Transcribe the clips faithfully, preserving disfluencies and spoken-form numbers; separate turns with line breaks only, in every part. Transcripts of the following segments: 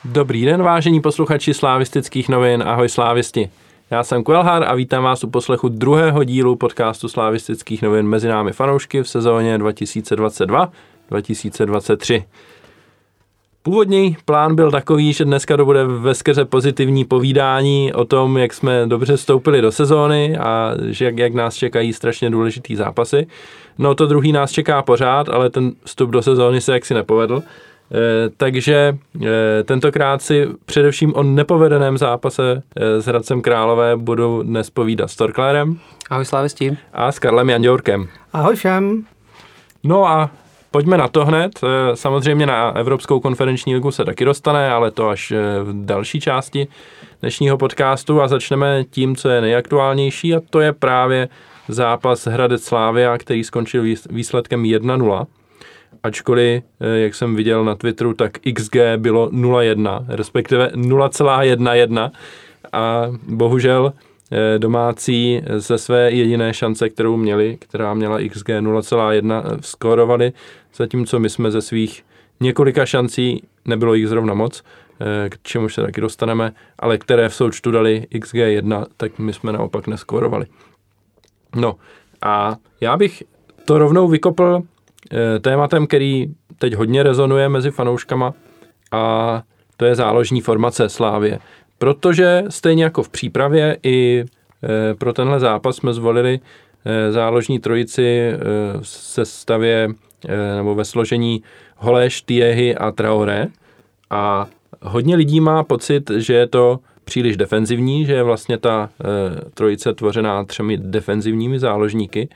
Dobrý den, vážení posluchači Slavistických novin, ahoj slávisti. Já jsem Kvelhar a vítám vás u poslechu druhého dílu podcastu Slavistických novin Mezi námi fanoušky v sezóně dva tisíce dvacet dva dva tisíce dvacet tři. Původní plán byl takový, že dneska to bude veskrze pozitivní povídání o tom, jak jsme dobře vstoupili do sezóny a že jak, jak nás čekají strašně důležitý zápasy. No to druhý nás čeká pořád, ale ten vstup do sezóny se jaksi nepovedl. E, takže e, tentokrát si především o nepovedeném zápase e, s Hradcem Králové budu dnes povídat s Torklérem.
Ahoj slávisti.
A s Karlem Janďourkem.
Ahoj všem.
No a pojďme na to hned. E, samozřejmě na Evropskou konferenční ligu se taky dostane, ale to až v další části dnešního podcastu a začneme tím, co je nejaktuálnější a to je právě zápas Hradec Slavia, který skončil výsledkem jedna nula. Ačkoliv, jak jsem viděl na Twitteru, tak X G bylo nula jedna, respektive nula celá jedna jedna a bohužel domácí ze své jediné šance, kterou měli, která měla X G nula celá jedna, skórovali, zatímco my jsme ze svých několika šancí, nebylo jich zrovna moc, k čemuž se taky dostaneme, ale které v součtu dali X G jedna, tak my jsme naopak neskórovali. No a já bych to rovnou vykopl tématem, který teď hodně rezonuje mezi fanouškama a to je záložní formace Slavie. Protože stejně jako v přípravě i pro tenhle zápas jsme zvolili záložní trojici v sestavě nebo ve složení Holeš, Thiehy a Traoré a hodně lidí má pocit, že je to příliš defenzivní, že je vlastně ta trojice tvořená třemi defenzivními záložníky.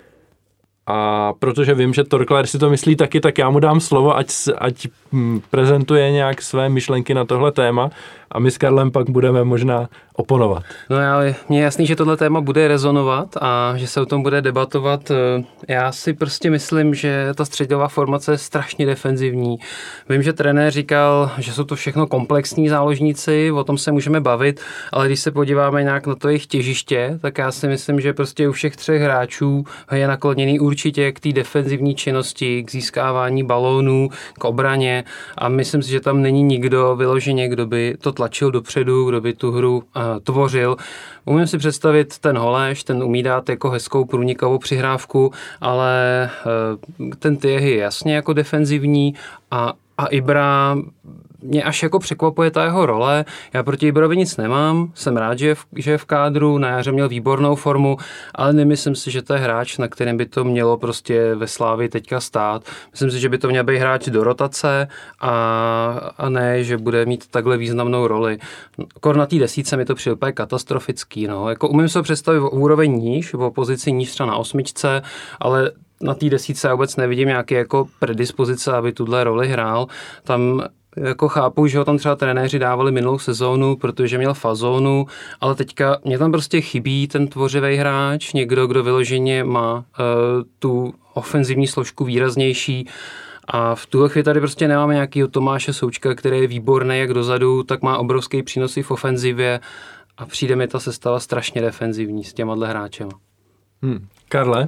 A protože vím, že Torkler si to myslí taky, tak já mu dám slovo, ať, ať prezentuje nějak své myšlenky na tohle téma a my s Karlem pak budeme možná oponovat.
No ale mně je jasný, že tohle téma bude rezonovat a že se o tom bude debatovat. Já si prostě myslím, že ta středová formace je strašně defenzivní. Vím, že trenér říkal, že jsou to všechno komplexní záložníci, o tom se můžeme bavit, ale když se podíváme nějak na to jejich těžiště, tak já si myslím, že prostě u všech třech hráčů je nakloněný určitě k té defenzivní činnosti, k získávání balónů, k obraně a myslím si, že tam není nikdo vyloženě, kdo by to tlačil dopředu, kdo by tu hru uh, tvořil. Umím si představit ten Holeš, ten umí dát jako hezkou průnikovou přihrávku, ale uh, ten Thiehy je jasně jako defenzivní a, a Ibra mě až jako překvapuje ta jeho role. Já proti Ibrovi nic nemám, jsem rád, že je, v, že je v kádru, na jaře měl výbornou formu, ale nemyslím si, že to je hráč, na kterém by to mělo prostě ve Slávii teďka stát. Myslím si, že by to měl být hráč do rotace a, a ne, že bude mít takhle významnou roli. Kor na té desítce mi to přijde úplně katastrofický. No. Jako umím se představit o úroveň níž, o pozici níž třeba na osmičce, ale na té desítce já vůbec nevidím nějaké jako predispozice, aby tuhle roli hrál. Tam jako chápu, že ho tam třeba trenéři dávali minulou sezónu, protože měl fazónu, ale teďka mě tam prostě chybí ten tvořivý hráč, někdo, kdo vyloženě má uh, tu ofenzivní složku výraznější a v tuhle chvíli tady prostě nemáme nějakýho Tomáše Součka, který je výborný jak dozadu, tak má obrovský přínos i v ofenzivě a přijde mi ta sestava strašně defenzivní s těma hráčema.
Hmm. Karle?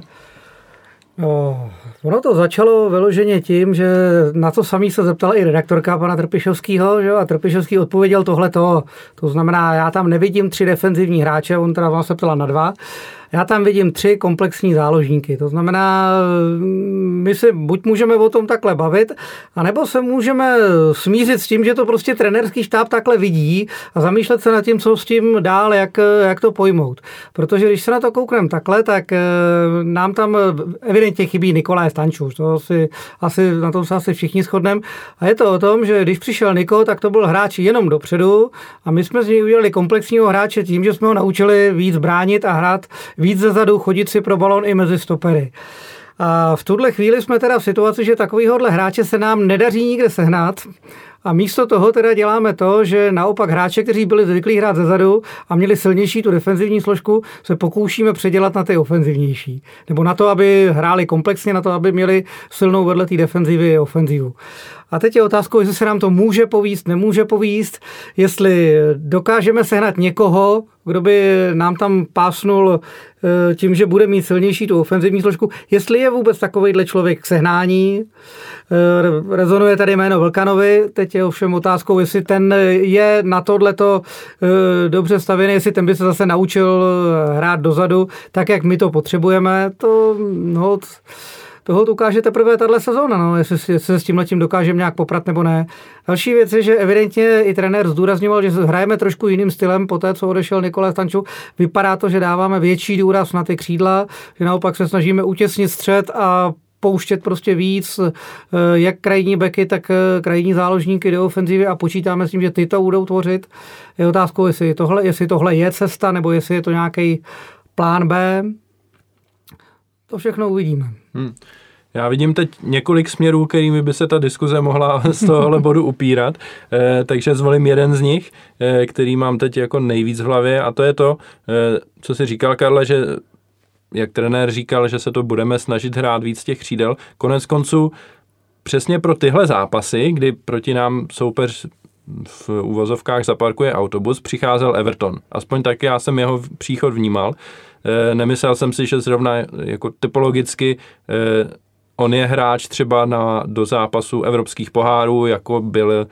No, ono to začalo vyloženě tím, že na to samý se zeptala i redaktorka pana Trpišovského, že? A Trpišovský odpověděl tohleto. To znamená, já tam nevidím tři defenzivní hráče, on teda se ptala na dva. Já tam vidím tři komplexní záložníky. To znamená, my si buď můžeme o tom takhle bavit, anebo se můžeme smířit s tím, že to prostě trenérský štáb takhle vidí a zamýšlet se nad tím, co s tím dál, jak, jak to pojmout. Protože když se na to koukneme takhle, tak nám tam evidentně chybí Nikolaj Stančuš. To asi, asi, na tom se asi všichni shodneme. A je to o tom, že když přišel Niko, tak to byl hráč jenom dopředu a my jsme z něj udělali komplexního hráče tím, že jsme ho naučili víc bránit a hrát víc zezadu, chodit si pro balón i mezi stopery. A v tuhle chvíli jsme teda v situaci, že takovýhohle hráče se nám nedaří nikde sehnat a místo toho teda děláme to, že naopak hráče, kteří byli zvyklí hrát zezadu a měli silnější tu defenzivní složku, se pokoušíme předělat na ty ofenzivnější. Nebo na to, aby hráli komplexně, na to, aby měli silnou vedle té defenzivy i ofenzivu. A teď je otázkou, jestli se nám to může povíst, nemůže povíst, jestli dokážeme sehnat někoho, kdo by nám tam pásnul tím, že bude mít silnější tu ofenzivní složku, jestli je vůbec takovejhle člověk k sehnání. Rezonuje tady jméno Vlkanovi, teď je ovšem otázkou, jestli ten je na tohleto dobře stavěný, jestli ten by se zase naučil hrát dozadu, tak jak my to potřebujeme, to no, toho ukáže teprve tahle sezóna, no, jestli, jestli se s tímhletím dokážeme nějak poprat nebo ne. Další věc je, že evidentně i trenér zdůrazňoval, že hrajeme trošku jiným stylem po té, co odešel Nikolaj Stančuk. Vypadá to, že dáváme větší důraz na ty křídla, že naopak se snažíme utěsnit střed a pouštět prostě víc jak krajní beky, tak krajní záložníky do ofenzivy a počítáme s tím, že ty to budou tvořit. Je otázkou, jestli tohle, jestli tohle je cesta, nebo jestli je to nějaký plán B. To všechno uvidíme. Hmm.
Já vidím teď několik směrů, kterými by se ta diskuze mohla z tohohle bodu upírat, eh, takže zvolím jeden z nich, eh, který mám teď jako nejvíc v hlavě, a to je to, eh, co jsi říkal, Karle, že jak trenér říkal, že se to budeme snažit hrát víc těch křídel. Konec konců přesně pro tyhle zápasy, kdy proti nám soupeř v uvozovkách zaparkuje autobus, přicházel Everton. Aspoň tak já jsem jeho příchod vnímal. E, nemyslel jsem si, že zrovna jako typologicky e, on je hráč třeba na, do zápasu evropských pohárů, jako byl, e,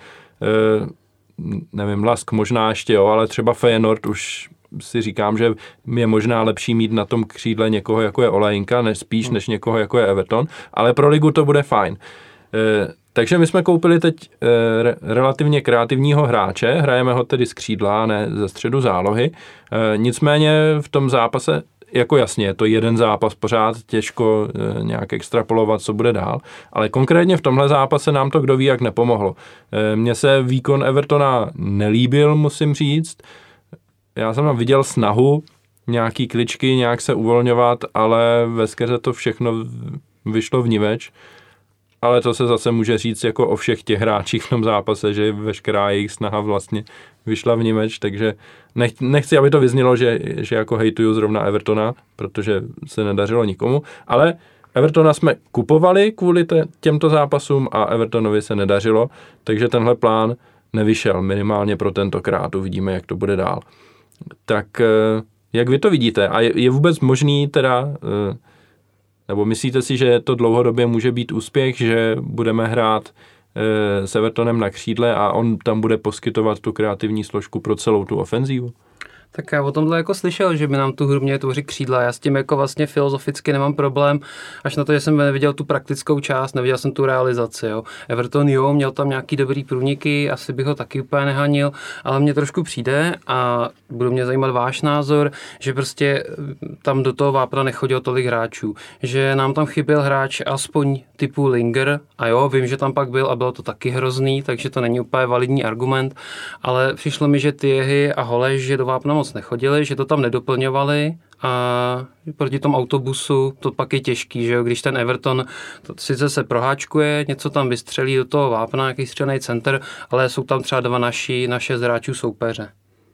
nevím, Lask možná ještě, jo, ale třeba Feyenoord už si říkám, že je možná lepší mít na tom křídle někoho, jako je Olajinka, než spíš než někoho, jako je Everton, ale pro ligu to bude fajn. E, takže my jsme koupili teď e, re, relativně kreativního hráče, hrajeme ho tedy z křídla, ne ze středu zálohy, e, nicméně v tom zápase, jako jasně, je to jeden zápas pořád, těžko e, nějak extrapolovat, co bude dál, ale konkrétně v tomhle zápase nám to kdo ví jak nepomohlo. E, mně se výkon Evertona nelíbil, musím říct. Já jsem tam viděl snahu, nějaký kličky, nějak se uvolňovat, ale veskrze to všechno vyšlo vniveč. Ale to se zase může říct jako o všech těch hráčích v tom zápase, že veškerá jejich snaha vlastně vyšla vniveč, takže nech, nechci, aby to vyznělo, že, že jako hejtuju zrovna Evertona, protože se nedařilo nikomu, ale Evertona jsme kupovali kvůli te, těmto zápasům a Evertonovi se nedařilo, takže tenhle plán nevyšel, minimálně pro tentokrát, uvidíme, jak to bude dál. Tak jak vy to vidíte? A je, je vůbec možný teda, nebo myslíte si, že to dlouhodobě může být úspěch, že budeme hrát s Evertonem na křídle a on tam bude poskytovat tu kreativní složku pro celou tu ofenzívu?
Tak já o tomhle jako slyšel, že by nám tu hru měli tvořit křídla. Já s tím jako vlastně filozoficky nemám problém, až na to, že jsem neviděl tu praktickou část, neviděl jsem tu realizaci. Jo. Everton jo, měl tam nějaký dobrý průniky, asi bych ho taky úplně nehanil, ale mně trošku přijde a budu mě zajímat váš názor, že prostě tam do toho vápna nechodilo tolik hráčů, že nám tam chyběl hráč aspoň typu Linger a jo, vím, že tam pak byl a bylo to taky hrozný, takže to není úplně validní argument, ale přišlo mi, že Thiehy a Holeš, že do vápna moc nechodili, že to tam nedoplňovali a proti tomu autobusu to pak je těžký, že jo, když ten Everton to sice se proháčkuje, něco tam vystřelí do toho vápna, nějaký střelný center, ale jsou tam třeba dva naši, naše hráčů soupeře.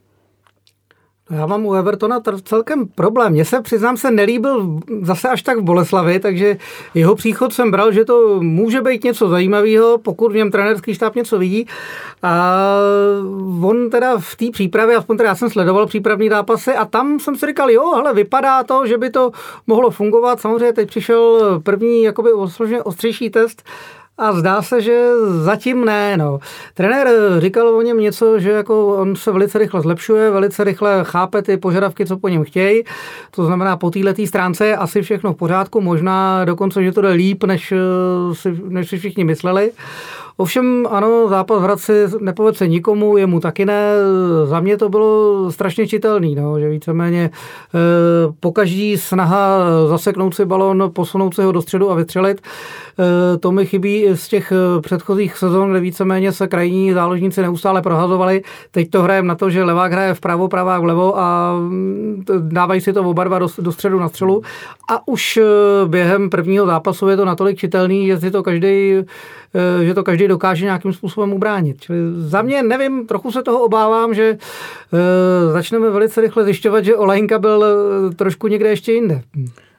Já mám u Evertona celkem problém. Mně se, přiznám se, nelíbil zase až tak v Boleslavi, takže jeho příchod jsem bral, že to může být něco zajímavého, pokud v něm trenérský štáb něco vidí. A on teda v té přípravě, aspoň teda já jsem sledoval přípravní zápasy a tam jsem si říkal, jo, hele, vypadá to, že by to mohlo fungovat. Samozřejmě teď přišel první jakoby ostřejší test, a zdá se, že zatím ne. No. Trenér říkal o něm něco, že jako on se velice rychle zlepšuje, velice rychle chápe ty požadavky, co po něm chtějí. To znamená, po této stránce je asi všechno v pořádku, možná dokonce, že to jde líp, než si, než si všichni mysleli. Ovšem, ano, zápas v Hradci nepovedl se nikomu, jemu taky ne. Za mě to bylo strašně čitelný, no, že víceméně e, pokaždý snaha zaseknout si balon, posunout si ho do středu a vystřelit. E, to mi chybí z těch předchozích sezon, kde víceméně se krajní záložníci neustále prohazovali. Teď to hrajeme na to, že levák hraje vpravo, pravák vlevo a dávají si to oba dva do, do středu na střelu. A už během prvního zápasu je to natolik čitelný, že si to každý že to každý dokáže nějakým způsobem ubránit. Čili za mě, nevím, trochu se toho obávám, že e, začneme velice rychle zjišťovat, že Olajinka byl trošku někde ještě jinde.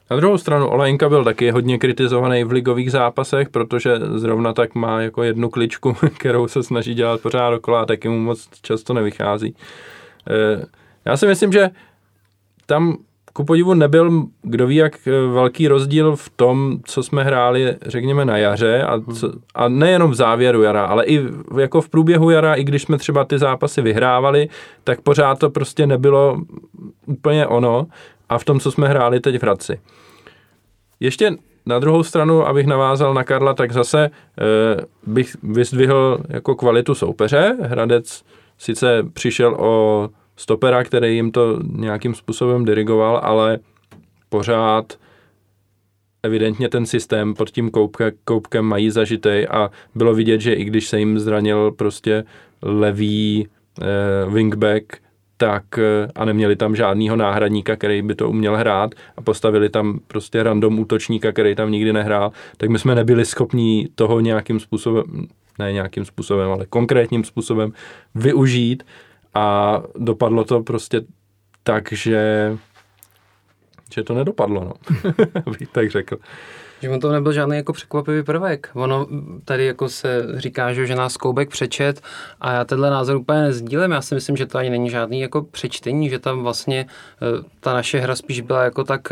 Na druhou stranu Olejnka byl taky hodně kritizovaný v ligových zápasech, protože zrovna tak má jako jednu kličku, kterou se snaží dělat pořád dokola a taky mu moc často nevychází. Já si myslím, že tam ku podivu nebyl, kdo ví, jak velký rozdíl v tom, co jsme hráli, řekněme, na jaře a, co, a nejenom v závěru jara, ale i v, jako v průběhu jara, i když jsme třeba ty zápasy vyhrávali, tak pořád to prostě nebylo úplně ono a v tom, co jsme hráli teď v Hradci. Ještě na druhou stranu, abych navázal na Karla, tak zase e, bych vyzdvihl jako kvalitu soupeře. Hradec sice přišel o stopera, který jim to nějakým způsobem dirigoval, ale pořád evidentně ten systém pod tím koupke, koupkem mají zažitej a bylo vidět, že i když se jim zranil prostě levý e, wingback, tak a neměli tam žádnýho náhradníka, který by to uměl hrát a postavili tam prostě random útočníka, který tam nikdy nehrál, tak my jsme nebyli schopní toho nějakým způsobem, ne nějakým způsobem, ale konkrétním způsobem využít a dopadlo to prostě tak, že, že to nedopadlo, no. Bych tak řekl.
Že on to nebyl žádný jako překvapivý prvek. Ono tady jako se říká, že nás Koubek přečet a já tenhle názor úplně nezdílím. Já si myslím, že to ani není žádný jako přečtení, že tam vlastně ta naše hra spíš byla jako tak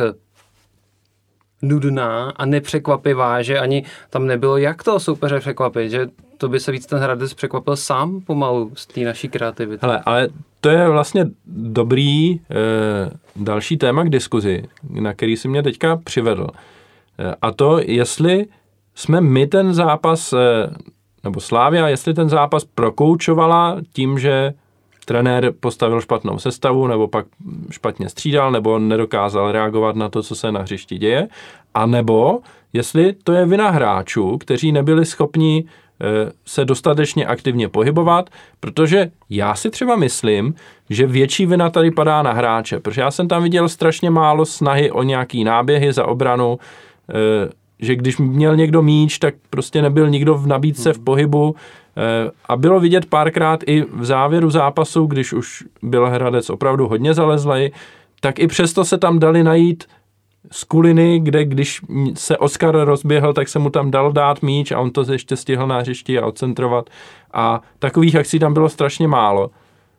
nudná a nepřekvapivá, že ani tam nebylo jak toho soupeře překvapit, že to by se víc ten Hradec překvapil sám pomalu z té naší kreativity.
Hele, ale to je vlastně dobrý e, další téma k diskuzi, na který si mě teďka přivedl. A to, jestli jsme my ten zápas, nebo Slavia, jestli ten zápas prokoučovala tím, že trenér postavil špatnou sestavu, nebo pak špatně střídal, nebo nedokázal reagovat na to, co se na hřišti děje, a nebo jestli to je vina hráčů, kteří nebyli schopni se dostatečně aktivně pohybovat, protože já si třeba myslím, že větší vina tady padá na hráče, protože já jsem tam viděl strašně málo snahy o nějaký náběhy za obranu, že když měl někdo míč, tak prostě nebyl nikdo v nabídce v pohybu a bylo vidět párkrát i v závěru zápasu, když už byl Hradec opravdu hodně zalezlej, tak i přesto se tam dali najít skuliny, kde když se Oskar rozběhl, tak se mu tam dal dát míč a on to ještě stihl na hřišti a odcentrovat a takových akcí tam bylo strašně málo.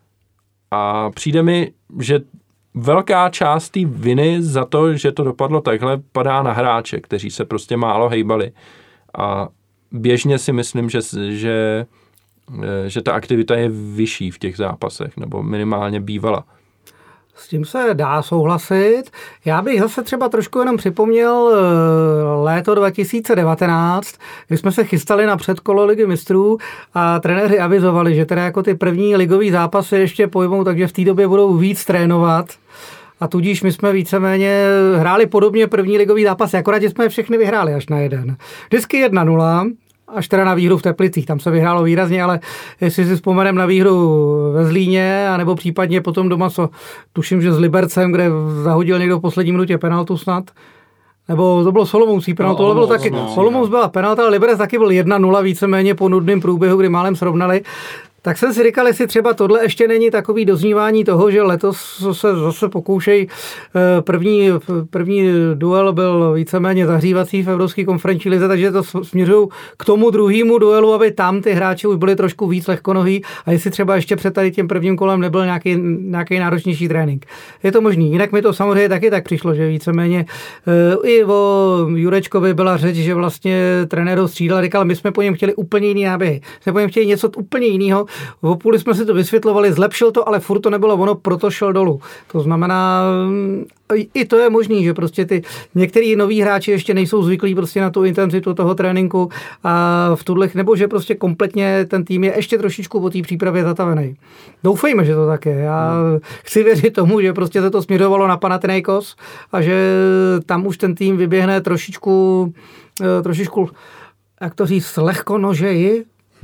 A přijde mi, že velká část té viny za to, že to dopadlo takhle, padá na hráče, kteří se prostě málo hejbali. A běžně si myslím, že, že, že ta aktivita je vyšší v těch zápasech, nebo minimálně bývala.
S tím se dá souhlasit. Já bych zase třeba trošku jenom připomněl léto dva tisíce devatenáct, kdy jsme se chystali na předkolo Ligy mistrů a trenéři avizovali, že teda jako ty první ligový zápasy ještě pojmou, takže v té době budou víc trénovat. A tudíž my jsme víceméně hráli podobně první ligový zápas, akorát jsme všechny vyhráli až na jeden. Vždycky jedna nula, až teda na výhru v Teplicích, tam se vyhrálo výrazně, ale jestli si vzpomenem na výhru ve Zlíně, anebo případně potom doma, co tuším, že s Libercem, kde zahodil někdo v poslední minutě penaltu snad, nebo to bylo s Olomoucí penaltu, no, ale bylo taky, Olomouc byla penalta, ale Liberec taky byl jedna nula víceméně po nudném průběhu, kdy málem srovnali. Tak jsem si říkal, jestli třeba tohle ještě není takový doznívání toho, že letos se zase pokoušej. První, první duel byl víceméně zahřívací v Evropské konferenční lize, takže to směřují k tomu druhému duelu, aby tam ty hráči už byli trošku víc lehkonohý a jestli třeba ještě před tady tím prvním kolem nebyl nějaký, nějaký náročnější trénink. Je to možný. Jinak mi to samozřejmě taky tak přišlo, že víceméně i o Jurečkovi byla řeč, že vlastně trenér ho střídal, říkal, my jsme po něm chtěli úplně jiný náběhy. Jsme po něm chtěli něco úplně jiného. V půli jsme si to vysvětlovali, zlepšil to, ale furt to nebylo ono, proto šel dolů. To znamená, i to je možný, že prostě ty některý noví hráči ještě nejsou zvyklí prostě na tu intenzitu toho tréninku a v tuhle, nebo že prostě kompletně ten tým je ještě trošičku po té přípravě zatavený. Doufejme, že to tak je. Já hmm. chci věřit tomu, že prostě se to směřovalo na Panathinaikos a že tam už ten tým vyběhne trošičku, trošičku, jak to říct, lehko nožeji.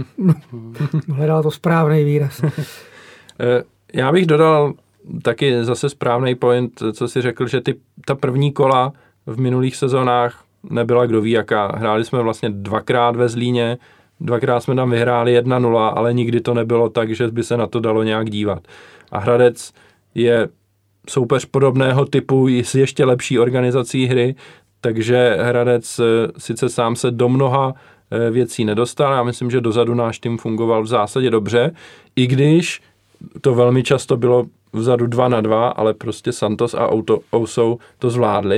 Hledal to správný výraz.
Já bych dodal taky zase správný point, co si řekl, že ty, ta první kola v minulých sezónách nebyla kdo ví jaká. Hráli jsme vlastně dvakrát ve Zlíně, dvakrát jsme tam vyhráli jedna nula, ale nikdy to nebylo tak, že by se na to dalo nějak dívat. A Hradec je soupeř podobného typu s ještě lepší organizací hry, takže Hradec sice sám se do mnoha věcí nedostal, já myslím, že dozadu náš tým fungoval v zásadě dobře, i když to velmi často bylo vzadu dva na dva, ale prostě Santos a Ousou to zvládli,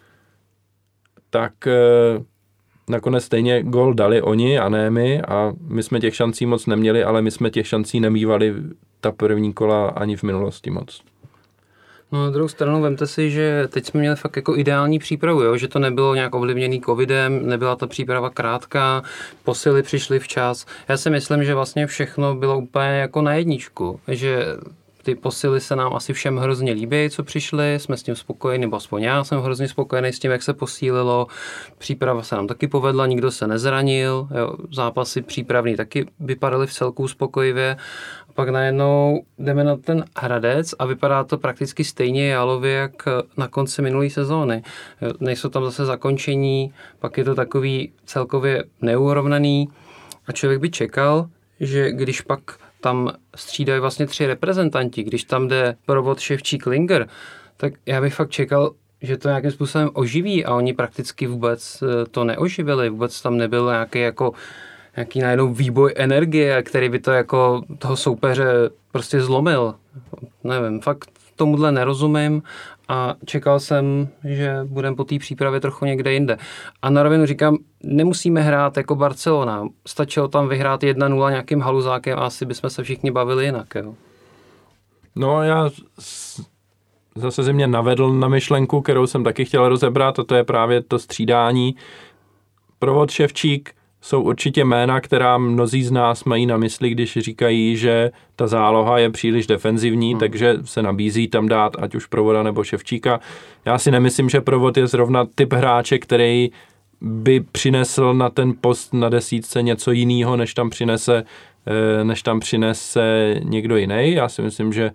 tak nakonec stejně gól dali oni a ne my a my jsme těch šancí moc neměli, ale my jsme těch šancí nemívali ta první kola ani v minulosti moc.
No na druhou stranu vemte si, že teď jsme měli fakt jako ideální přípravu, jo? Že to nebylo nějak ovlivněný covidem, nebyla ta příprava krátká, posily přišly včas. Já si myslím, že vlastně všechno bylo úplně jako na jedničku, že ty posily se nám asi všem hrozně líbí, co přišli, jsme s tím spokojeni, nebo aspoň já jsem hrozně spokojený s tím, jak se posílilo. Příprava se nám taky povedla, nikdo se nezranil, jo? Zápasy přípravný taky vypadaly v celku uspokojivě. A pak najednou jdeme na ten Hradec a vypadá to prakticky stejně jalově, jak na konci minulé sezóny. Jo? Nejsou tam zase zakončení, pak je to takový celkově neurovnaný a člověk by čekal, že když pak tam střídají vlastně tři reprezentanti, když tam jde Provod, Ševčík, Linger, tak já bych fakt čekal, že to nějakým způsobem oživí a oni prakticky vůbec to neoživili, vůbec tam nebyl nějaký jako nějaký najednou výboj energie, který by to jako toho soupeře prostě zlomil. Nevím, fakt tomuhle nerozumím a čekal jsem, že budeme po té přípravě trochu někde jinde. A na rovinu říkám, nemusíme hrát jako Barcelona. Stačilo tam vyhrát jedna nula nějakým haluzákem a asi bychom se všichni bavili jinak. Jo.
No já zase ze mě navedl na myšlenku, kterou jsem taky chtěl rozebrat a to je právě to střídání. Provod, Ševčík jsou určitě jména, která mnozí z nás mají na mysli, když říkají, že ta záloha je příliš defenzivní, hmm. takže se nabízí tam dát ať už Provoda nebo Ševčíka. Já si nemyslím, že Provod je zrovna typ hráče, který by přinesl na ten post na desítce něco jiného, než tam přinese, než tam přinese někdo jiný. Já si myslím, že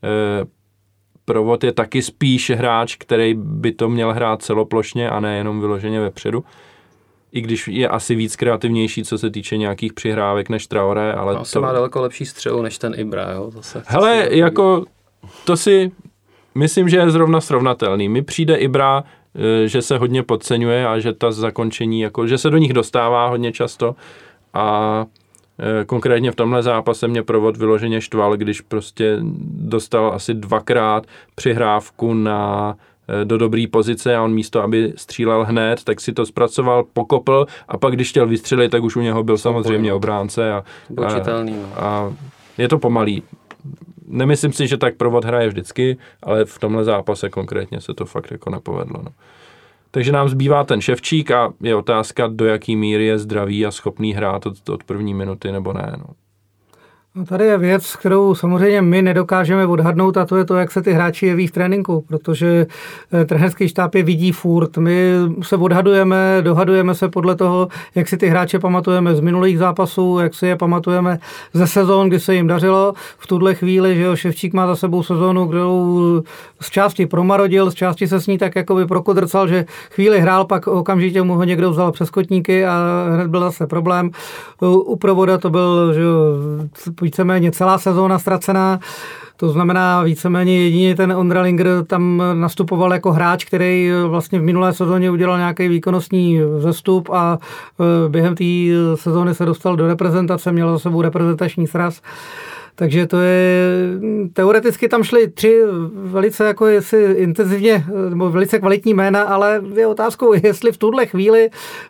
Provod je taky spíš hráč, který by to měl hrát celoplošně a ne jenom vyloženě vepředu. I když je asi víc kreativnější, co se týče nějakých přihrávek než Traoré, ale
no,
to...
se má daleko lepší střelu než ten Ibra, jo? Zase
hele, jako to si myslím, že je zrovna srovnatelný. Mi přijde Ibra, že se hodně podceňuje a že ta zakončení, jako, že se do nich dostává hodně často a konkrétně v tomhle zápase mě Provod vyloženě štval, když prostě dostal asi dvakrát přihrávku na do dobrý pozice a on místo, aby střílel hned, tak si to zpracoval, pokopl a pak, když chtěl vystřelit, tak už u něho byl samozřejmě obránce a, a, a je to pomalý. Nemyslím si, že tak Provod hraje vždycky, ale v tomhle zápase konkrétně se to fakt jako nepovedlo. No. Takže nám zbývá ten Ševčík a je otázka, do jaký míry je zdravý a schopný hrát od, od první minuty nebo ne. No.
No tady je věc, kterou samozřejmě my nedokážeme odhadnout a to je to, jak se ty hráči jeví v tréninku, protože trenerský štáb je vidí furt. My se odhadujeme, dohadujeme se podle toho, jak si ty hráče pamatujeme z minulých zápasů, jak si je pamatujeme ze sezón, kdy se jim dařilo. V tuhle chvíli, že jo, Ševčík má za sebou sezónu, kterou z části promarodil, z části se s ní tak jakoby prokodrcal, že chvíli hrál, pak okamžitě mu ho někdo vzal přes kotníky a hned byl zase problém. U Provoda to byl, že jo, víceméně celá sezóna ztracená, to znamená víceméně jedině ten Ondra Linger tam nastupoval jako hráč, který vlastně v minulé sezóně udělal nějaký výkonnostní vzestup a během té sezóny se dostal do reprezentace, měl za sebou reprezentační sraz. Takže to je, teoreticky tam šly tři velice jako jestli intenzivně, nebo velice kvalitní jména, ale je otázkou, jestli v tuhle chvíli e,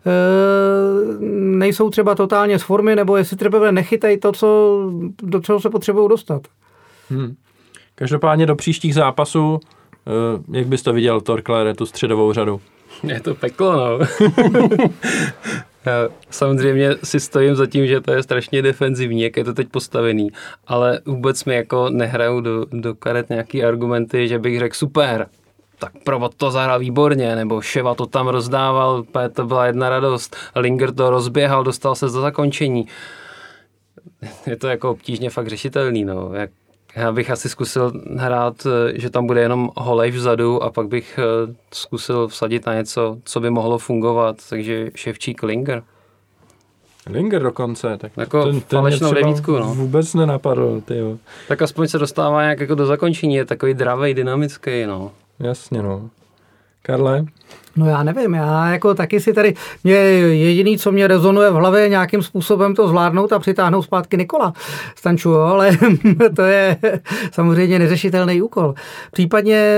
nejsou třeba totálně z formy, nebo jestli třeba nechytají to, co, do čeho se potřebují dostat.
Hmm. Každopádně do příštích zápasů, e, jak bys to viděl, Torklére, tu středovou řadu?
Je to peklo, no. Já samozřejmě si stojím za tím, že to je strašně defenzivní, jak je to teď postavený, ale vůbec mi jako nehrajou do, do karet nějaký argumenty, že bych řekl super, tak Provod to zahrál výborně, nebo Ševa to tam rozdával, to byla jedna radost, Linger to rozběhal, dostal se do zakončení. Je to jako obtížně fakt řešitelný, no. Jak, já bych asi zkusil hrát, že tam bude jenom Holej vzadu a pak bych zkusil vsadit na něco, co by mohlo fungovat, takže Ševčík, Linger.
Linger dokonce, tak
jako
ten, ten
falešnou devítku, no.
Vůbec nenapadl, tyjo.
Tak aspoň se dostává nějak jako do zakončení, je takový dravej, dynamický, no.
Jasně, no. Karle?
No já nevím, já jako taky si tady, mě jediný, co mě rezonuje v hlavě, nějakým způsobem to zvládnout a přitáhnout zpátky Nikola Stanču, jo, ale to je samozřejmě neřešitelný úkol. Případně,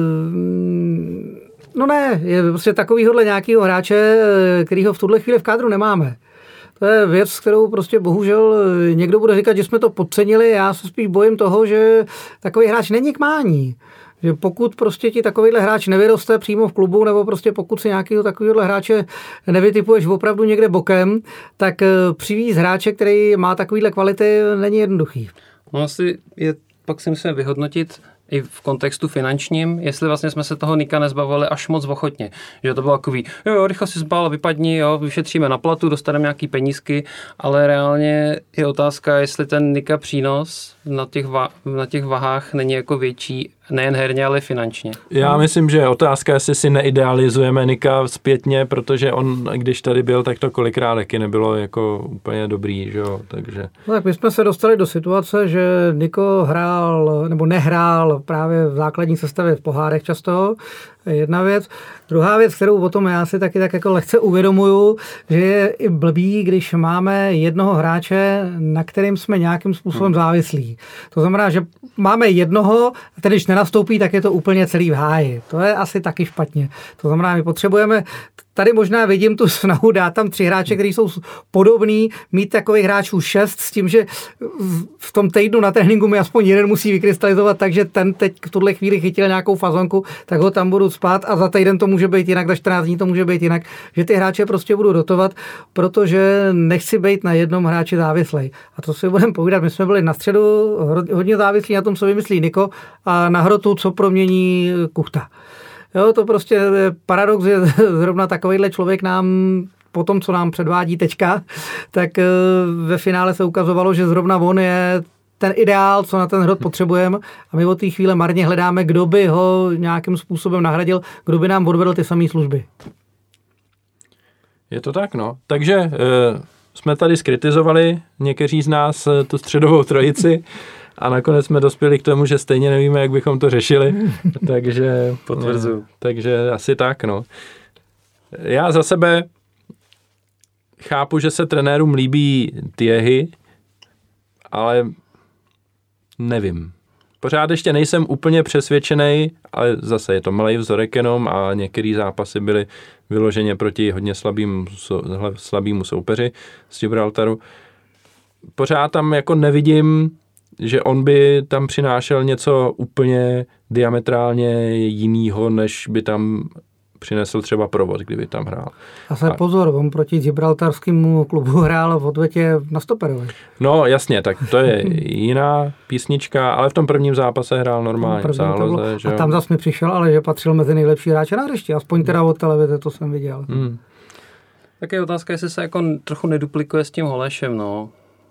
no ne, je prostě takovýhodle nějakýho hráče, kterýho v tuhle chvíli v kádru nemáme. To je věc, kterou prostě bohužel někdo bude říkat, že jsme to podcenili, já se spíš bojím toho, že takový hráč není k mání. Že pokud prostě ti takovýhle hráč nevyroste přímo v klubu, nebo prostě pokud si nějakého takovýhle hráče nevytipuješ opravdu někde bokem, tak přivízt hráče, který má takovýhle kvality, není jednoduchý.
No asi je, pak si musíme vyhodnotit i v kontextu finančním, jestli vlastně jsme se toho Nika nezbavili až moc ochotně. Že to bylo takový, jo, rychle si zbal, vypadni, jo, vyšetříme na platu, dostaneme nějaký penízky, ale reálně je otázka, jestli ten Nika přínos na těch, va- na těch vahách není jako větší, nejen herně, ale finančně.
Já myslím, že je otázka, jestli si neidealizujeme Nika zpětně, protože on, když tady byl, tak to kolikrát taky nebylo jako úplně dobrý, že jo, takže...
No tak my jsme se dostali do situace, že Niko hrál, nebo nehrál právě v základní sestavě v pohárech často, jedna věc. Druhá věc, kterou potom já si taky tak jako lehce uvědomuju, že je i blbý, když máme jednoho hráče, na kterým jsme nějakým způsobem závislí. To znamená, že máme jednoho, a ten když nenastoupí, tak je to úplně celý v háji. To je asi taky špatně. To znamená, my potřebujeme, tady možná vidím tu snahu dát tam tři hráče, kteří jsou podobný, mít takových hráčů šest s tím, že v tom týdnu na tréninku mi aspoň jeden musí vykrystalizovat, takže ten teď v tuhle chvíli chytil nějakou fazonku, tak ho tam budu spát a za týden to může být jinak, za čtrnáct dní to může být jinak, že ty hráče prostě budu dotovat, protože nechci být na jednom hráči závislej. A to si budeme povídat, my jsme byli na středu hodně závislí na tom, co vymyslí Niko, a na hrotu, co promění Kuchta. Jo, to prostě je paradox, že zrovna takovejhle člověk nám po tom, co nám předvádí teďka, tak ve finále se ukazovalo, že zrovna on je ten ideál, co na ten hrot potřebujeme, a my od té chvíle marně hledáme, kdo by ho nějakým způsobem nahradil, kdo by nám odvedl ty samé služby.
Je to tak, no. Takže e, jsme tady skritizovali někteří z nás tu středovou trojici a nakonec jsme dospěli k tomu, že stejně nevíme, jak bychom to řešili. takže
Potvrzuju.
Takže asi tak, no. Já za sebe chápu, že se trenérům líbí Thiehy, ale nevím. Pořád ještě nejsem úplně přesvědčený, ale zase je to malej vzorek jenom a některé zápasy byly vyloženě proti hodně slabým, slabýmu soupeři z Gibraltaru. Pořád tam jako nevidím, že on by tam přinášel něco úplně diametrálně jinýho, než by tam přinesl třeba provod, kdyby tam hrál.
A se pozor, on proti gibraltarskému klubu hrál v odvětě na stoperovi.
No jasně, tak to je jiná písnička, ale v tom prvním zápase hrál normálně v záloze.
A tam zase mi přišel, ale že patřil mezi nejlepší hráče na hřišti, aspoň teda od televize, to jsem viděl.
Hmm.
Tak je otázka, jestli se jako trochu neduplikuje s tím Holešem, no.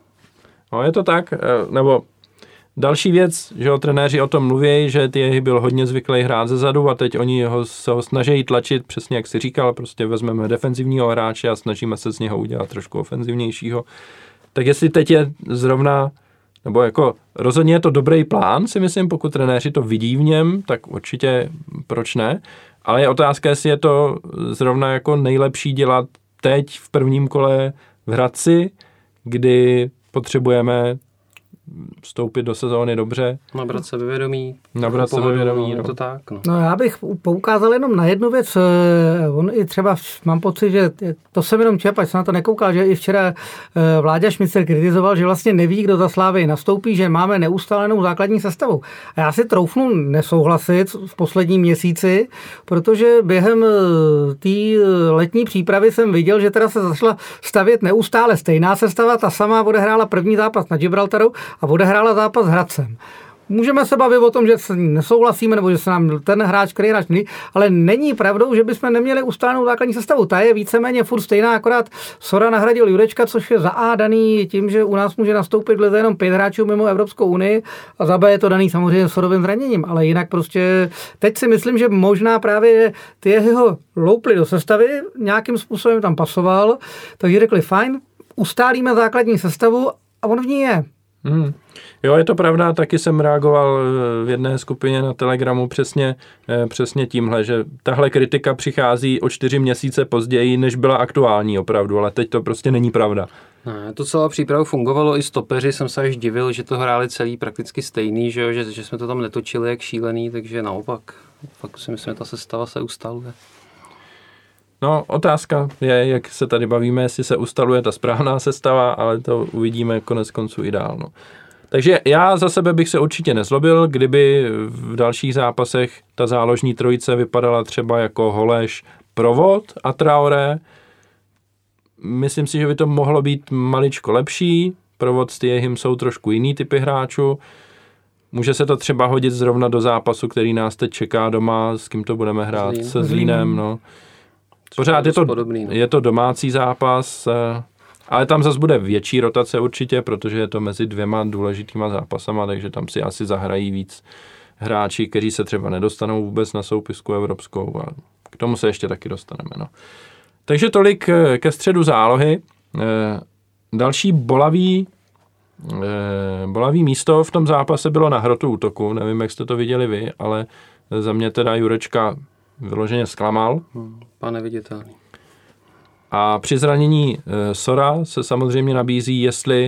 No je to tak, nebo další věc, že o trenéři o tom mluví, že Thierry byl hodně zvyklý hrát ze zadu a teď oni ho, se ho snaží tlačit, přesně jak si říkal, prostě vezmeme defenzivního hráče a snažíme se z něho udělat trošku ofenzivnějšího. Tak jestli teď je zrovna, nebo jako rozhodně je to dobrý plán, si myslím, pokud trenéři to vidí v něm, tak určitě proč ne, ale je otázka, jestli je to zrovna jako nejlepší dělat teď v prvním kole v Hradci, kdy potřebujeme vstoupit do sezóny dobře.
Nabrat sebevědomí.
Nabrat sebevědomí,
no. To tak, no.
No já bych poukázal jenom na jednu věc. On i třeba, mám pocit, že to jsem jenom čep, ať jsem na to nekoukal, že i včera Vláďa Šmicer kritizoval, že vlastně neví, kdo za Slávy nastoupí, že máme neustálenou základní sestavu. A já si troufnu nesouhlasit v posledním měsíci, protože během té letní přípravy jsem viděl, že teda se zašla stavět neustále stejná sestava, ta sama odehrála první zápas na Gibraltaru a odehrála zápas s Hradcem. Můžeme se bavit o tom, že se nesouhlasíme, nebo že se nám ten hráč, který hráč není, ale není pravdou, že bychom neměli ustálenou základní sestavu. Ta je víceméně furt stejná, akorát Sora nahradil Jurečka, což je za A daný tím, že u nás může nastoupit lize jenom pět hráčů mimo Evropskou unii a za B je to daný samozřejmě Sorovým zraněním, ale jinak prostě teď si myslím, že možná právě ty jeho louply do sestavy nějakým způsobem tam pasoval, takže řekli fajn, ustálíme základní sestavu a on v ní je.
Hmm. Jo, je to pravda, taky jsem reagoval v jedné skupině na Telegramu přesně, přesně tímhle, že tahle kritika přichází o čtyři měsíce později, než byla aktuální opravdu, ale teď to prostě není pravda.
Ne, to celá příprava fungovalo, i stopeři jsem se až divil, že to hráli celý prakticky stejný, že, jo? Že, že jsme to tam netočili jak šílený, takže naopak, fakt si myslím, že ta sestava se ustaluje.
No, otázka je, jak se tady bavíme, jestli se ustaluje ta správná sestava, ale to uvidíme konec konců i dál. No. Takže já za sebe bych se určitě nezlobil, kdyby v dalších zápasech ta záložní trojice vypadala třeba jako Holeš, Provod a Traoré. Myslím si, že by to mohlo být maličko lepší. Provod s Tiehim jsou trošku jiný typy hráčů. Může se to třeba hodit zrovna do zápasu, který nás teď čeká doma, s kým to budeme hrát,
Zlín.
se Zlínem, no. Pořád je to,
podobný, no.
je to domácí zápas, ale tam zase bude větší rotace určitě, protože je to mezi dvěma důležitýma zápasama, takže tam si asi zahrají víc hráči, kteří se třeba nedostanou vůbec na soupisku evropskou a k tomu se ještě taky dostaneme. No. Takže tolik ke středu zálohy. Další bolavý, bolavý místo v tom zápase bylo na hrotu útoku, nevím, jak jste to viděli vy, ale za mě teda Jurečka vyloženě zklamal.
Hmm, pan neviditelný.
A při zranění e, Sora se samozřejmě nabízí, jestli e,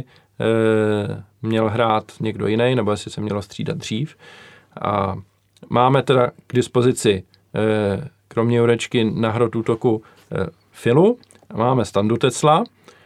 měl hrát někdo jiný, nebo jestli se mělo střídat dřív. A máme teda k dispozici e, kromě Jurečky na hrot útoku e, Filu, máme Standu Tecla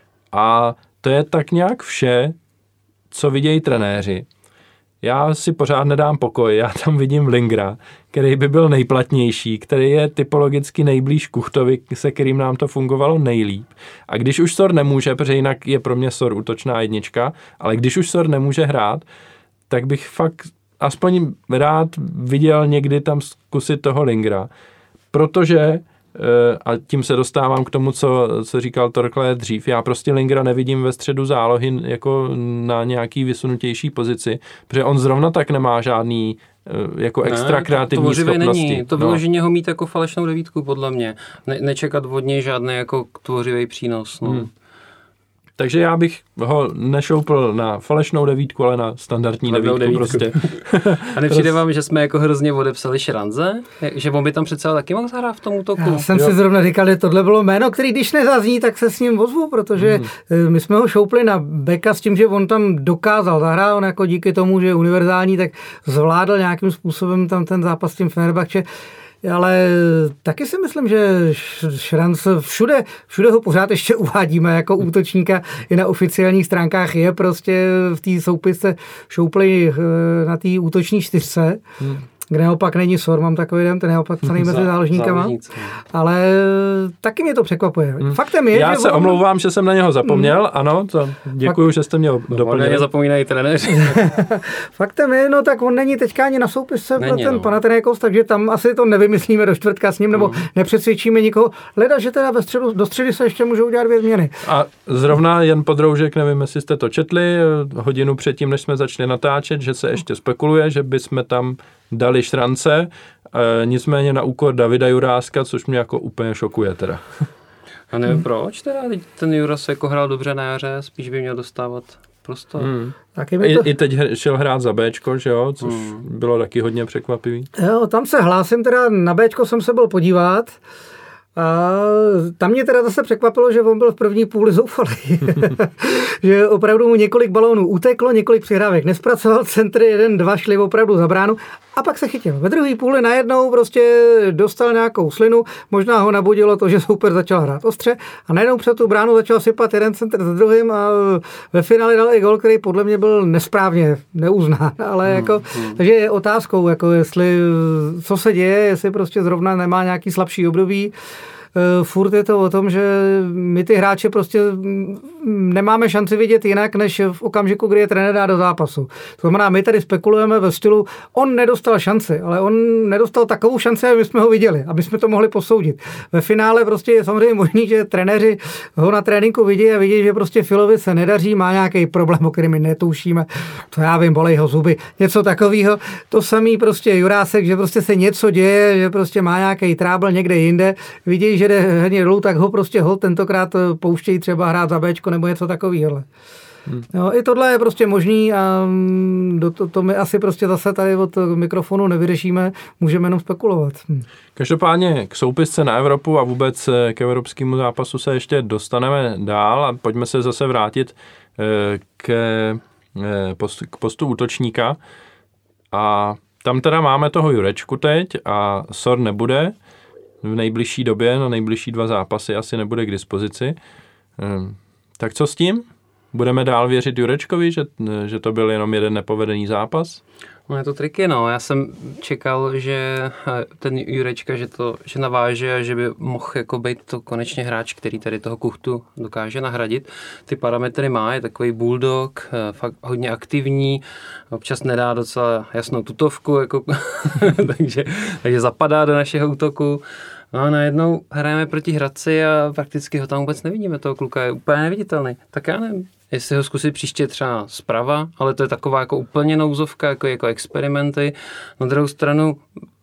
a to je tak nějak vše, co vidějí trenéři. Já si pořád nedám pokoj, já tam vidím Lingra, který by byl nejplatnější, který je typologicky nejblíž Kuchtovi, se kterým nám to fungovalo nejlíp. A když už Sor nemůže, protože jinak je pro mě Sor útočná jednička, ale když už Sor nemůže hrát, tak bych fakt aspoň rád viděl někdy tam zkusit toho Lingra. Protože, a tím se dostávám k tomu, co, co říkal Torkle dřív, já prostě Lingra nevidím ve středu zálohy jako na nějaký vysunutější pozici, protože on zrovna tak nemá žádný jako extra ne, kreativní to schopnosti.
Není. To vyloženě no. ho mít jako falešnou devítku, podle mě. Ne, nečekat od něj žádný jako tvořivý přínos. No. Hmm.
Takže já bych ho nešoupl na falešnou devítku, ale na standardní devítku, devítku prostě.
A nepřijde vám, že jsme jako hrozně odepsali Šranze? Že on by tam přece taky mohl zahrát v tom útoku?
Já jsem
jo.
si zrovna říkal, že tohle bylo jméno, který když nezazní, tak se s ním ozvu, protože hmm. my jsme ho šoupli na beka s tím, že on tam dokázal zahrát, on jako díky tomu, že je univerzální, tak zvládl nějakým způsobem tam ten zápas s tím Fenerbahče. Ale taky si myslím, že Šranc všude, všude ho pořád ještě uvádíme jako útočníka, i na oficiálních stránkách je prostě v té soupisce šouplej na té útoční čtyřce, hmm. kde naopak není Sor, mám takový den, ten je opatřený mezi záložníkama, ale taky mě to překvapuje. Hmm. Faktem je,
Já
že
se
on...
omlouvám, že jsem na něho zapomněl, hmm. ano, to děkuju, Fakt... že jste mě doplnili.
Zapomínají trenéři.
Faktem je, no tak on není teďka ani na soupisce pro ten
no.
Panathinaikos, takže tam asi to nevymyslíme do čtvrtka s ním, nebo hmm. nepřesvědčíme nikoho. Leda, že teda ve středu, do středy se ještě můžou udělat dvě změny.
A zrovna Jan Podroužek, nevím, jestli jste to četli, hodinu předtím, než jsme začali natáčet, že se ještě spekuluje, že bychom tam dali Šrance, e, nicméně na úkor Davida Juráska, což mě jako úplně šokuje teda.
A nevím proč teda, ten Juras jako hrál dobře na jaře, spíš by měl dostávat prostor. Hmm.
Taky
I,
to...
I teď šel hrát za Béčko, že jo, což hmm. bylo taky hodně překvapivý.
Jo, tam se hlásím, teda na Béčko jsem se byl podívat. A tam mě teda zase překvapilo, že on byl v první půli zoufalý. Že opravdu mu několik balónů uteklo, několik přihrávek nespracoval, centry jeden, dva šli opravdu za bránu a pak se chytil. Ve druhé půli najednou prostě dostal nějakou slinu, možná ho nabudilo to, že soupeř začal hrát ostře a najednou před tu bránu začal sypat jeden centr za druhým a ve finále dal i gol, který podle mě byl nesprávně neuznán, ale hmm, jako, hmm. takže je otázkou, jako jestli, co se děje, jestli prostě zrovna nemá nějaký slabší období. Furt je to o tom, že my ty hráče prostě nemáme šanci vidět jinak, než v okamžiku, kdy je trenér dá do zápasu. To znamená, my tady spekulujeme ve stylu, on nedostal šanci, ale on nedostal takovou šanci, aby jsme ho viděli, aby jsme to mohli posoudit. Ve finále prostě je samozřejmě možný, že trenéři ho na tréninku vidí a vidí, že prostě Filovi se nedaří, má nějaký problém, o kterým my netušíme. To já vím, bolej ho zuby, něco takového. To samý prostě Jurásek, že prostě se něco děje, že prostě má nějaký trábl někde jinde. Vidí, že jde herně dolů, tak ho prostě hol tentokrát pouštějí třeba hrát za Bčko nebo něco takového. Hmm. Jo, i tohle je prostě možný a do to, to my asi prostě zase tady od mikrofonu nevyřešíme, můžeme jenom spekulovat. Hmm.
Každopádně k soupisce na Evropu a vůbec k evropskému zápasu se ještě dostaneme dál a pojďme se zase vrátit k, k postu útočníka. A tam teda máme toho Jurečku teď a Sor nebude v nejbližší době, na nejbližší dva zápasy asi nebude k dispozici. Tak co s tím? Budeme dál věřit Jurečkovi, že, že to byl jenom jeden nepovedený zápas?
No je to triky, no. Já jsem čekal, že ten Jurečka, že to že naváže a že by mohl jako být to konečně hráč, který tady toho Kuchtu dokáže nahradit. Ty parametry má, je takový bulldog, fakt hodně aktivní, občas nedá docela jasnou tutovku, jako takže, takže zapadá do našeho útoku. No a najednou hrajeme proti Hradci a prakticky ho tam vůbec nevidíme, toho kluka je úplně neviditelný. Tak já nevím, jestli ho zkusit příště třeba zprava, ale to je taková jako úplně nouzovka, jako, jako experimenty. Na druhou stranu,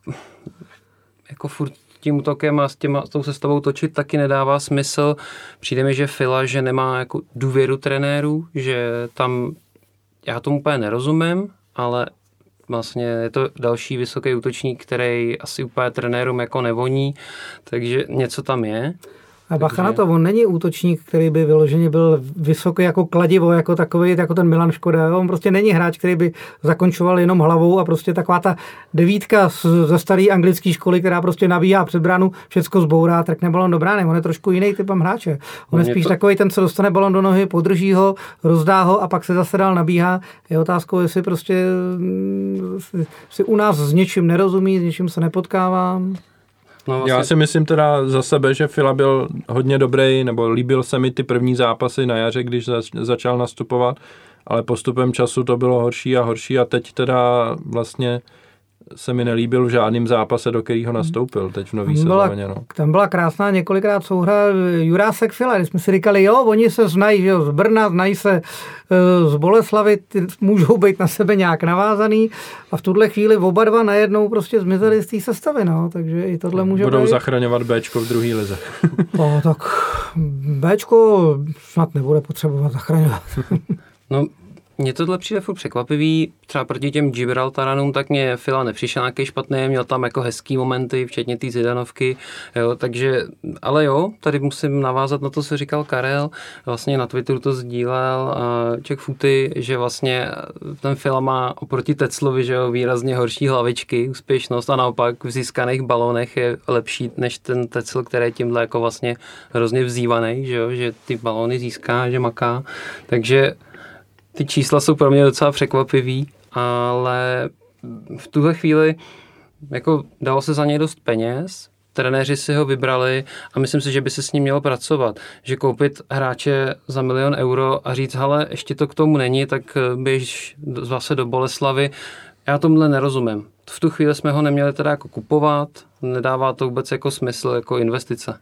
jako furt tím útokem a s, těma, s tou sestavou točit taky nedává smysl. Přijde mi, že Fila, že nemá jako důvěru trenérů, že tam, já tomu úplně nerozumím, ale vlastně je to další vysoký útočník, který asi úplně trenérům jako nevoní, takže něco tam je.
A bacha na to, on není útočník, který by vyloženě byl vysoký jako kladivo, jako takový, jako ten Milan Škoda. On prostě není hráč, který by zakončoval jenom hlavou a prostě taková ta devítka ze staré anglické školy, která prostě nabíhá před bránu, všecko zbourá, trkne balon do brány. On je trošku jiný typem hráče. On je spíš to... takový ten, co dostane balon do nohy, podrží ho, rozdá ho a pak se zase dál nabíhá. Je otázkou, jestli prostě si u nás s něčím nerozumí, s něčím se nepotkává.
No vlastně... Já si myslím teda za sebe, že Fila byl hodně dobrý, nebo líbil se mi ty první zápasy na jaře, když zač- začal nastupovat, ale postupem času to bylo horší a horší a teď teda vlastně se mi nelíbil v žádném zápase, do kterého nastoupil teď v nový sezóně. No.
Tam byla krásná několikrát souhra Jurásek Fila, když jsme si říkali, jo, oni se znají, jo, z Brna, znají se z Boleslavy, můžou být na sebe nějak navázaný a v tuhle chvíli oba dva najednou prostě zmizeli z té sestavy, no, takže i tohle může
Budou
být.
zachraňovat Bčko v druhé lize.
No, tak Bčko snad nebude potřebovat zachraňovat.
No, mně tohle přijde furt překvapivý, třeba proti těm Gibraltaranům, tak mě Fila nepřišel nějaký špatný, měl tam jako hezký momenty, včetně té Zidanovky, jo, takže, ale jo, tady musím navázat na to, co říkal Karel, vlastně na Twitteru to sdílel uh, Czech Footy, že vlastně ten Fila má oproti Teclovi, že jo, výrazně horší hlavičky, úspěšnost a naopak v získaných balónech je lepší než ten Tecl, který je tímhle jako vlastně hrozně vzývaný, že jo, že ty balóny získá, že maká, takže ty čísla jsou pro mě docela překvapivý, ale v tuhle chvíli jako dalo se za něj dost peněz, trenéři si ho vybrali a myslím si, že by se s ním mělo pracovat. Že koupit hráče za milion euro a říct, hele, ještě to k tomu není, tak běž zase do Boleslavy. Já tomhle nerozumím. V tu chvíli jsme ho neměli teda jako kupovat, nedává to vůbec jako smysl, jako investice.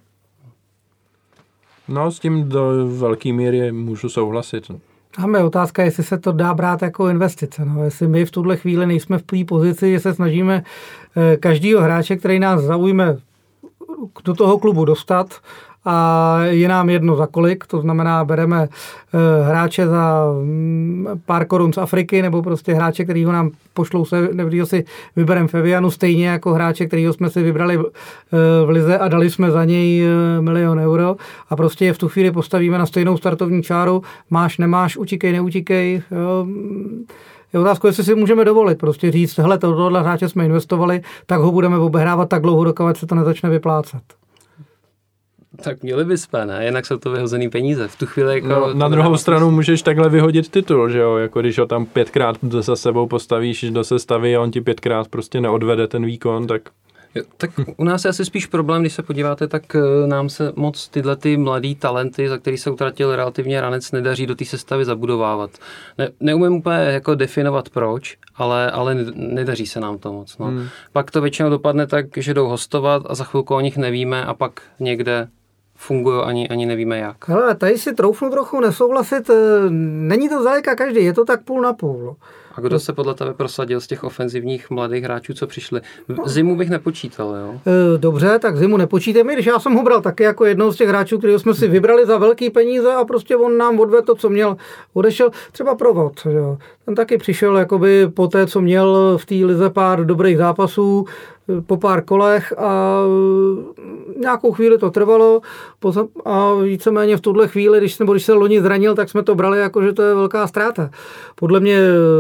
No, s tím do velké míry můžu souhlasit.
Tam je otázka, jestli se to dá brát jako investice. No, jestli my v tuhle chvíli nejsme v té pozici, že se snažíme každýho hráče, který nás zaujme, do toho klubu dostat a je nám jedno za kolik, to znamená, bereme hráče za pár korun z Afriky nebo prostě hráče, kterýho nám pošlou se, nebo si vybereme v Evianu, stejně jako hráče, kterýho jsme si vybrali v lize a dali jsme za něj milion euro a prostě je v tu chvíli postavíme na stejnou startovní čáru, máš, nemáš, utíkej, neutíkej. Jo. Je otázka, jestli si můžeme dovolit prostě říct, hele, tohle hráče jsme investovali, tak ho budeme obehrávat tak dlouho, dokud se to nezačne vyplácet.
Tak měli bychom, ne? Jinak jsou to vyhozený peníze. V tu chvíli jako...
No, na druhou stranu můžeš takhle vyhodit titul, že jo? Jako když ho tam pětkrát za sebou postavíš do sestavy a on ti pětkrát prostě neodvede ten výkon, tak...
Jo, tak u nás je asi spíš problém, když se podíváte, tak nám se moc tyhle ty mladý talenty, za který se utratil relativně ranec, nedaří do té sestavy zabudovávat. Ne, neumím úplně jako definovat proč, ale, ale nedaří se nám to moc. No. Hmm. Pak to většinou dopadne tak, že jdou hostovat a za chvilku o nich nevíme a pak někde fungují, ani, ani nevíme jak.
Hele, tady si troufnu trochu nesouhlasit, není to zdaleka každý, je to tak půl na půl.
A kdo se podle tebe prosadil z těch ofenzivních mladých hráčů, co přišli? Zimu bych nepočítal, jo?
Dobře, tak Zimu nepočítejme, když já jsem ho bral taky jako jednou z těch hráčů, kterého jsme si vybrali za velký peníze a prostě on nám odvedl to, co měl. Odešel třeba Provod, jo. Ten taky přišel jakoby po té, co měl v té lize pár dobrých zápasů, po pár kolech a nějakou chvíli to trvalo a víceméně v tuhle chvíli, když, nebo když se loni zranil, tak jsme to brali jako, že to je velká ztráta. Podle mě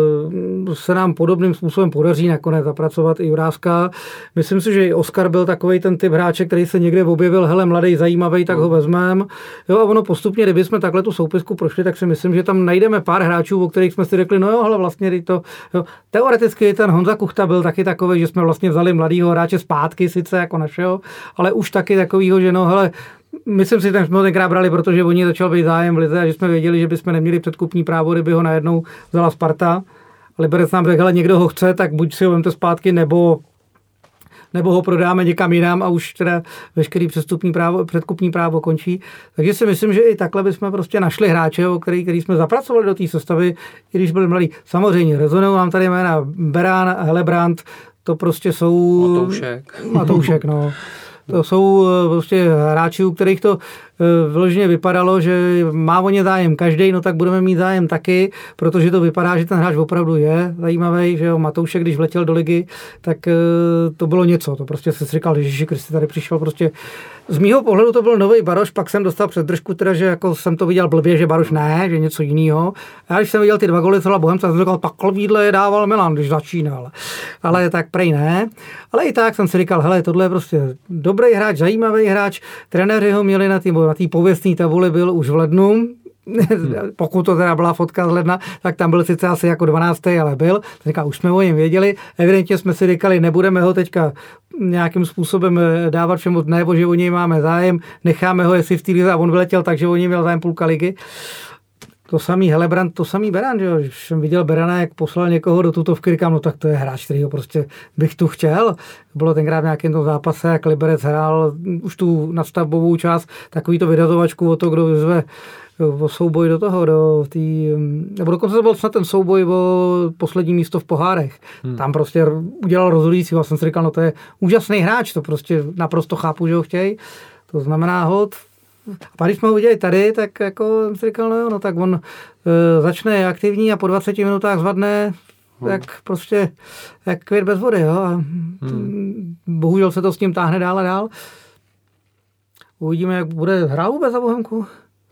se nám podobným způsobem podaří nakonec zapracovat i Juráska. Myslím si, že i Oskar byl takovej ten typ hráče, který se někde objevil, hele, mladý, zajímavý, tak ho vezmeme. Jo, a ono postupně, kdyby jsme takhle tu soupisku prošli, tak si myslím, že tam najdeme pár hráčů, o kterých jsme si řekli, no jo, hele, vlastně to, jo. Teoreticky ten Honza Kuchta byl taky takový, že jsme vlastně vzali mladýho hráče zpátky sice jako našeho, ale už taky takovýho, že no, hele, myslím si, že jsme ho tenkrát brali, protože oni začal být zájem v lize a že jsme věděli, že bychom neměli předkupní právo, kdyby ho najednou vzala Sparta. Liberec nám řekl, hele, někdo ho chce, tak buď si ho vemte zpátky, nebo nebo ho prodáme někam jinam a už teda veškerý přestupní právo, předkupní právo končí. Takže si myslím, že i takhle bychom prostě našli hráče, o který, který jsme zapracovali do té sestavy, i když byli mladí. Samozřejmě rezonují nám tady jména Beran, Helebrant, to prostě jsou...
Matoušek.
Matoušek, no. To jsou prostě hráči, u kterých to vyloženě vypadalo, že má o ně zájem každý, no tak budeme mít zájem taky, protože to vypadá, že ten hráč opravdu je zajímavý, že jo, Matoušek, když vletěl do ligy, tak to bylo něco, to prostě se říkal, že Ježiši Kristi, tady přišel prostě, z mýho pohledu to byl nový Baroš, pak jsem dostal předržku, teda, že jako jsem to viděl blbě, že Baroš ne, že něco jiného. A když jsem viděl ty dva góly celá Bohemca, jsem říkal, takovýhle je dával Milan, když začínal. Ale tak prej ne. Ale i tak jsem si říkal, hele, tohle je prostě dobrý hráč, zajímavý hráč, trenéři ho měli na té na té pověstné tabuli byl už v lednu, pokud to teda byla fotka z ledna, tak tam byl sice asi jako dvanáctý, ale byl. Říká, už jsme o něm věděli, evidentně jsme si říkali, nebudeme ho teďka nějakým způsobem dávat všemu, nebo že o něj máme zájem, necháme ho, jestli v té lize, a on vyletěl tak, že o něj měl zájem půlka ligy. To samý Helebrant, to samý Beran, že jo, když jsem viděl Berana, jak poslal někoho do tutovky, říkám, no tak to je hráč, kterýho prostě bych tu chtěl. Bylo tenkrát v nějakém tom zápase, jak Liberec hrál už tu nadstavbovou část, takový to vyrazovačku o to, kdo vyzve o souboj do toho, do tý, nebo dokonce to byl snad ten souboj o poslední místo v pohárech. Hmm. Tam prostě udělal rozhodující, jsem si říkal, no to je úžasný hráč, to prostě naprosto chápu, že ho chtějí. To znamená hod. A pak když jsme ho viděli tady, tak jako jsem si říkal, no jo, no tak on e, začne aktivní a po dvaceti minutách zvadne, hmm. jak prostě, jak květ bez vody, jo. A hmm. bohužel se to s tím táhne dál a dál. Uvidíme, jak bude hrát vůbec za Bohemku.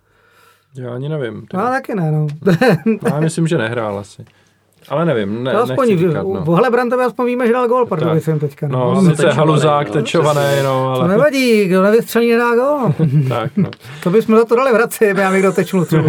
Já ani nevím.
Já taky ne, no.
Já myslím, že nehrál asi. Ale nevím, ne,
aspoň,
nechci říkat, no.
V Helebrantovi aspoň víme, že dal gól, Pardubicím teďka.
No, no sice haluzák, tečovaný, no, ale...
To nevadí, kdo nevystřelí, nedá gól.
Tak, no.
To bychom za to dali v Hradci, aby nám někdo tečnul třeba.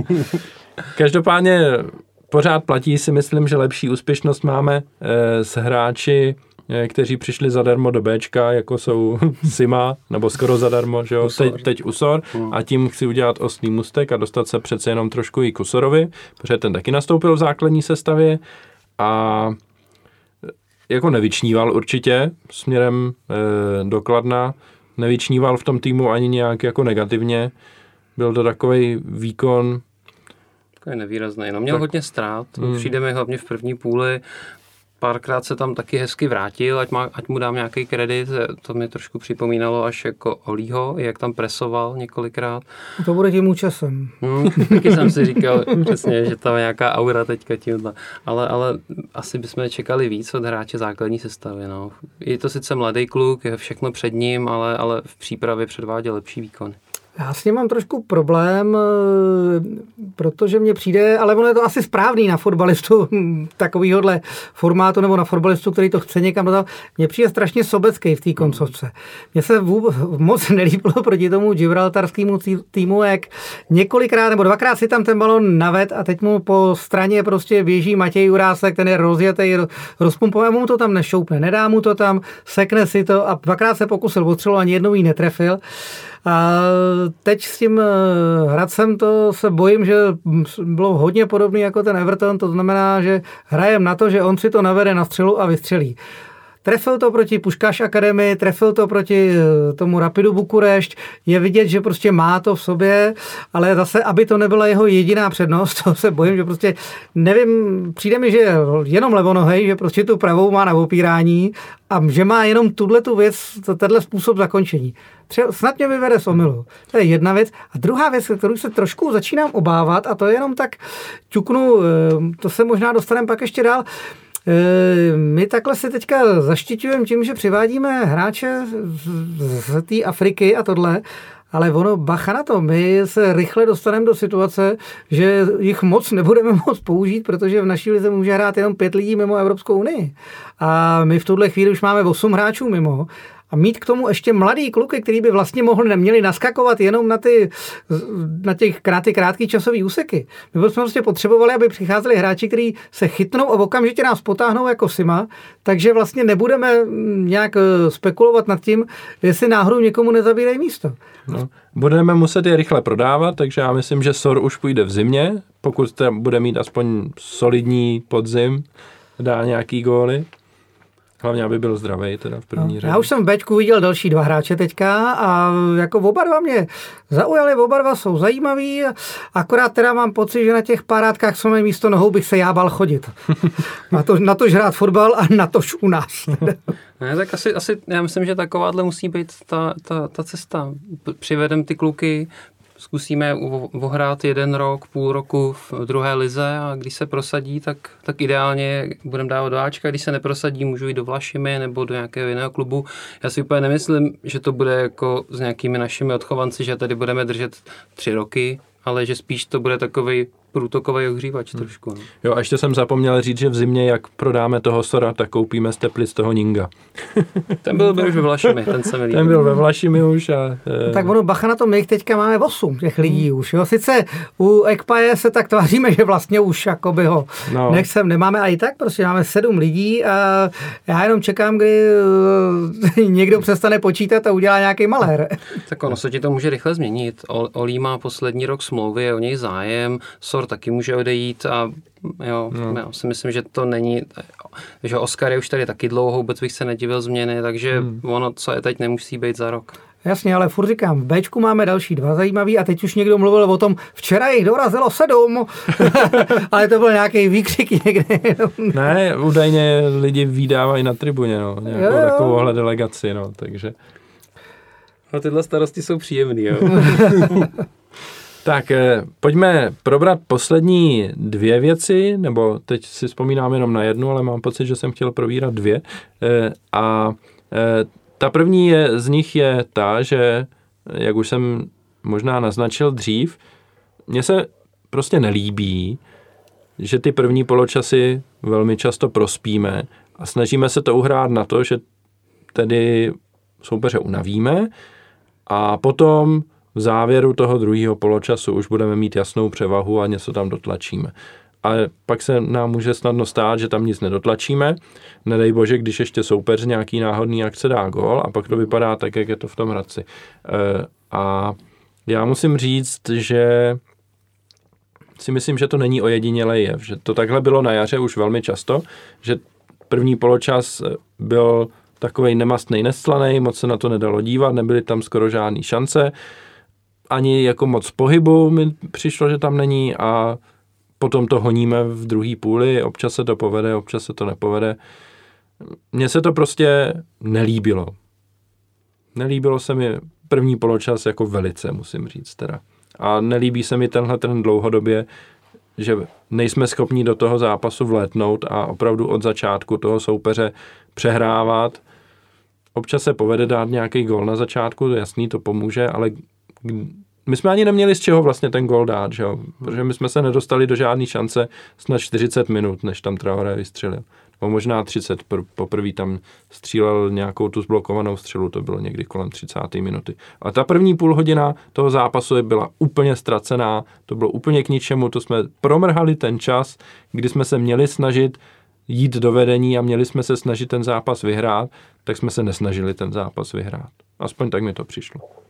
Každopádně pořád platí, si myslím, že lepší úspěšnost máme e, s hráči, e, kteří přišli zadarmo do Bčka, jako jsou Sima, nebo skoro zadarmo, že jo, teď, teď Usor, a tím chci udělat ostný můstek a dostat se přece jenom trošku i k Usorovi, protože ten taky nastoupil v základní sestavě a jako nevyčníval určitě směrem e, do Kladna, nevyčníval v tom týmu ani nějak jako negativně, byl to takovej výkon,
je nevýrazný. No, měl tak. hodně ztrát.
Hmm.
Přijde mi hlavně v první půli. Párkrát se tam taky hezky vrátil, ať, má, ať mu dám nějaký kredit. To mi trošku připomínalo až jako Olího, jak tam presoval několikrát.
To bude tím účasem.
Hmm, taky jsem si říkal přesně, že tam je nějaká aura teďka tímhle. Ale, ale asi bychom čekali víc od hráče základní sestavy. No. Je to sice mladý kluk, je všechno před ním, ale, ale v přípravě předváděl lepší výkon.
Já s ním mám trošku problém, protože mně přijde, ale ono je to asi správný na fotbalistu takovýhodle formátu nebo na fotbalistu, který to chce někam dodat. Mně přijde strašně sobecký v té koncovce. Mně se vůbec moc nelíbilo proti tomu gibraltarskému týmu, jak několikrát nebo dvakrát si tam ten balon naved a teď mu po straně prostě běží Matěj Jurásek, ten je rozjetý, rozpumpovaný, mu to tam nešoupne, nedá mu to tam, sekne si to a dvakrát se pokusil o střelu, ani jednou jí netrefil. A teď s tím Hradcem to se bojím, že bylo hodně podobný jako ten Everton, to znamená, že hrajem na to, že on si to navede na střelu a vystřelí. Trefil to proti Puškáš Akademii, trefil to proti tomu Rapidu Bukurešť. Je vidět, že prostě má to v sobě, ale zase, aby to nebyla jeho jediná přednost, to se bojím, že prostě nevím, přijde mi, že jenom levonohej, že prostě tu pravou má na opírání a že má jenom tuhletu věc, tenhle způsob zakončení. Třeba snad mě vyvede z omylu. To je jedna věc. A druhá věc, kterou se trošku začínám obávat, a to je jenom tak ťuknu, to se možná dostaneme pak ještě dál. My takhle si teďka zaštiťujeme tím, že přivádíme hráče z té Afriky a tohle, ale ono, bacha na to, my se rychle dostaneme do situace, že jich moc nebudeme moc použít, protože v naší lize může hrát jenom pět lidí mimo Evropskou unii. A my v tuhle chvíli už máme osm hráčů mimo. A mít k tomu ještě mladý kluky, který by vlastně mohli neměli naskakovat jenom na ty, na těch krátky, krátký časový úseky. My bychom prostě potřebovali, aby přicházeli hráči, kteří se chytnou a okamžitě nás potáhnou jako Sima, takže vlastně nebudeme nějak spekulovat nad tím, jestli náhodou někomu nezabírají místo.
No, budeme muset je rychle prodávat, takže já myslím, že Sor už půjde v zimě, pokud bude mít aspoň solidní podzim, dá nějaký góly. Hlavně, aby byl zdravý teda v první
no,
řadě.
Já už jsem v Bčku viděl další dva hráče teďka a jako oba dva mě zaujali, oba dva jsou zajímaví, akorát teda mám pocit, že na těch parátkách samé místo nohou bych se já bál chodit. na, to, na tož hrát fotbal a na tož u nás.
Ne, tak asi, asi, já myslím, že takováhle musí být ta, ta, ta cesta. Přivedem ty kluky, zkusíme ohrát jeden rok, půl roku v druhé lize a když se prosadí, tak, tak ideálně budeme dávat do Ačka, když se neprosadí, můžu jít do Vlašimi nebo do nějakého jiného klubu. Já si úplně nemyslím, že to bude jako s nějakými našimi odchovanci, že tady budeme držet tři roky, ale že spíš to bude takovej průtokový ohřívač hmm. trošku. No.
Jo, a ještě jsem zapomněl říct, že v zimě, jak prodáme toho Sora, tak koupíme z Teplic toho Ninga.
Ten byl, byl už ve Vlašimi, ten se mi líbil.
Ten byl ve Vlašimi už. A,
no, tak ono, bacha na to, my teďka máme osm těch lidí už. Jo. Sice u Ekpaje se tak tváříme, že vlastně už jakoby ho no. nechcem, nemáme, a i tak prostě máme sedm lidí a já jenom čekám, kdy někdo přestane počítat a udělá nějaký malér.
Tak ono se ti to může rychle změnit. Olí má poslední rok smlouvy, je o něj zájem, Sor taky může odejít a jo, no. já si myslím, že to není, že Oskar je už tady taky dlouho, vůbec bych se nedivil změny, takže hmm. ono, co je teď, nemusí být za rok.
Jasně, ale furt říkám, v Bčku máme další dva zajímavý a teď už někdo mluvil o tom, včera jich dorazilo sedm, ale to byl nějaký výkřik někde.
Ne, údajně lidi vydávají na tribuně, no, nějakou takovouhle delegaci, no, takže.
No tyhle starosti jsou příjemný, jo.
Tak, eh, pojďme probrat poslední dvě věci, nebo teď si vzpomínám jenom na jednu, ale mám pocit, že jsem chtěl probírat dvě. Eh, a eh, ta první je, z nich je ta, že, jak už jsem možná naznačil dřív, mně se prostě nelíbí, že ty první poločasy velmi často prospíme a snažíme se to uhrát na to, že tedy soupeře unavíme a potom v závěru toho druhého poločasu už budeme mít jasnou převahu a něco tam dotlačíme. Ale pak se nám může snadno stát, že tam nic nedotlačíme. Nedej bože, když ještě soupeř nějaký náhodný akce dá gól a pak to vypadá tak, jak je to v tom Hradci. A já musím říct, že si myslím, že to není ojedinělej jev. Že to takhle bylo na jaře už velmi často, že první poločas byl takovej nemastnej, neslanej, moc se na to nedalo dívat, nebyly tam skoro žádný šance, ani jako moc pohybu mi přišlo, že tam není a potom to honíme v druhý půli, občas se to povede, občas se to nepovede. Mně se to prostě nelíbilo. Nelíbilo se mi první poločas jako velice, musím říct teda. A nelíbí se mi tenhle trend dlouhodobě, že nejsme schopni do toho zápasu vlétnout a opravdu od začátku toho soupeře přehrávat. Občas se povede dát nějaký gól na začátku, jasný, to pomůže, ale my jsme ani neměli z čeho vlastně ten gól dát, že jo? Protože my jsme se nedostali do žádné šance snad čtyřicet minut, než tam Traoré vystřelil. Nebo možná třicet, poprvé tam střílel nějakou tu zblokovanou střelu, to bylo někdy kolem třicáté minuty. A ta první půl hodina toho zápasu byla úplně ztracená, to bylo úplně k ničemu, to jsme promrhali ten čas, kdy jsme se měli snažit jít do vedení a měli jsme se snažit ten zápas vyhrát, tak jsme se nesnažili ten zápas vyhrát. Aspoň tak mi to přišlo.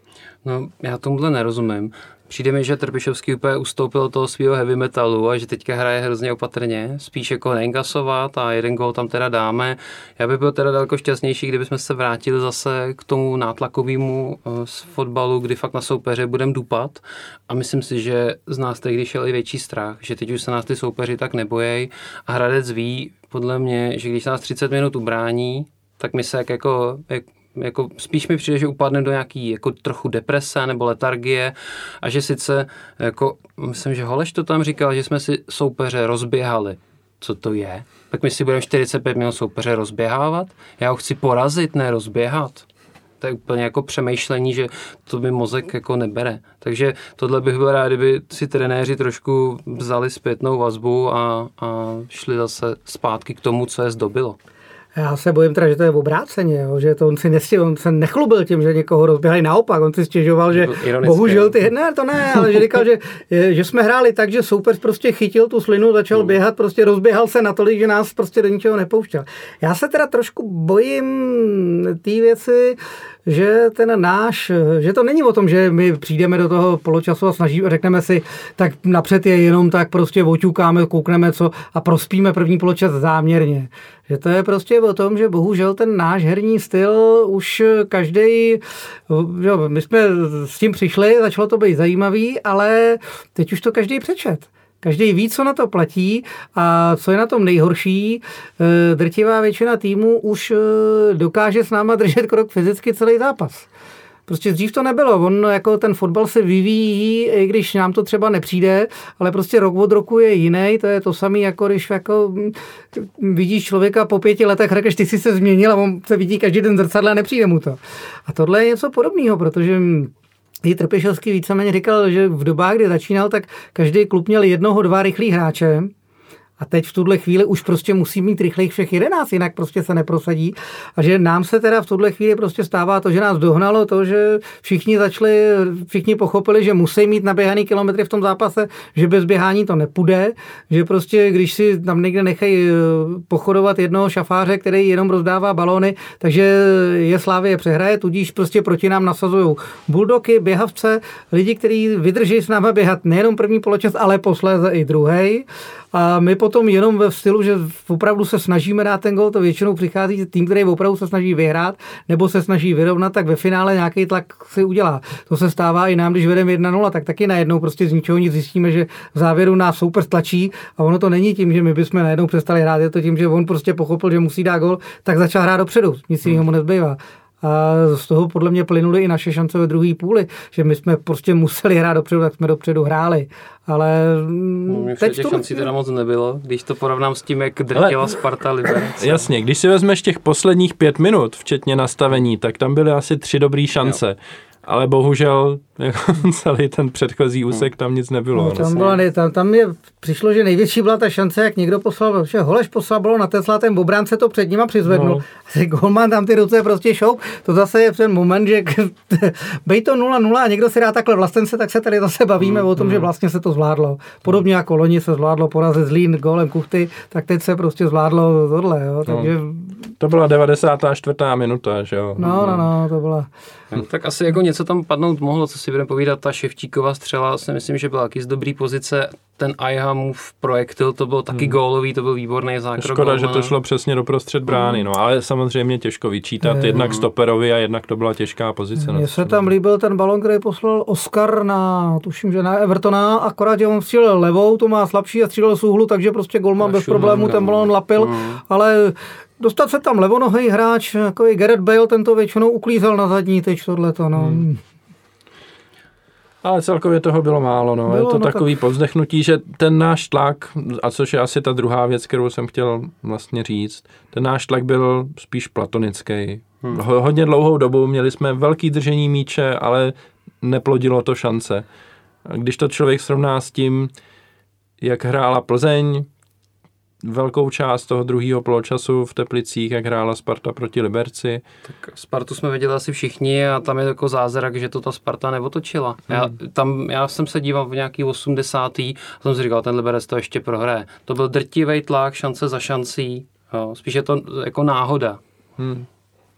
No, já tomuhle nerozumím. Přijde mi, že Trpišovský úplně ustoupil od toho svého heavy metalu a že teďka hraje hrozně opatrně, spíš jako neinkasovat a jeden gól tam teda dáme. Já bych byl teda daleko šťastnější, kdybychom se vrátili zase k tomu nátlakovému z fotbalu, kdy fakt na soupeře budeme dupat a myslím si, že z nás tehdy šel i větší strach, že teď už se nás ty soupeři tak nebojej a Hradec ví podle mě, že když nás třicet minut ubrání, tak my se jak jako... Jak jako spíš mi přijde, že upadne do nějaký jako trochu deprese nebo letargie a že sice, jako, myslím, že Holeš to tam říkal, že jsme si soupeře rozběhali. Co to je? Tak my si budeme čtyřicet pět minut soupeře rozběhávat? Já ho chci porazit, ne rozběhat. To je úplně jako přemýšlení, že to by mozek jako nebere. Takže tohle bych byl rád, kdyby si trenéři trošku vzali zpětnou vazbu a, a šli zase zpátky k tomu, co je zdobilo.
Já se bojím teda, že to je obráceně, jo? Že to on si nestěl, on se nechlubil tím, že někoho rozběhali, naopak, on si stěžoval, že bohužel ty, ne, to ne, ale že říkal, že, že jsme hráli tak, že soupeř prostě chytil tu slinu, začal hmm. běhat, prostě rozběhal se natolik, že nás prostě do ničeho nepouštěl. Já se teda trošku bojím té věci, že ten náš, že to není o tom, že my přijdeme do toho poločasu a snažíme, řekneme si, tak napřed je jenom tak prostě oťukáme, koukneme co a prospíme první poločas záměrně. Že to je prostě o tom, že bohužel ten náš herní styl už každý, my jsme s tím přišli, začalo to být zajímavý, ale teď už to každý přečet. Každý ví, co na to platí a co je na tom nejhorší. Drtivá většina týmů už dokáže s náma držet krok fyzicky celý zápas. Prostě dřív to nebylo. On jako ten fotbal se vyvíjí, i když nám to třeba nepřijde, ale prostě rok od roku je jiný. To je to samé, jako když jako vidíš člověka po pěti letech, řekneš, ty jsi se změnil a on se vidí každý den zrcadle a nepřijde mu to. A tohle je něco podobného, protože i Trpišovský víceméně říkal, že v dobách, kdy začínal, tak každý klub měl jednoho, dva rychlý hráče. A teď v tuhle chvíli už prostě musí mít rychlejch všech jedenáct, jinak prostě se neprosadí. A že nám se teda v tuhle chvíli prostě stává to, že nás dohnalo to, že všichni začali, všichni pochopili, že musí mít naběhaný kilometry v tom zápase, že bez běhání to nepůjde, že prostě když si tam někde nechají pochodovat jednoho šafáře, který jenom rozdává balóny, takže je Slavie přehraje, tudíž prostě proti nám nasazujou buldoky, běhavce, lidi, kteří vydrží s námi běhat nejenom první poločas, ale posléze i druhej. A my potom jenom ve stylu, že opravdu se snažíme dát ten gol, to většinou přichází tým, který opravdu se snaží vyhrát nebo se snaží vyrovnat, tak ve finále nějaký tlak si udělá. To se stává i nám, když vedeme jedna nula, tak taky najednou prostě z ničeho nic zjistíme, že v závěru nás soupeř tlačí a ono to není tím, že my bychom najednou přestali hrát, je to tím, že on prostě pochopil, že musí dát gol, tak začal hrát dopředu, nic jiného mu nezbývá. A z toho podle mě plynuly i naše šance ve druhé půli, že my jsme prostě museli hrát dopředu, tak jsme dopředu hráli. Ale
no, teď těch šancí teda moc nebylo, když to porovnám s tím, jak drtila Ale... Sparta Liberec.
Jasně, když si vezmeš těch posledních pět minut, včetně nastavení, tak tam byly asi tři dobrý šance. Jo. Ale bohužel jako celý ten předchozí úsek tam nic nebylo.
No, tam, byla, tam, tam je, přišlo, že největší byla ta šance, jak někdo poslal, že Holeš poslal balón na Tesla, ten obránce to před nima přizvednul. No. A golman tam ty ruce prostě šoup. To zase je ten moment, že bej to nula nula a někdo si dá takhle vlastence, tak se tady zase bavíme mm, o tom, mm. že vlastně se to zvládlo. Podobně jako loni se zvládlo porazit Zlín gólem Kuchty, tak teď se prostě zvládlo tohle. Jo? Takže...
No. To byla devadesátá čtvrtá minuta, že jo?
No, no, no, to byla...
No, tak asi jako něco tam padnout mohlo, co si budeme povídat, ta Ševčíková střela, si myslím, že byla taky z dobrý pozice, ten Aiha move projektil, to byl taky hmm. gólový, to byl výborný zákrok.
Škoda, že to šlo přesně do prostřed brány, no, ale samozřejmě těžko vyčítat, je, jednak stoperovi a jednak to byla těžká pozice.
Mně se tam líbil ten balon, který poslal Oscar na, tuším, že na Evertona, akorát, že on střílel levou, to má slabší a střílel z úhlu, takže prostě golman bez problémů ten balon lapil, hmm. ale dostat se tam levonohý hráč, jako i Gareth Bale, ten to většinou uklízel na zadní tyč, tohleto, no. Hmm.
Ale celkově toho bylo málo, no. Bylo, je to no takový tak... povzdechnutí, že ten náš tlak, a což je asi ta druhá věc, kterou jsem chtěl vlastně říct, ten náš tlak byl spíš platonický. Hmm. Hodně dlouhou dobu měli jsme velký držení míče, ale neplodilo to šance. A když to člověk srovná s tím, jak hrála Plzeň, velkou část toho druhého poločasu v Teplicích, jak hrála Sparta proti Liberci.
Tak Spartu jsme viděli asi všichni a tam je jako zázrak, že to ta Sparta neotočila. Hmm. Já, tam, já jsem se díval v nějaký osmdesátý a jsem si říkal, ten Liberec to ještě prohraje. To byl drtivý tlak, šance za šancí, jo. Spíš je to jako náhoda. Hmm.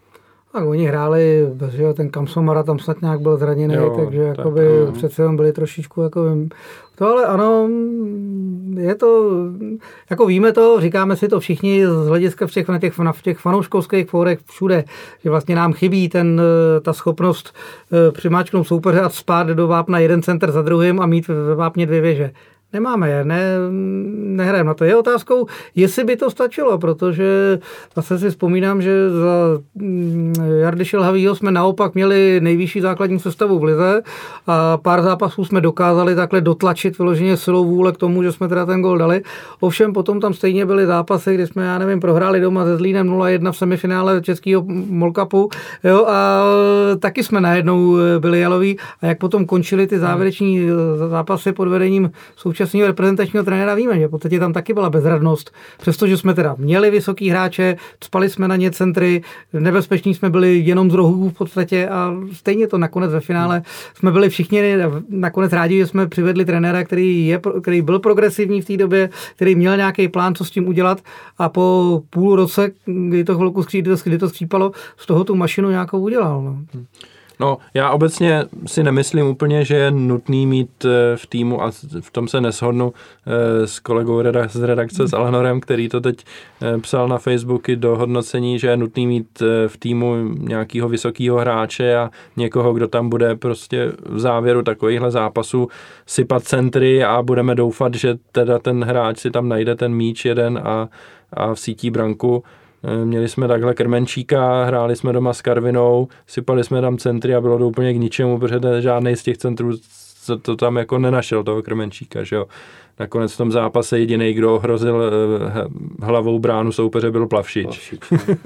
A oni hráli, že ten Kamsomara tam snad nějak byl zraněný, jo, takže tak, jakoby no. přece jenom byli trošičku jako to, ale ano, je to, jako víme to, říkáme si to všichni z hlediska v těch, na těch, v těch fanouškovských fórech všude, že vlastně nám chybí ten, ta schopnost přimáčknout soupeře a spát do vápna jeden center za druhým a mít ve vápně dvě věže. Nemáme je, ne, nehrajeme na to. Je otázkou, jestli by to stačilo, protože zase si vzpomínám, že za Jardy Šilhavýho jsme naopak měli nejvyšší základní sestavu v lize a pár zápasů jsme dokázali takhle dotlačit vyloženě silou vůle k tomu, že jsme teda ten gol dali. Ovšem potom tam stejně byly zápasy, kdy jsme, já nevím, prohráli doma se Zlínem nula jedna v semifinále českého Molkapu, jo, a taky jsme najednou byli jaloví a jak potom končili ty závěreční zápasy pod vedením současného reprezentačního trenéra, víme, že v podstatě tam taky byla bezradnost. Přestože jsme teda měli vysoký hráče, spali jsme na ně centry, nebezpeční jsme byli jenom z rohů v podstatě a stejně to nakonec ve finále jsme byli všichni nakonec rádi, že jsme přivedli trenéra, který, je, který byl progresivní v té době, který měl nějaký plán, co s tím udělat a po půl roce, kdy to chvilku skří, kdy to skřípalo, z toho tu mašinu nějakou udělal. No.
No, já obecně si nemyslím úplně, že je nutný mít v týmu, a v tom se neshodnu s kolegou z redakce s Eleanorem, který to teď psal na Facebooky do hodnocení, že je nutný mít v týmu nějakého vysokého hráče a někoho, kdo tam bude prostě v závěru takovýchhle zápasů sypat centry a budeme doufat, že teda ten hráč si tam najde ten míč jeden a, a vsítí branku. Měli jsme takhle Krmenčíka, hráli jsme doma s Karvinou, sypali jsme tam centry a bylo to úplně k ničemu, protože žádnej z těch centrů to tam jako nenašel, toho Krmenčíka, že jo. Nakonec v tom zápase jedinej, kdo ohrozil hlavou bránu soupeře, byl Plavšič. Plavšič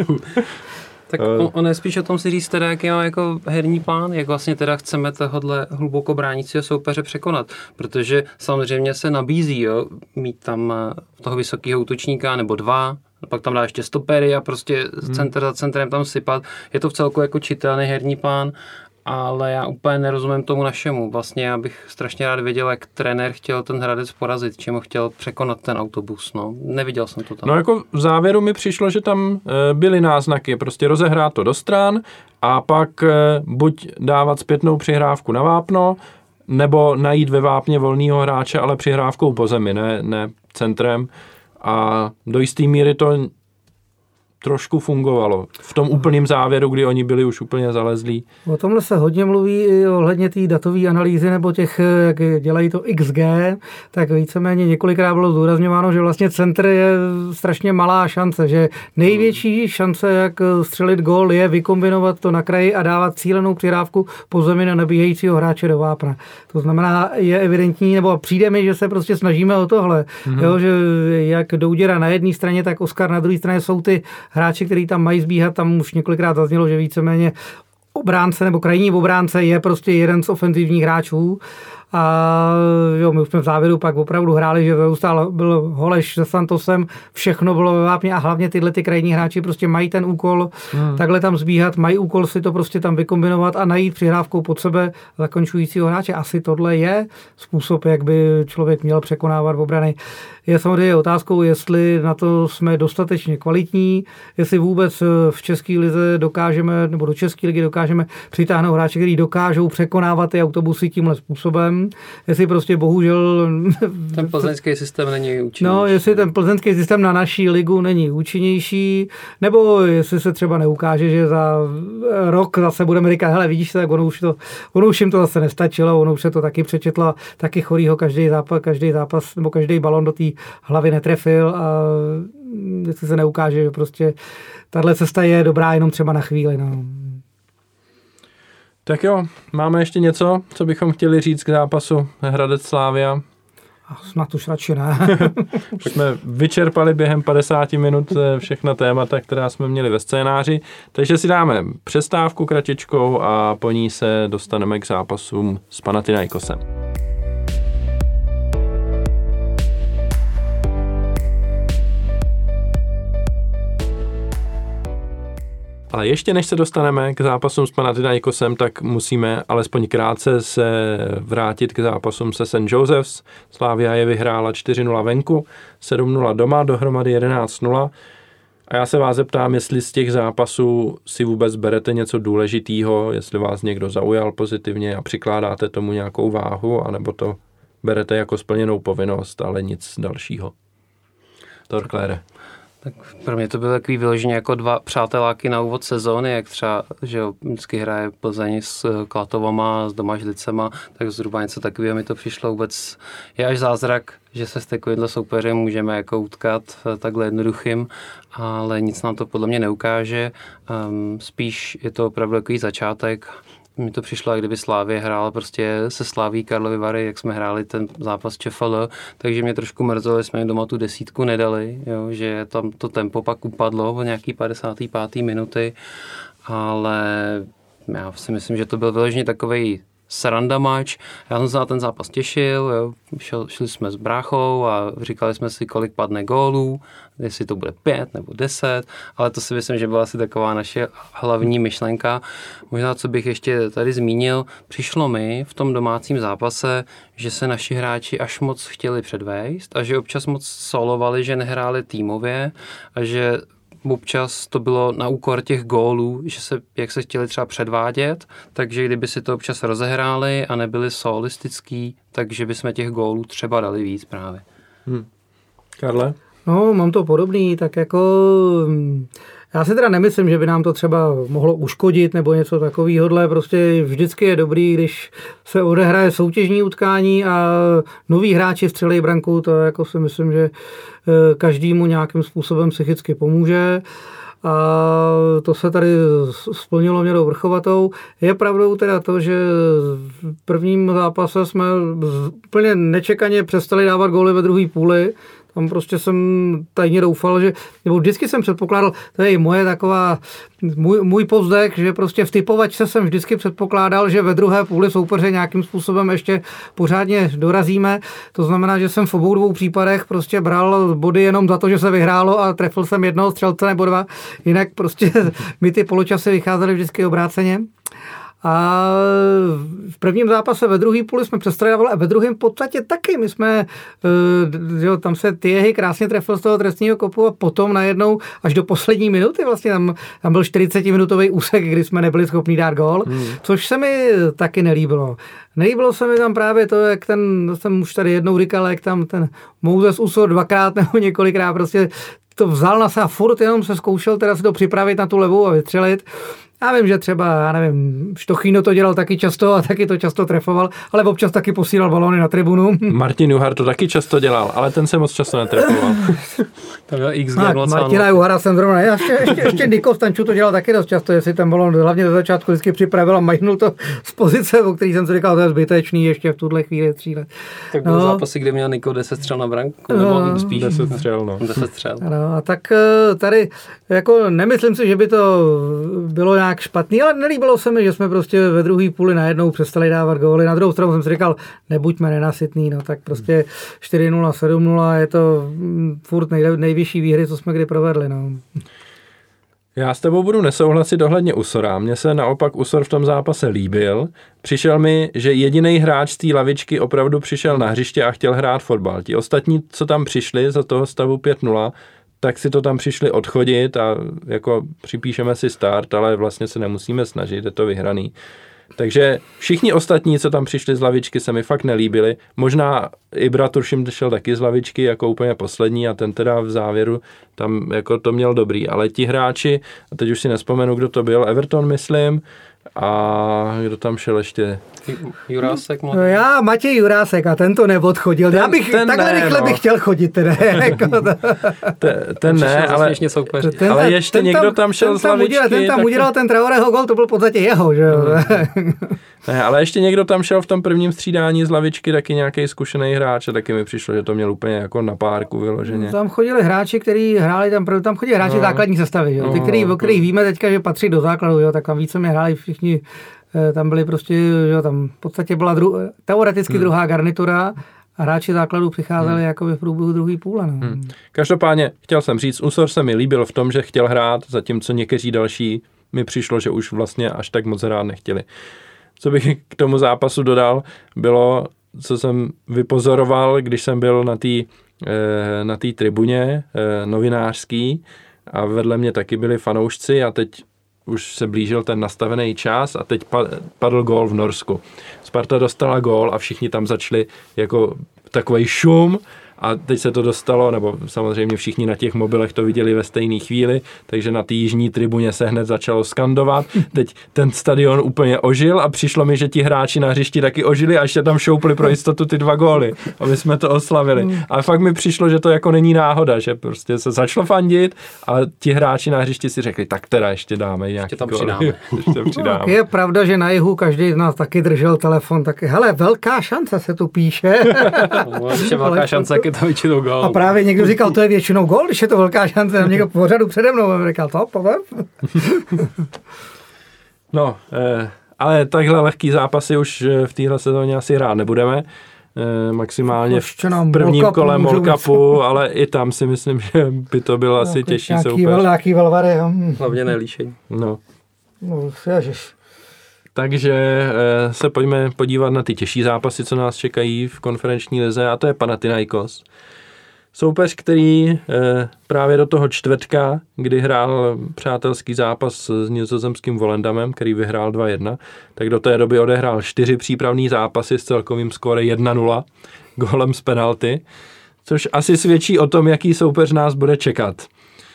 Tak on, on je spíš o tom si říct teda, jaký má jako herní plán, jak vlastně teda chceme tohodle hluboko bránícího soupeře překonat, protože samozřejmě se nabízí, jo, mít tam toho vysokého útočníka nebo dva, pak tam dá ještě stopery a prostě hmm. center za centrem tam sypat. Je to v celku jako čitelný herní plán, ale já úplně nerozumím tomu našemu. Vlastně já bych strašně rád věděl, jak trenér chtěl ten Hradec porazit, čemu chtěl překonat ten autobus. No. Neviděl jsem to tam.
No jako v závěru mi přišlo, že tam e, byly náznaky, prostě rozehrát to do stran a pak e, buď dávat zpětnou přihrávku na vápno, nebo najít ve vápně volného hráče, ale přihrávkou po zemi, ne, ne centrem. A do jisté míry to trošku fungovalo. V tom úplném závěru, kdy oni byli už úplně zalezlí.
O tomhle se hodně mluví i ohledně té datové analýzy, nebo těch, jak dělají to X G, tak víceméně několikrát bylo zdůrazňováno, že vlastně centr je strašně malá šance, že největší šance, jak střelit gól, je vykombinovat to na kraji a dávat cílenou přihrávku po zemi na nabíjejícího hráče do vápna. To znamená, je evidentní, nebo přijde mi, že se prostě snažíme o tohle, mm-hmm. jo, že jak Douděra na jedné straně, tak Oskar na druhé straně jsou ty hráči, který tam mají zbíhat, tam už několikrát zaznělo, že víceméně obránce nebo krajní obránce je prostě jeden z ofenzivních hráčů. A jo, my už jsme v závěru pak opravdu hráli, že neustále byl Holeš se Santosem, všechno bylo ve vápně a hlavně tyhle ty krajní hráči prostě mají ten úkol hmm. takhle tam zbíhat, mají úkol si to prostě tam vykombinovat a najít přihrávkou pod sebe zakončujícího hráče. Asi tohle je způsob, jak by člověk měl překonávat obrany. Je samozřejmě otázkou, jestli na to jsme dostatečně kvalitní, jestli vůbec v české lize dokážeme, nebo do české ligy dokážeme přitáhnout hráče, kteří dokážou překonávat ty autobusy tímhle způsobem. Jestli prostě bohužel...
Ten plzeňský systém není účinnější.
No, jestli ten plzeňský systém na naší ligu není účinnější, nebo jestli se třeba neukáže, že za rok zase budeme říkat, hele, vidíš, tak ono už, to, ono už jim to zase nestačilo, ono už se to taky přečetlo, taky chorýho každý zápas, každý zápas nebo každý balon do té hlavy netrefil a jestli se neukáže, že prostě tahle cesta je dobrá jenom třeba na chvíli, no.
Tak jo, máme ještě něco, co bychom chtěli říct k zápasu Hradec Slavia?
Snad už radši ne.
Už jsme vyčerpali během padesáti minut všechna témata, která jsme měli ve scénáři, takže si dáme přestávku kratičkou a po ní se dostaneme k zápasům s Panathinaikosem. Ale ještě než se dostaneme k zápasům s Panathinaikosem, tak musíme alespoň krátce se vrátit k zápasům se Saint Joseph's. Slavia je vyhrála čtyři nula venku, sedm nula doma, dohromady jedenáct nula. A já se vás zeptám, jestli z těch zápasů si vůbec berete něco důležitého, jestli vás někdo zaujal pozitivně a přikládáte tomu nějakou váhu, anebo to berete jako splněnou povinnost, ale nic dalšího. Torklére.
Tak pro mě to bylo takový vyloženě jako dva přáteláky na úvod sezóny, jak třeba, že jo, vždycky hraje Plzeň s Klatovama, s Domažlicema, tak zhruba něco takového mi to přišlo vůbec. Je až zázrak, že se s takovýmhle soupeřem můžeme jako utkat takhle jednoduchým, ale nic nám to podle mě neukáže. Um, spíš je to opravdu takový začátek. Mi to přišlo, jak kdyby Slávě hrála prostě se Sláví Karlovy Vary, jak jsme hráli ten zápas ČFL, takže mě trošku mrzelo, že jsme jim doma tu desítku nedali, jo, že tam to tempo pak upadlo o nějaký padesáté páté minuty, ale já si myslím, že to byl vyloženě takovej sranda match. Já jsem se na ten zápas těšil, jo. Šel, šli jsme s bráchou a říkali jsme si, kolik padne gólů, jestli to bude pět nebo deset, ale to si myslím, že byla asi taková naše hlavní myšlenka. Možná, co bych ještě tady zmínil, přišlo mi v tom domácím zápase, že se naši hráči až moc chtěli předvést a že občas moc solovali, že nehráli týmově a že občas to bylo na úkor těch gólů, že se, jak se chtěli třeba předvádět, takže kdyby si to občas rozehráli a nebyli solistický, takže bychom těch gólů třeba dali víc právě.
Hmm. Karle?
No, mám to podobný, tak jako já si teda nemyslím, že by nám to třeba mohlo uškodit nebo něco takovýhodle, prostě vždycky je dobrý, když se odehraje soutěžní utkání a noví hráči vstřelí branku, to jako si myslím, že každému nějakým způsobem psychicky pomůže. A to se tady splnilo měrou vrchovatou. Je pravdou teda to, že v prvním zápase jsme úplně nečekaně přestali dávat góly ve druhé půli. Tam prostě jsem tajně doufal, že, nebo vždycky jsem předpokládal, to je i moje taková, můj, můj povzdech, že prostě v typovačce jsem vždycky předpokládal, že ve druhé půli soupeře nějakým způsobem ještě pořádně dorazíme. To znamená, že jsem v obou dvou případech prostě bral body jenom za to, že se vyhrálo a trefil jsem jednoho střelce nebo dva. Jinak prostě mi ty poločasy vycházely vždycky obráceně. A v prvním zápase ve druhé půli jsme přestřelávali a ve druhém v podstatě taky. My jsme, jo, tam se Tiehy krásně trefil z toho trestního kopu a potom najednou až do poslední minuty vlastně tam, tam byl čtyřicetiminutový úsek, kdy jsme nebyli schopni dát gól, hmm. což se mi taky nelíbilo. Nelíbilo se mi tam právě to, jak ten, jsem už tady jednou říkal, jak tam ten Moses Usor dvakrát nebo několikrát prostě to vzal na sebe a furt jenom se zkoušel teda si to připravit na tu levou a vystřelit. Já vím, že třeba, já nevím, Štochýno to dělal taky často a taky to často trefoval, ale občas taky posílal balóny na tribunu.
Martin Juhar to taky často dělal, ale ten se moc často netrefoval.
To byl X G
no, Martina Juhara jsem zrovna, ještě, ještě, ještě Niko Stanču to dělal taky dost často, jestli ten balón hlavně do začátku vždycky připravil a majhnul to z pozice, o který jsem si říkal, to je zbytečný ještě v tuhle chvíli střílet.
Tak byl no. zápasy, kde měl Niko deset střel na branku, nebo no, spíš
deset střel, no.
deset střel.
No, a tak tady jako nemyslím si, že by to bylo nějak špatný, ale nelíbilo se mi, že jsme prostě ve druhé půli najednou přestali dávat góly. Na druhou stranu jsem si říkal, nebuďme nenasytný, no tak prostě čtyři nula, sedm nula, je to furt nej, nejvyšší výhry, co jsme kdy provedli, no.
Já s tebou budu nesouhlasit ohledně Usora. Mně se naopak Usor v tom zápase líbil. Přišel mi, že jediný hráč z té lavičky opravdu přišel na hřiště a chtěl hrát fotbal. Ti ostatní, co tam přišli za toho stavu pět nula, tak si to tam přišli odchodit a jako připíšeme si start, ale vlastně se nemusíme snažit, je to vyhraný. Takže všichni ostatní, co tam přišli z lavičky, se mi fakt nelíbili. Možná Ibra tuším šel taky z lavičky jako úplně poslední a ten teda v závěru tam jako to měl dobrý, ale ti hráči, a teď už si nespomenu, kdo to byl, Everton myslím, a kdo tam šel ještě?
Jurásek?
No já, Matěj Jurásek a ten to neodchodil. Ten, já bych takhle ne, rychle no. bych chtěl chodit teda.
ten, ten ne, ale, ten, ale ještě ten někdo tam, tam šel z lavičky.
Udělal, ten tam tak... udělal ten Traoreho gol, to byl v podstatě jeho, že jo.
Hmm. Ne, ale ještě někdo tam šel v tom prvním střídání z lavičky, taky nějaký zkušený hráč a taky mi přišlo, že to měl úplně jako na párku vyloženě.
Tam chodili hráči, kteří hráli tam, tam chodili hráči no. základní sestavy, jo. Ty, který, o kterých víme teďka, že patří do základu, jo, tak tam více mě hráli všichni, tam byli prostě, jo, tam v podstatě byla dru, teoreticky hmm. druhá garnitura a hráči základu přicházeli hmm. jako v průběhu druhý půle. No. Hmm.
Každopádně chtěl jsem říct, Usor se mi líbil v tom, že chtěl hrát, zatímco někteří další mi přišlo, že už vlastně až tak moc hrát nechtěli. Co bych k tomu zápasu dodal, bylo, co jsem vypozoroval, když jsem byl na té na té tribuně novinářský, a vedle mě taky byli fanoušci a teď už se blížil ten nastavený čas a teď padl gól v Norsku. Sparta dostala gól a všichni tam začali jako takovej šum a teď se to dostalo, nebo samozřejmě všichni na těch mobilech to viděli ve stejné chvíli, takže na té jižní tribuně se hned začalo skandovat. Teď ten stadion úplně ožil a přišlo mi, že ti hráči na hřišti taky ožili a ještě tam šoupli pro jistotu ty dva góly, aby jsme to oslavili. Ale fakt mi přišlo, že to jako není náhoda, že prostě se začalo fandit a ti hráči na hřišti si řekli, tak teda ještě dáme nějaký
ještě tam
góly.
přidáme.
ještě přidáme.
No, je pravda, že na jihu každý z nás taky držel telefon, taky hele, velká šance se tu píše.
Ještě velká šance, jak je to většinou gól.
A právě někdo říkal, to je většinou gól, když je to velká šance, někdo pořadu přede mnou a říkal, to, pozor.
No, eh, ale takhle lehký zápasy už v téhle sezóně asi hrát nebudeme. Eh, maximálně v prvním kole Mall Cupu, ale i tam si myslím, že by to byl asi no, těžší
nějaký
soupeř.
Vel, nějaký Velvary, jo.
Hlavně nelíšení.
No.
No, ježiš.
Takže eh, se pojďme podívat na ty těžší zápasy, co nás čekají v konferenční lize, a to je Panathinaikos. Soupeř, který eh, právě do toho čtvrtka, kdy hrál přátelský zápas s nizozemským Volendamem, který vyhrál dva jedna, tak do té doby odehrál čtyři přípravné zápasy s celkovým skóre jedna nula, gólem z penalty, což asi svědčí o tom, jaký soupeř nás bude čekat.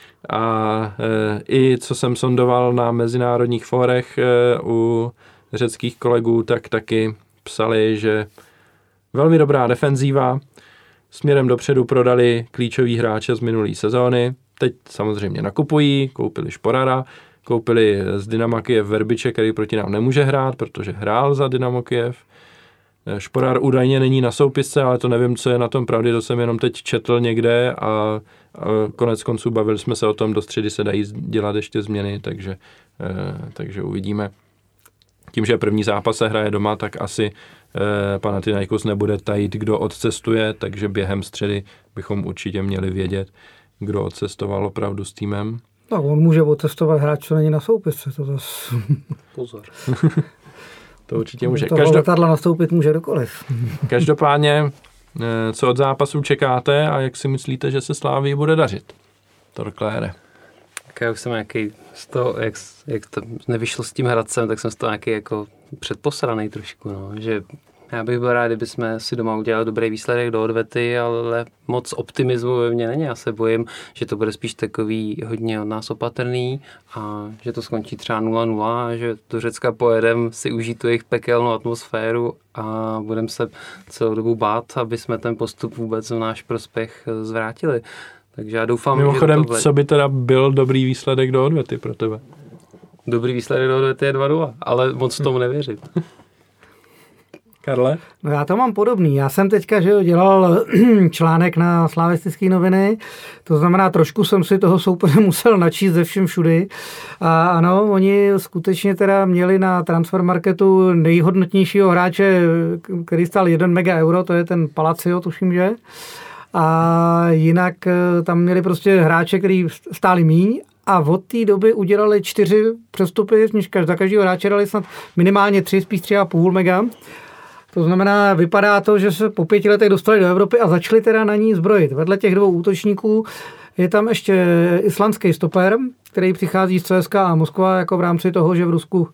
A e, i co jsem sondoval na mezinárodních fórech e, u řeckých kolegů, tak taky psali, že velmi dobrá defenzíva, směrem dopředu prodali klíčový hráče z minulé sezóny, teď samozřejmě nakupují, koupili Šporara, koupili z Dynama Kyjev Verbiče, který proti nám nemůže hrát, protože hrál za Dynamo Kyjev. Šporar údajně není na soupisce, ale to nevím, co je na tom pravdy, to jsem jenom teď četl někde a, a konec konců bavili jsme se o tom, do středy se dají dělat ještě změny, takže, eh, takže uvidíme. Tím, že první zápas se hraje doma, tak asi eh, Panathinaikos nebude tajit, kdo odcestuje, takže během středy bychom určitě měli vědět, kdo odcestoval opravdu s týmem.
No, on může odcestovat hráč, co není na soupisce, to zase...
Pozor.
To určitě může.
Toho Každop... letadla nastoupit může kdokoliv.
Každopádně, co od zápasu čekáte a jak si myslíte, že se Slávii bude dařit? Torklére.
Tak já už jsem nějaký z toho, jak, jak to nevyšlo s tím Hradcem, tak jsem z toho nějaký jako předposranej trošku, no, že já bych byl rád, kdyby jsme si doma udělali dobrý výsledek do odvety, ale moc optimismu ve mně není. Já se bojím, že to bude spíš takový hodně od nás opatrný a že to skončí třeba nula nula, že do Řecka pojedem si užít tu jejich pekelnou atmosféru a budeme se celou dobu bát, aby jsme ten postup vůbec v náš prospěch zvrátili. Takže já doufám,
Mimochodem,
že to...
co by teda byl dobrý výsledek do odvety pro tebe?
Dobrý výsledek do odvety je dva nula, ale moc tomu nevěřím.
Karle?
No já to mám podobný. Já jsem teďka že jo, dělal článek na Slavistické noviny, to znamená, trošku jsem si toho soupeře musel načíst ze všem všudy. A ano, oni skutečně teda měli na Transfermarketu nejhodnotnějšího hráče, který stál jeden mega euro, to je ten Palacio, tuším, že? A jinak tam měli prostě hráče, který stáli míň, a od té doby udělali čtyři přestupy, než za každého hráče dali snad minimálně tři, spíš tři a půl mega. To znamená, vypadá to, že se po pěti letech dostali do Evropy a začali teda na ní zbrojit. Vedle těch dvou útočníků je tam ještě islandský stoper, který přichází z C S K a Moskva jako v rámci toho, že v Rusku,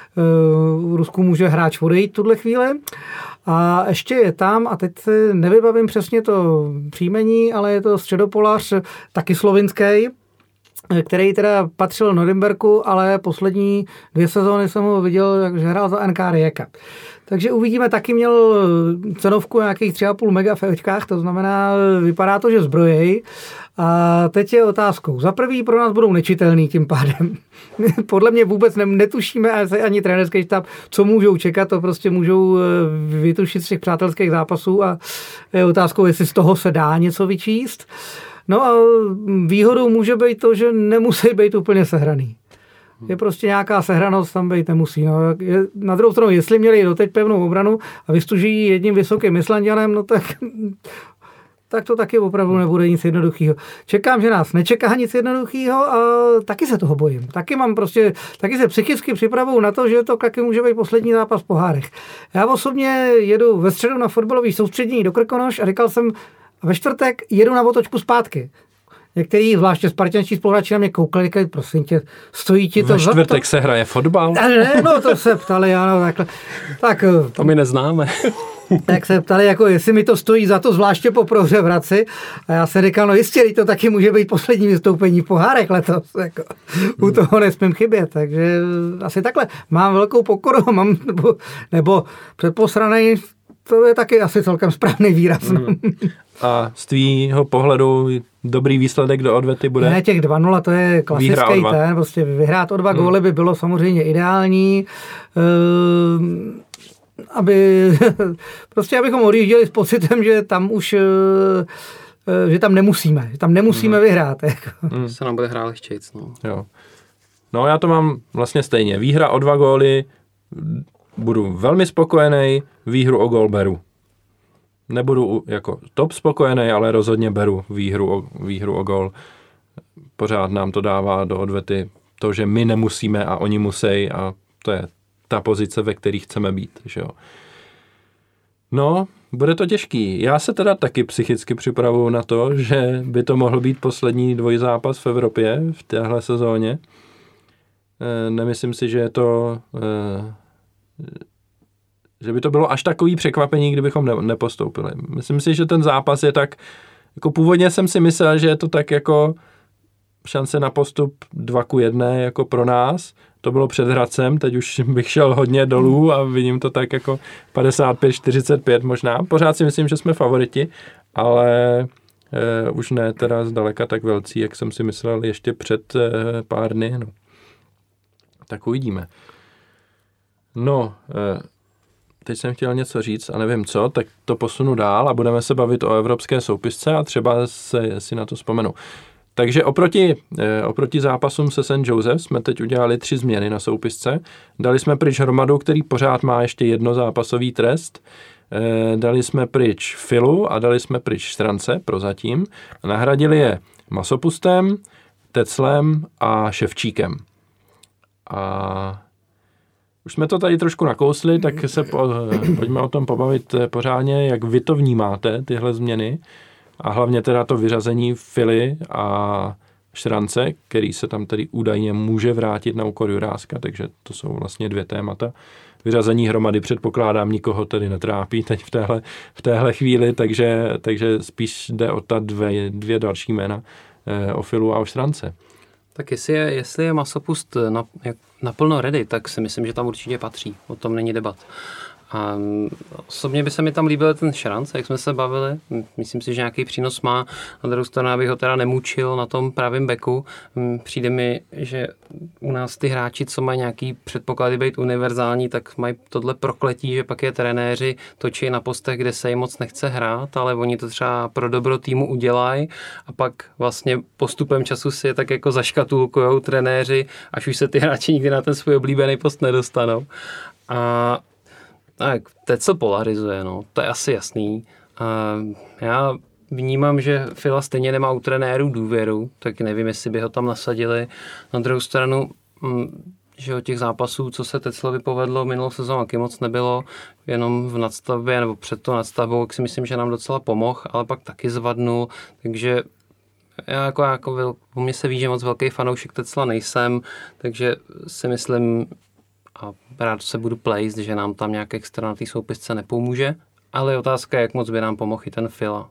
v Rusku může hráč odejít v tuhle chvíli. A ještě je tam, a teď se nevybavím přesně to příjmení, ale je to středopolař, taky slovinský, který teda patřil Norimberku, ale poslední dvě sezóny jsem ho viděl, že hrál za N K Rijeka. Takže uvidíme, taky měl cenovku nějakých tři a půl mega v Ečkách, to znamená, vypadá to, že zbrojej. A teď je otázkou. Za prvý pro nás budou nečitelný tím pádem. Podle mě vůbec netušíme ani trenérský štáb, co můžou čekat, to prostě můžou vytušit z těch přátelských zápasů a je otázkou, jestli z toho se dá něco vyčíst. No a výhodou může být to, že nemusí být úplně sehraný. Je prostě nějaká sehranost, tam být nemusí. No, je, na druhou stranu, jestli měli doteď pevnou obranu a vystuží jedním vysokým Islanďanem, no tak, tak to taky opravdu nebude nic jednoduchého. Čekám, že nás nečeká nic jednoduchého a taky se toho bojím. Taky mám prostě, taky se psychicky připravuju na to, že to taky může být poslední zápas v pohárech. Já osobně jedu ve středu na fotbalový soustředění do Krkonoš a říkal jsem, ve čtvrtek jedu na otočku zpátky. některý, zvláště spartanští spoluhráči na mě koukali, říkali, prosím tě, stojí ti to
Ve
za to?
čtvrtek se hraje fotbal?
Ne, no to se ptali, ano, takhle. Tak,
to my neznáme.
Tak se ptali, jako jestli mi to stojí za to, zvláště po prohře v Hradci. A já jsem říkal, no jistě, to taky může být poslední vystoupení v pohárech letos. Jako, u toho nesmím chybět, takže asi takhle. Mám velkou pokoru, mám, nebo, nebo předposranej, to je taky asi celkem správný výraz. No.
Hmm. A z tvýho pohledu dobrý výsledek do odvety bude?
Ne, těch dva nula, to je klasický ten, prostě vyhrát o dva hmm. góly by bylo samozřejmě ideální. Ehm, aby prostě abychom odjížděli s pocitem, že tam už že tam nemusíme, že tam nemusíme hmm. vyhrát. Jako.
Hmm. Se nám bude hrát lehčejc. No.
Jo. No já to mám vlastně stejně. Výhra o dva góly, budu velmi spokojený, výhru o gól beru. Nebudu jako top spokojený, ale rozhodně beru výhru o, výhru o gól. Pořád nám to dává do odvety to, že my nemusíme a oni musí a to je ta pozice, ve které chceme být. Že jo. No, bude to těžký. Já se teda taky psychicky připravuju na to, že by to mohl být poslední dvojzápas v Evropě v téhle sezóně. E, nemyslím si, že je to e, že by to bylo až takový překvapení, kdybychom ne, nepostoupili. Myslím si, že ten zápas je tak, jako původně jsem si myslel, že je to tak jako šance na postup dva ku jedné jako pro nás. To bylo před Hradcem, teď už bych šel hodně dolů a vidím to tak jako padesát pět čtyřicet pět možná. Pořád si myslím, že jsme favoriti, ale e, už ne teda zdaleka tak velcí, jak jsem si myslel ještě před e, pár dny. No. Tak uvidíme. No, e, teď jsem chtěl něco říct a nevím co, tak to posunu dál a budeme se bavit o evropské soupisce a třeba se, si na to vzpomenu. Takže oproti, eh, oproti zápasům se Saint Joseph jsme teď udělali tři změny na soupisce. Dali jsme pryč Hromadu, který pořád má ještě jedno zápasový trest. Eh, dali jsme pryč Filu a dali jsme pryč Štrance prozatím. Nahradili je Masopustem, Teclem a Ševčíkem. A už jsme to tady trošku nakousli, tak se po, pojďme o tom pobavit pořádně, jak vy to vnímáte, tyhle změny. A hlavně teda to vyřazení Fily a Štrance, který se tam tedy údajně může vrátit na úkor Juráska, takže to jsou vlastně dvě témata. Vyřazení Hromady předpokládám nikoho tedy netrápí teď v téhle, v téhle chvíli, takže, takže spíš jde o ta dvě, dvě další jména, eh, o Filu a o Štrance.
Tak jestli je, jestli je Masopust na, naplno ready, tak si myslím, že tam určitě patří. O tom není debat. A osobně by se mi tam líbil ten Šranc, jak jsme se bavili. Myslím si, že nějaký přínos má. Na druhou stranu, abych ho teda nemučil na tom pravém beku. Přijde mi, že u nás ty hráči, co mají nějaký předpoklady být univerzální, tak mají tohle prokletí, že pak je trenéři točí na postech, kde se jim moc nechce hrát, ale oni to třeba pro dobro týmu udělají a pak vlastně postupem času si je tak jako zaškatulkujou trenéři, až už se ty hráči nikdy na ten svůj oblíbený post nedostanou. A tak, teď se polarizuje, no, to je asi jasný. A já vnímám, že Fila stejně nemá u trenérů důvěru, tak nevím, jestli by ho tam nasadili. Na druhou stranu, že od těch zápasů, co se Teclovi povedlo minulou sezónu, taky moc nebylo, jenom v nadstavbě nebo před tou nadstavbou, jak si myslím, že nám docela pomohl, ale pak taky zvadnul, takže já jako, jako u mě se ví, že moc velký fanoušek Tecla nejsem, takže si myslím, a rád se budu plejst, že nám tam nějak extra na té soupisce nepomůže, ale je otázka, jak moc by nám pomohl i ten Fila.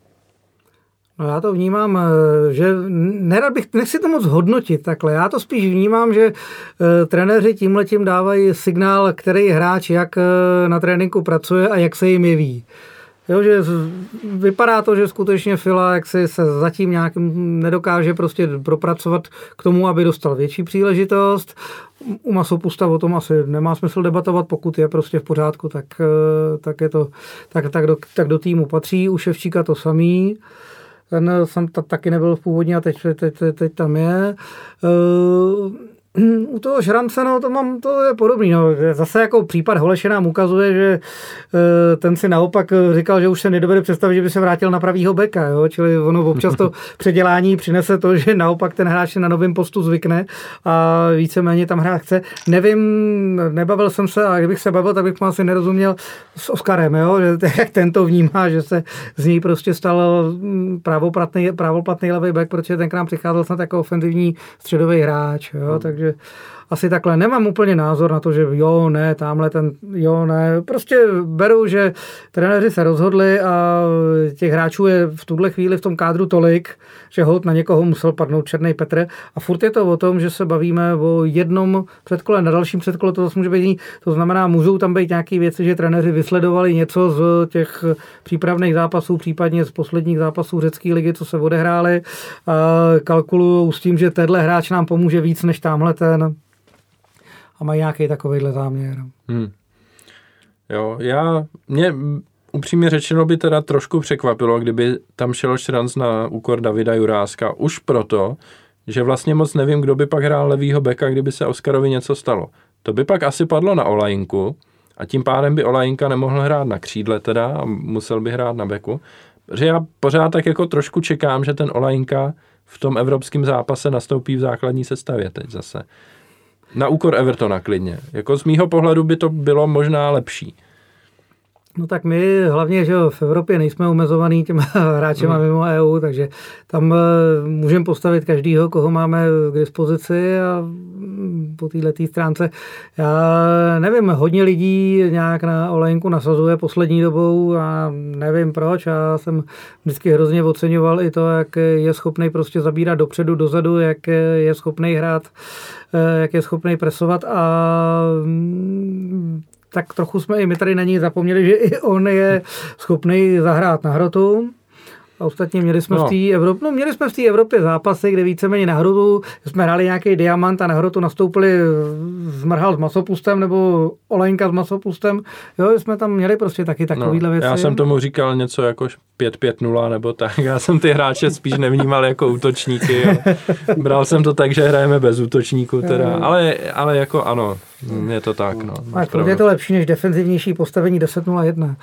No já to vnímám, že nerad bych, nechci to moc hodnotit takhle, já to spíš vnímám, že e, trenéři tímhletím dávají signál, který hráč jak na tréninku pracuje a jak se jim jeví. Jo, že vypadá to, že skutečně Fila jaksi se zatím nějakým nedokáže prostě propracovat k tomu, aby dostal větší příležitost. U Masopusta o tom asi nemá smysl debatovat, pokud je prostě v pořádku, tak, tak, je to, tak, tak, do, tak do týmu patří. U Ševčíka to samý. Ten jsem taky nebyl v původně a teď, teď, teď, teď tam je. U toho Šrance, no to mám, to je podobný. No. Zase jako případ Holeše nám ukazuje, že e, ten si naopak říkal, že už se nedovede představit, že by se vrátil na pravýho beka. Jo? Čili ono občas to předělání přinese to, že naopak ten hráč se na novém postu zvykne a víceméně tam hrát chce. Nevím, nebavil jsem se, a kdybych se bavil, tak bych mu asi nerozuměl s Oskarem, jo? Že, jak ten to vnímá, že se z něj prostě stal právoplatný, právoplatný levý bek, protože ten k nám přicházel snad jako ofenzivní středový hráč. Jo? Hmm. Takže asi takhle. Nemám úplně názor na to, že jo, ne, tamhle ten, jo, ne. Prostě beru, že trenéři se rozhodli a těch hráčů je v tuhle chvíli v tom kádru tolik, že holt na někoho musel padnout Černý Petr. A furt je to o tom, že se bavíme o jednom předkole, na dalším předkole to zase může být, to znamená, můžou tam být nějaké věci, že trenéři vysledovali něco z těch přípravných zápasů, případně z posledních zápasů řecké ligy, co se odehrály. A kalkulují s tím, že tenhle hráč nám pomůže víc než tamhle ten. A mají nějaký takovejhle záměr.
Hmm. Jo, já, mě upřímně řečeno by teda trošku překvapilo, kdyby tam šel Šranc na úkor Davida Juráska. Už proto, že vlastně moc nevím, kdo by pak hrál levýho beka, kdyby se Oskarovi něco stalo. To by pak asi padlo na Olajinku a tím pádem by Olajinka nemohl hrát na křídle teda a musel by hrát na beku. Protože já pořád tak jako trošku čekám, že ten Olajinka v tom evropském zápase nastoupí v základní sestavě teď zase. Na úkor Evertona klidně. Jako z mýho pohledu by to bylo možná lepší.
No tak my hlavně, že v Evropě nejsme omezovaný těma hráčema hmm. mimo E U, takže tam můžeme postavit každýho, koho máme k dispozici a po této stránce. Já nevím, hodně lidí nějak na Olejnku nasazuje poslední dobou a nevím proč. Já jsem vždycky hrozně oceňoval i to, jak je schopný prostě zabírat dopředu, dozadu, jak je schopný hrát, jak je schopný presovat a tak trochu jsme i my tady na něj zapomněli, že i on je schopný zahrát na hrotu. A ostatně měli jsme no. v té Evropě, no měli jsme v té Evropě zápasy, kde víceméně na hrotu jsme hráli nějaký diamant a na hrotu nastoupili Zmrhal s Masopustem nebo Olejnka s Masopustem. Jo, jsme tam měli prostě taky takovýhle
no,
věci.
Já jsem tomu říkal něco jako pět pět nula nebo tak. Já jsem ty hráče spíš nevnímal jako útočníky. Bral jsem to tak, že hrajeme bez útočníků teda. Ale, ale jako ano, je to tak. No,
tak je to lepší než defenzivnější postavení deset nula jedna.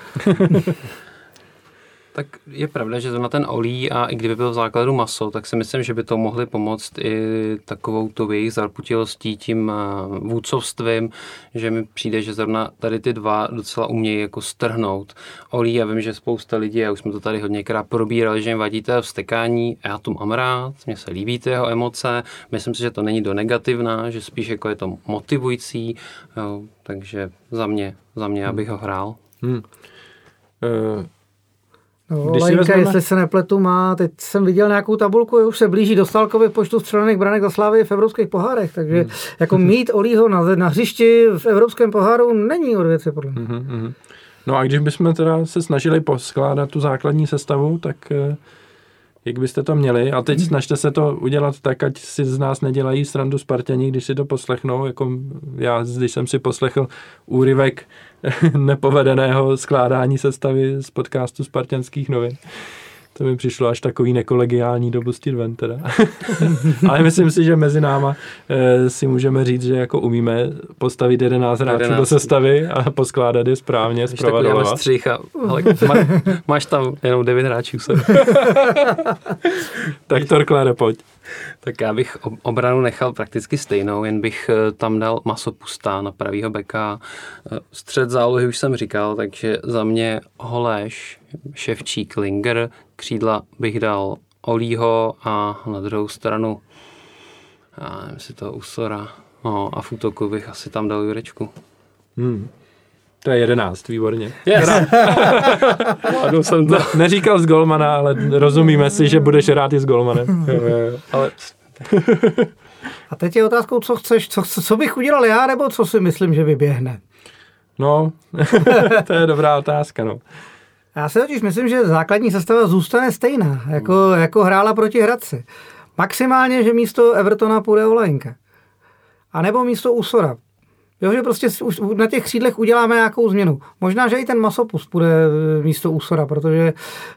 Tak je pravda, že na ten Olí a i kdyby byl v základu Maso, tak si myslím, že by to mohli pomoct i takovou tou jejich zarputilostí, tím vůdcovstvím, že mi přijde, že zrovna tady ty dva docela umějí jako strhnout. Olí, já vím, že spousta lidí, a už jsme to tady hodněkrát probírali, že jim vadí to vztekání, já to mám rád, mně se líbí ty jeho emoce, myslím si, že to není do negativná, že spíš jako je to motivující, jo, takže za mě, za mě, abych ho hrál. Hmm.
Uh...
No, Olejnka, vezmeme... jestli se nepletu, má, teď jsem viděl nějakou tabulku, už se blíží do Stálkovy počtu střelených branek za Slávy v evropských pohárech, takže hmm. jako mít Olího na, na hřišti v evropském poháru není od věci, podle mě.
Hmm, hmm. No a když bychom teda se snažili poskládat tu základní sestavu, tak jak byste to měli? A teď snažte se to udělat tak, ať si z nás nedělají srandu Sparťani, když si to poslechnou, jako já, když jsem si poslechl úryvek nepovedeného skládání sestavy z podcastu Spartanských novin. To mi přišlo až takový nekolegiální dopustit ven teda. Ale myslím si, že mezi náma e, si můžeme říct, že jako umíme postavit jedenáct hráčů do sestavy a poskládat je správně, zpravodajovat.
Střih a ale má, máš tam jenom devět hráčů.
Tak Torklare, pojď.
Tak já bych obranu nechal prakticky stejnou, jen bych tam dal Masopusta na pravýho beka. Střed zálohy už jsem říkal, takže za mě Holeš, Ševčík, Klinger, křídla bych dal Olího a na druhou stranu já nevím, jestli to Usora. No a v útoku bych asi tam dal Jurečku.
Hmm. To je jedenáct, výborně.
Yes. jsem to.
Ne, neříkal z golmana, ale rozumíme si, že budeš rád i s golmanem.
ale...
A teď je otázkou, co chceš, co, co bych udělal já, nebo co si myslím, že vyběhne?
No, to je dobrá otázka, no.
Já si totiž myslím, že základní sestava zůstane stejná, jako, jako hrála proti Hradci. Maximálně, že místo Evertona půjde Olejnka. A nebo místo Usora. Jo, že prostě už na těch křídlech uděláme nějakou změnu. Možná, že i ten masopust bude místo úsora, protože e,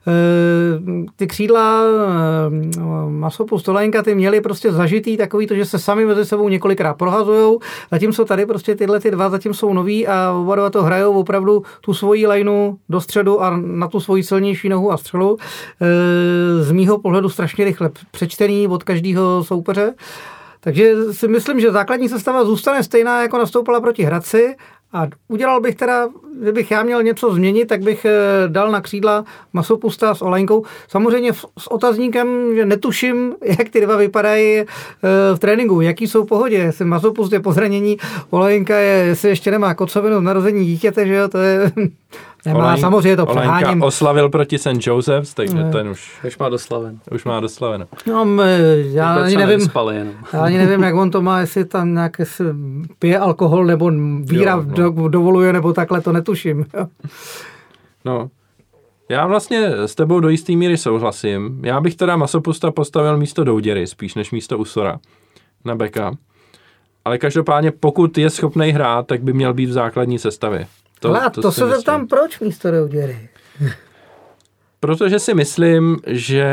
ty křídla e, masopust, Olajnka, ty měli prostě zažitý takový to, že se sami mezi sebou několikrát prohazujou, zatímco tady prostě tyhle ty dva zatím jsou noví a oba dva to hrajou opravdu tu svoji lajnu do středu a na tu svoji silnější nohu a střelu. E, z mýho pohledu strašně rychle přečtený od každého soupeře. Takže si myslím, že základní sestava zůstane stejná, jako nastoupila proti Hradci a udělal bych teda, kdybych já měl něco změnit, tak bych dal na křídla Masopusta s Olajnkou. Samozřejmě s otazníkem, že netuším, jak ty dva vypadají v tréninku, jaký jsou v pohodě, jestli Masopust je po zranění, Olajnka je, jestli ještě nemá kocovinu z narození dítěte, že jo, to je... Nemá,
Olajn,
samozřejmě to přeháním.
Olajnka oslavil proti Saint Joseph's, takže ne. ten už...
Už má doslaven.
Už má doslaveno.
No, já ani nevím, já ani nevím, jak on to má, jestli tam nějak jestli pije alkohol, nebo víra jo, no. do, dovoluje, nebo takhle, to netuším.
No, já vlastně s tebou do jistý míry souhlasím. Já bych teda Masopusta postavil místo Douděry, spíš než místo Usora na beka. Ale každopádně, pokud je schopnej hrát, tak by měl být v základní sestavě.
To, Ale to, to se zeptám, proč místo Douděry?
Protože si myslím, že...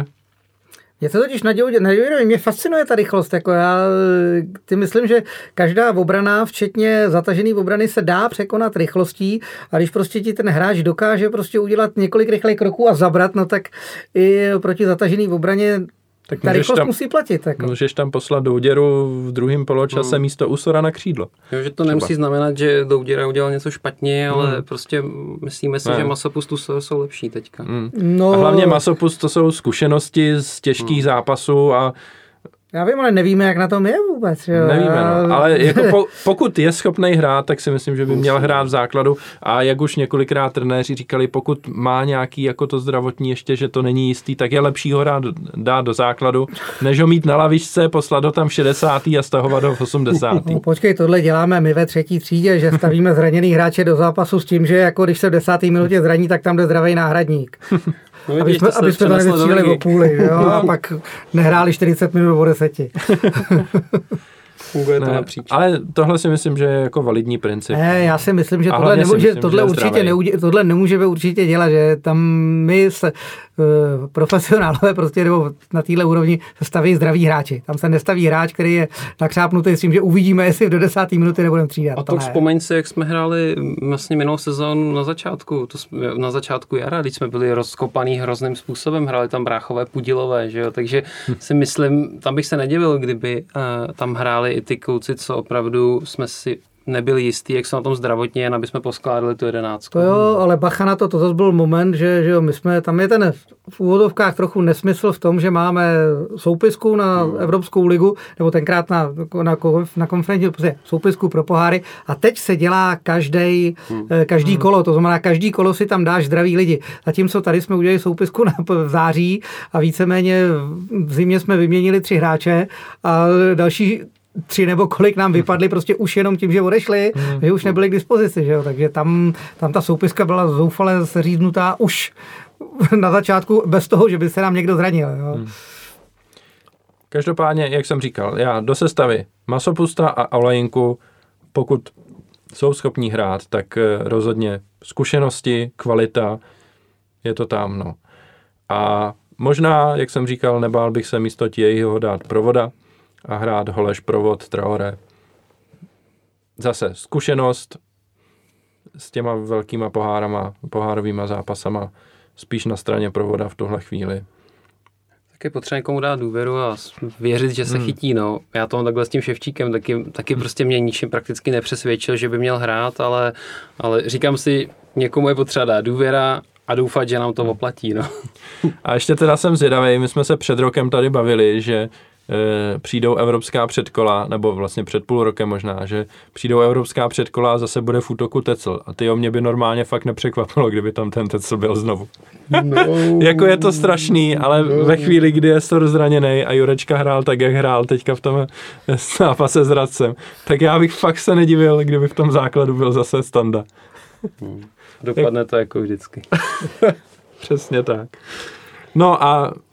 Mě to totiž na Douděry, mě fascinuje ta rychlost. Jako já ty myslím, že každá obrana, včetně zatažený obrany, se dá překonat rychlostí a když prostě ti ten hráč dokáže prostě udělat několik rychlých kroků a zabrat, no tak i proti zatažený obraně tak ta rychlost tam, musí platit. Jako.
Můžeš tam poslat Douděru v druhém poločase hmm. místo Usora na křídlo.
Jo, že to třeba nemusí znamenat, že Douděra udělal něco špatně, ale hmm. prostě myslíme si, ne. že Masopust Usor jsou lepší teďka. Hmm.
No.
A hlavně Masopust to jsou zkušenosti z těžkých hmm. zápasů a
já vím, ale nevíme, jak na tom je vůbec. Jo.
Nevíme, no. Ale jako po, pokud je schopný hrát, tak si myslím, že by měl hrát v základu a jak už několikrát trenéři říkali, pokud má nějaký jako to zdravotní ještě, že to není jistý, tak je lepší ho dát, dát do základu, než ho mít na lavičce, poslat ho tam v šedesátý a stahovat ho v osmdesátý
No, počkej, tohle děláme my ve třetí třídě, že stavíme zraněný hráče do zápasu s tím, že jako když se v desáté minutě zraní, tak tam jde zdravý náhradník. No, vidíš, aby jsme to, aby jsme to nevystříleli o půli, jo, a pak nehráli čtyřicet minut o deseti.
Funguje to napříč.
Ale tohle si myslím, že je jako validní princip.
Ne, já si myslím, že tohle, nemůže, myslím, tohle, že určitě neudě, tohle nemůžeme určitě dělat, že tam my se, uh, profesionálové prostě nebo na téhle úrovni se staví zdraví hráči. Tam se nestaví hráč, který je nakřápnutý s tím, že uvidíme, jestli do desáté minuty nebudeme třídat.
A to, to vzpomeň si, jak jsme hráli vlastně minulou sezónu na začátku, to jsme, na začátku jara, když jsme byli rozkopaný hrozným způsobem, hráli tam Bráchové, Pudilové, že jo, takže hm. si myslím, tam bych se nedivil, kdyby uh, tam hráli i ty kluci, co opravdu jsme si nebyli jistí, jak jsou na tom zdravotně, jen aby jsme poskládali tu jedenáctku.
To jo, ale bacha na to, to zase byl moment, že, že jo, my jsme, tam je ten v úvodovkách trochu nesmysl v tom, že máme soupisku na hmm. Evropskou ligu, nebo tenkrát na, na, na konferenci, soupisku pro poháry a teď se dělá každý, hmm. každý hmm. kolo, to znamená, každý kolo si tam dáš zdraví lidi. Zatímco tady jsme udělali soupisku na, v září a víceméně v zimě jsme vyměnili tři hráče a další tři nebo kolik nám vypadly prostě už jenom tím, že odešli, mm. že už nebyli k dispozici, že jo? Takže tam, tam ta soupiska byla zoufale seříznutá už na začátku bez toho, že by se nám někdo zranil. Jo? Mm.
Každopádně, jak jsem říkal, já do sestavy Masopusta a Olajnku, pokud jsou schopní hrát, tak rozhodně zkušenosti, kvalita, je to tam, no. A možná, jak jsem říkal, nebál bych se místo Tějího dát Provoda a hrát Holeš, Provod, Traoré. Zase zkušenost s těma velkýma pohárama, pohárovýma zápasama spíš na straně Provoda v tuhle chvíli.
Tak je potřeba někomu dát důvěru a věřit, že se hmm. chytí. No. Já to mám takhle s tím Ševčíkem, taky, taky prostě mě ničím prakticky nepřesvědčil, že by měl hrát, ale, ale říkám si, někomu je potřeba dát důvěra a doufat, že nám to oplatí. No.
A ještě teda jsem zvědavý, my jsme se před rokem tady bavili, že e, přijdou evropská předkola, nebo vlastně před půl rokem možná, že přijdou evropská předkola a zase bude v útoku Tecl. A tyjo, mě by normálně fakt nepřekvapilo, kdyby tam ten Tecl byl znovu. No, jako je to strašný, ale no. ve chvíli, kdy je Stor zraněnej a Jurečka hrál tak, jak hrál teďka v tom zápase s Hradcem, tak já bych fakt se nedivil, kdyby v tom základu byl zase Standa.
Hmm. Dopadne to jako vždycky.
Přesně tak. No a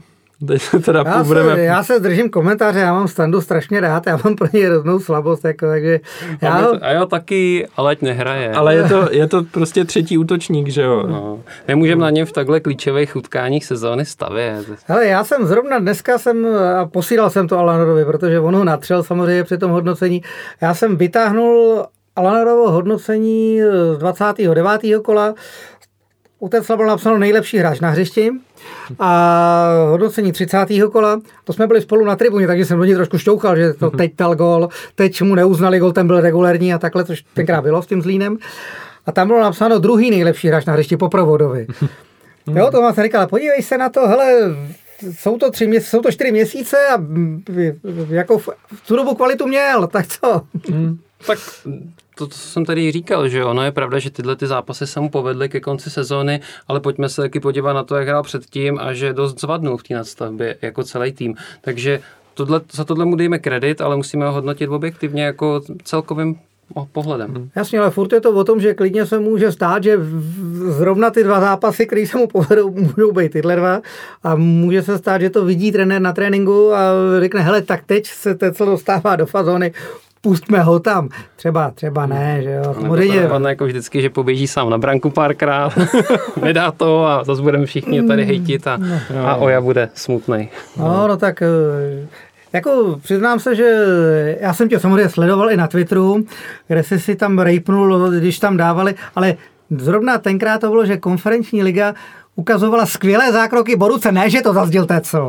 Teď se teda
já,
budeme...
se, já se držím komentáře, já mám Standu strašně rád, já mám pro něj hroznou slabost, jako, takže... Já...
A, a já taky, ale ať nehraje.
Ale je to, je to prostě třetí útočník, že jo?
No, nemůžeme na něm v takhle klíčových utkáních sezóny stavět.
Hele, já jsem zrovna dneska jsem, a posílal jsem to Alanovi, protože on ho natřel samozřejmě při tom hodnocení, já jsem vytáhnul Alanovo hodnocení z dvacátého devátého kola, u Tecla bylo napsáno nejlepší hráč na hřišti a hodnocení třicátého kola, to jsme byli spolu na tribuně, takže jsem do ní trošku šťouchal, že to teď dal gól, teď mu neuznali gól, ten byl regulérní a takhle, což tenkrát bylo s tím Zlínem. A tam bylo napsáno druhý nejlepší hráč na hřišti po Provodovi. Jo, to jsem říkal, podívej se na to, hele, jsou to, tři měsíce, jsou to čtyři měsíce a jako v tu dobu kvalitu měl, tak co?
Hmm. Tak to, to jsem tady říkal, že ono je pravda, že tyhle ty zápasy se mu povedly ke konci sezóny, ale pojďme se taky podívat na to, jak hrál předtím a že dost zvadnul v té nadstavbě jako celý tým. Takže tohle, za tohle mu dejme kredit, ale musíme ho hodnotit objektivně jako celkovým pohledem.
Jasně, ale furt je to o tom, že klidně se může stát, že zrovna ty dva zápasy, které se mu povedou, můžou být tyhle dva a může se stát, že to vidí trenér na tréninku a řekne, hele, tak teď se Tecl dostává do fazóny, pustme ho tam. Třeba, třeba ne, že jo.
Samozřejmě. To jako vždycky, že poběží sám na branku párkrát, nedá to a zase budeme všichni tady hejtit a, no. a Oja bude smutnej.
No, no tak jako přiznám se, že já jsem tě samozřejmě sledoval i na Twitteru, kde jsi si tam rejpnul, když tam dávali, ale zrovna tenkrát to bylo, že konferenční liga ukazovala skvělé zákroky Boruce, ne, že to zazděl Tecl.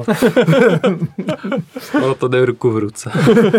Ono to jde ruku v ruce.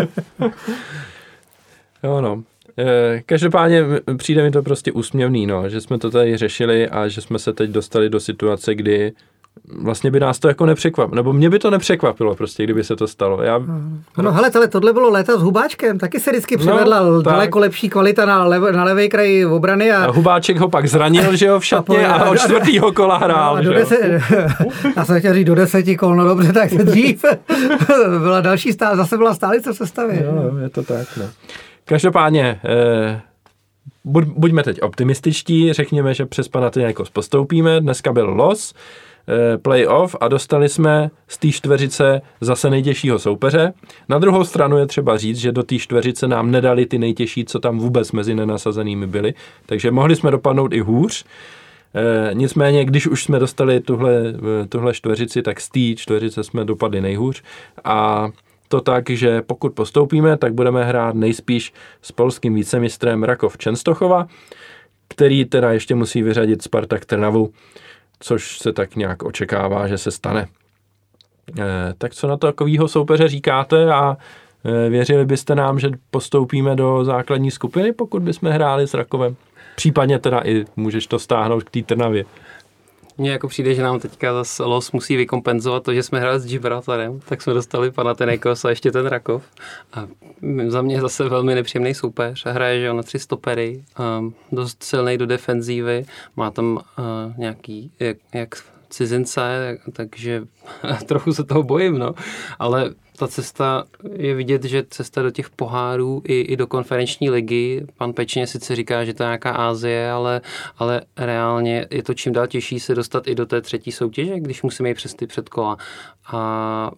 Jo, no. E, každopádně přijde mi to prostě úsměvný, no, že jsme to tady řešili a že jsme se teď dostali do situace, kdy vlastně by nás to jako nepřekvapilo, nebo mě by to nepřekvapilo prostě, kdyby se to stalo. Já...
No hele, tele, tohle bylo léta s Hubáčkem, taky se vždycky přivedla no, daleko lepší kvalita na, lev, na levej kraji obrany. A...
a Hubáček ho pak zranil, že jo, v šatně a, a od čtvrtýho kola hrál,
a
že
do deset, já jsem chtěl říct do deseti kol, no dobře, tak dřív byla další stále, zase byla stálice v sestavě.
Jo, je to tak, no. Každopádně, eh, buď, buďme teď optimističtí, řekněme, že přes Panathinaikos postoupíme, dneska byl los, eh, playoff a dostali jsme z té čtveřice zase nejtěžšího soupeře. Na druhou stranu je třeba říct, že do té čtveřice nám nedali ty nejtěžší, co tam vůbec mezi nenasazenými byli, takže mohli jsme dopadnout i hůř. E, nicméně, když už jsme dostali tuhle, tuhle čtveřici, tak z té čtveřice jsme dopadli nejhůř a to tak, že pokud postoupíme, tak budeme hrát nejspíš s polským vicemistrem Rakov Częstochowa, který teda ještě musí vyřadit Spartak Trnavu, což se tak nějak očekává, že se stane. E, tak co na to takovýho soupeře říkáte a e, věřili byste nám, že postoupíme do základní skupiny, pokud bychom hráli s Rakovem? Případně teda i můžeš to stáhnout k té Trnavě.
Mně jako přijde, že nám teďka zase los musí vykompenzovat to, že jsme hráli s Gibraltarem, tak jsme dostali Panathinaikos a ještě ten Rakov. A za mě zase velmi nepříjemný soupeř. Hraje, že on na tři stopery, um, dost silný do defenzívy, má tam uh, nějaký, jak, jak cizince, takže trochu se toho bojím, no. Ale ta cesta je vidět, že cesta do těch pohárů i, i do konferenční ligy, pan Pečně sice říká, že to je nějaká Asie, ale, ale reálně je to čím dál těžší se dostat i do té třetí soutěže, když musíme jít přes ty předkola. A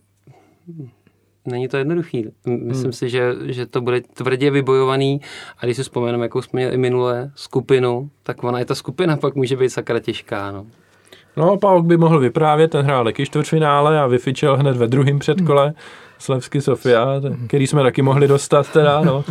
není to jednoduchý. Myslím hmm. si, že, že to bude tvrdě vybojovaný a když si vzpomeneme, jakou jsme měli minulé skupinu, tak ona je ta skupina pak může být sakra těžká, no.
No, Pauk by mohl vyprávět, ten hrál taky čtvrtfinále a vyfičel hned ve druhém předkole Slevsky Sofia, který jsme taky mohli dostat teda, no.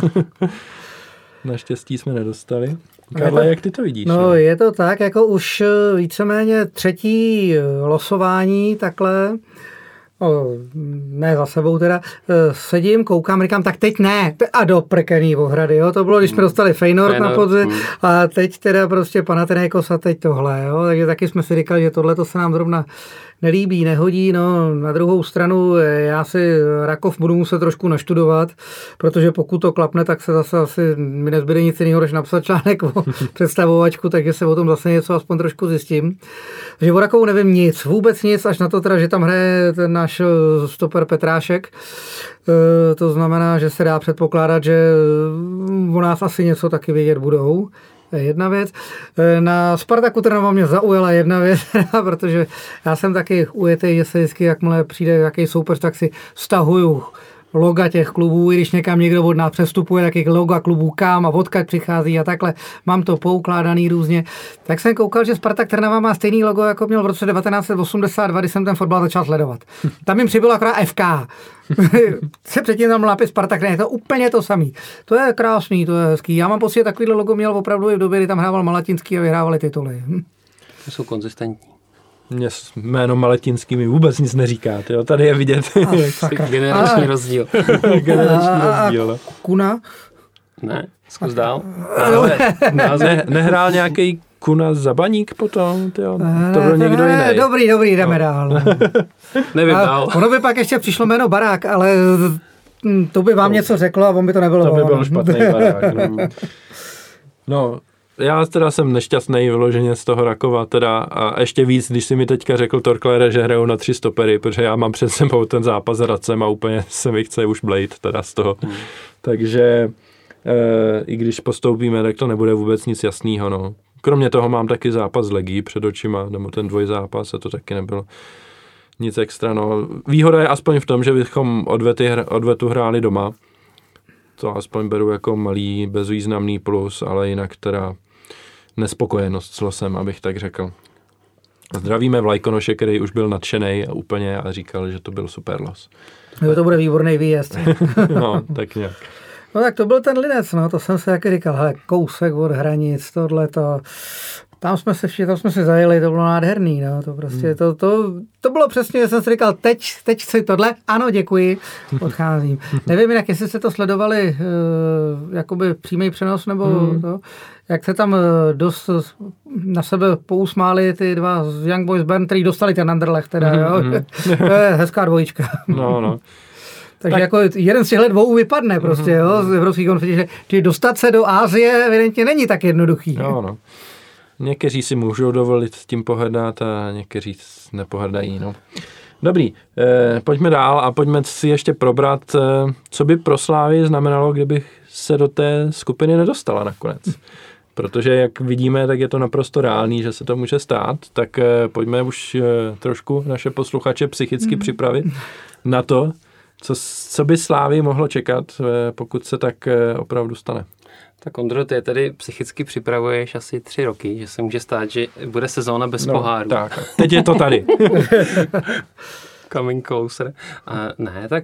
Naštěstí jsme nedostali. Karle, jak ty to vidíš?
No,
no,
je to tak, jako už víceméně třetí losování takhle, no, ne za sebou teda, sedím, koukám, říkám, tak teď ne, a do prkený ohrady, jo, to bylo, když jsme dostali Feyenoord, Feyenoord na podzim, a teď teda prostě Panathinaikos a teď tohle, jo, takže taky jsme si říkali, že tohle to se nám zrovna nelíbí, nehodí, no, na druhou stranu já si Rakov budu muset trošku naštudovat, protože pokud to klapne, tak se zase asi mi nezbyde nic jiného, než napsat článek o představovačku, takže se o tom zase něco aspoň trošku zjistím. Takže o Rakovu nevím nic, vůbec nic, až na to teda, že tam hraje ten náš stoper Petrášek, to znamená, že se dá předpokládat, že o nás asi něco taky vědět budou. To je jedna věc. Na Spartaku Trnava mě zaujala jedna věc, protože já jsem taky ujetý, že se vždycky, jakmile přijde jaký soupeř, tak si stahuju loga těch klubů, i když někam někdo od nás přestupuje, tak je loga klubů kam a odkud přichází a takhle. Mám to poukládaný různě. Tak jsem koukal, že Spartak Trnava má stejný logo, jako měl v roce devatenáct set osmdesát dva, když jsem ten fotbal začal sledovat. Tam jim přibylo akorát F K. Se předtím tam nápis Spartak, ne, je to úplně to samý. To je krásný, to je hezký. Já mám pocit, že takovýhle logo měl opravdu i v době, kdy tam hrával Malatinský a vyhrávali tituly.
To jsou konzistentní.
Mně jméno Maletinský mi vůbec nic neříká, jo? Tady je vidět
generační rozdíl.
generační rozdíl.
Kuna?
Ne, zkus dál.
Ne, nehrál nějaký Kuna Zabaník potom, tyjo? To byl někdo jiný.
Dobrý, dobrý, jdeme no. dál.
Nevím dál.
Ono by pak ještě přišlo jméno Barák, ale to by vám no. něco řeklo a on by to nebylo.
To by byl špatný Barák. No. no. Já teda jsem nešťastný vyloženě z toho Rakova teda a ještě víc, když si mi teďka řekl Torklere, že hrajou na tři stopery, protože já mám před sebou ten zápas s Hradcem a úplně se mi chce už blejt teda z toho. Hmm. Takže e, i když postoupíme, tak to nebude vůbec nic jasného. No. Kromě toho mám taky zápas s Legií před očima, nebo ten dvojzápas a to taky nebylo nic extra. No. Výhoda je aspoň v tom, že bychom odvety, odvetu hráli doma. To aspoň beru jako malý, bezvýznamný plus, ale jinak teda nespokojenost s losem, abych tak řekl. Zdravíme Vlajkonoše, který už byl nadšenej a úplně a říkal, že to byl super los.
Jo, to bude výborný výjezd.
No, tak nějak.
No tak to byl ten Linec, no, to jsem se taky říkal, hele, kousek od hranic, tohleto. Tam jsme se všichni, tam jsme se zajeli, to bylo nádherný, no, to prostě, hmm. to, to, to bylo přesně, že jsem si říkal, teď, teď chci tohle, ano, děkuji, odcházím. Nevím jinak, jestli jste to sledovali, uh, jakoby přímý přenos, nebo hmm. to, jak se tam dost na sebe pousmáli ty dva z Young Boys Bern, který dostali ten Anderlecht, teda, jo, hmm. to je hezká dvojička.
No, no.
Takže tak. Jako jeden z těchto dvou vypadne prostě, jo, z Evropské konference, že dostat se do Asie evidentně není tak jednoduchý.
No, no. Někteří si můžou dovolit s tím pohrdat a někteří nepohrdají. No. Dobrý, eh, pojďme dál a pojďme si ještě probrat, eh, co by pro Slávii znamenalo, kdybych se do té skupiny nedostala nakonec. Protože jak vidíme, tak je to naprosto reálný, že se to může stát, tak eh, pojďme už eh, trošku naše posluchače psychicky mm. připravit na to, co, co by Slávii mohlo čekat, eh, pokud se tak eh, opravdu stane.
Tak Ondro, ty tady psychicky připravuješ asi tři roky, že se může stát, že bude sezóna bez no, poháru.
Tak, teď je to tady.
Coming closer. A ne, tak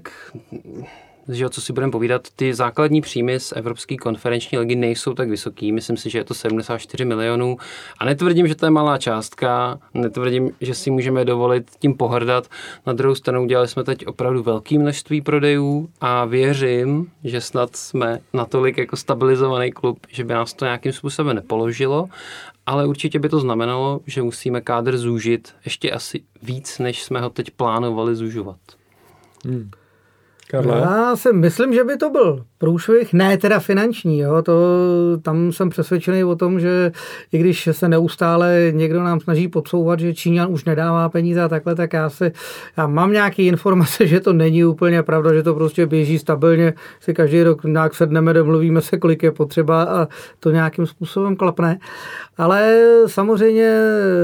že jo, co si budeme povídat, ty základní příjmy z Evropské konferenční ligy nejsou tak vysoký. Myslím si, že je to sedmdesát čtyři milionů. A netvrdím, že to je malá částka, netvrdím, že si můžeme dovolit tím pohrdat. Na druhou stranu udělali jsme teď opravdu velké množství prodejů a věřím, že snad jsme natolik jako stabilizovaný klub, že by nás to nějakým způsobem nepoložilo, ale určitě by to znamenalo, že musíme kádr zúžit ještě asi víc, než jsme ho teď plánovali zúžovat.
Hmm.
Karle? Já si myslím, že by to byl průšvih, ne teda finanční, jo, to, tam jsem přesvědčený o tom, že i když se neustále někdo nám snaží podsouvat, že Číňan už nedává peníze a takhle, tak já si, já mám nějaké informace, že to není úplně pravda, že to prostě běží stabilně, si každý rok nějak sedneme, domluvíme se, kolik je potřeba a to nějakým způsobem klapne, ale samozřejmě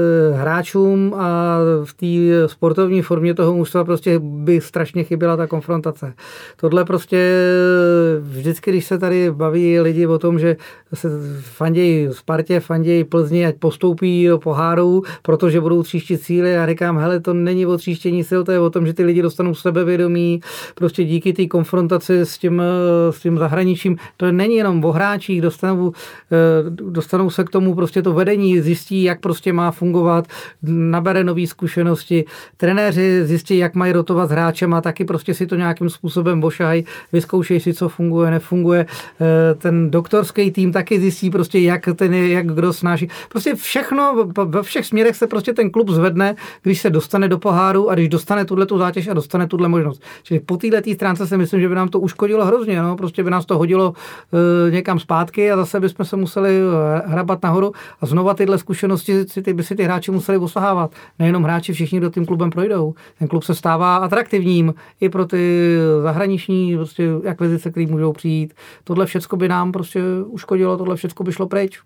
hráčům a v té sportovní formě toho mužstva prostě by strašně chyběla ta konfrontace. Tohle prostě vždycky, když se tady baví lidi o tom, že se fandějí Spartě, fandějí Plzni, ať postoupí do poháru, protože budou tříštit síly, a říkám, hele, to není o tříštění sil, to je o tom, že ty lidi dostanou sebevědomí, prostě díky té konfrontaci s tím, s tím zahraničím. To není jenom o hráčích, dostanou, dostanou se k tomu prostě to vedení, zjistí, jak prostě má fungovat, nabere nové zkušenosti, trenéři zjistí, jak mají rotovat s hráčem a taky prostě si to nějakým způsobem ošahají, vyzkoušej si, co funguje, nefunguje. Ten doktorský tým taky zjistí prostě, jak ten, jak kdo snáší. Prostě všechno, ve všech směrech se prostě ten klub zvedne, když se dostane do poháru a když dostane tuhletu zátěž a dostane tuhle možnost. Čili po této stránce si myslím, že by nám to uškodilo hrozně, no? Prostě by nás to hodilo uh, někam zpátky a zase bychom se museli hrabat nahoru a znova tyhle zkušenosti si ty, by si ty hráči museli osahávat. Nejenom hráči, všichni, kdo tím klubem projdou. Ten klub se stává atraktivním i pro ty zahraniční prostě akvizice, které můžou přijít. Tohle všecko by nám prostě uškodilo, tohle všecko by šlo pryč.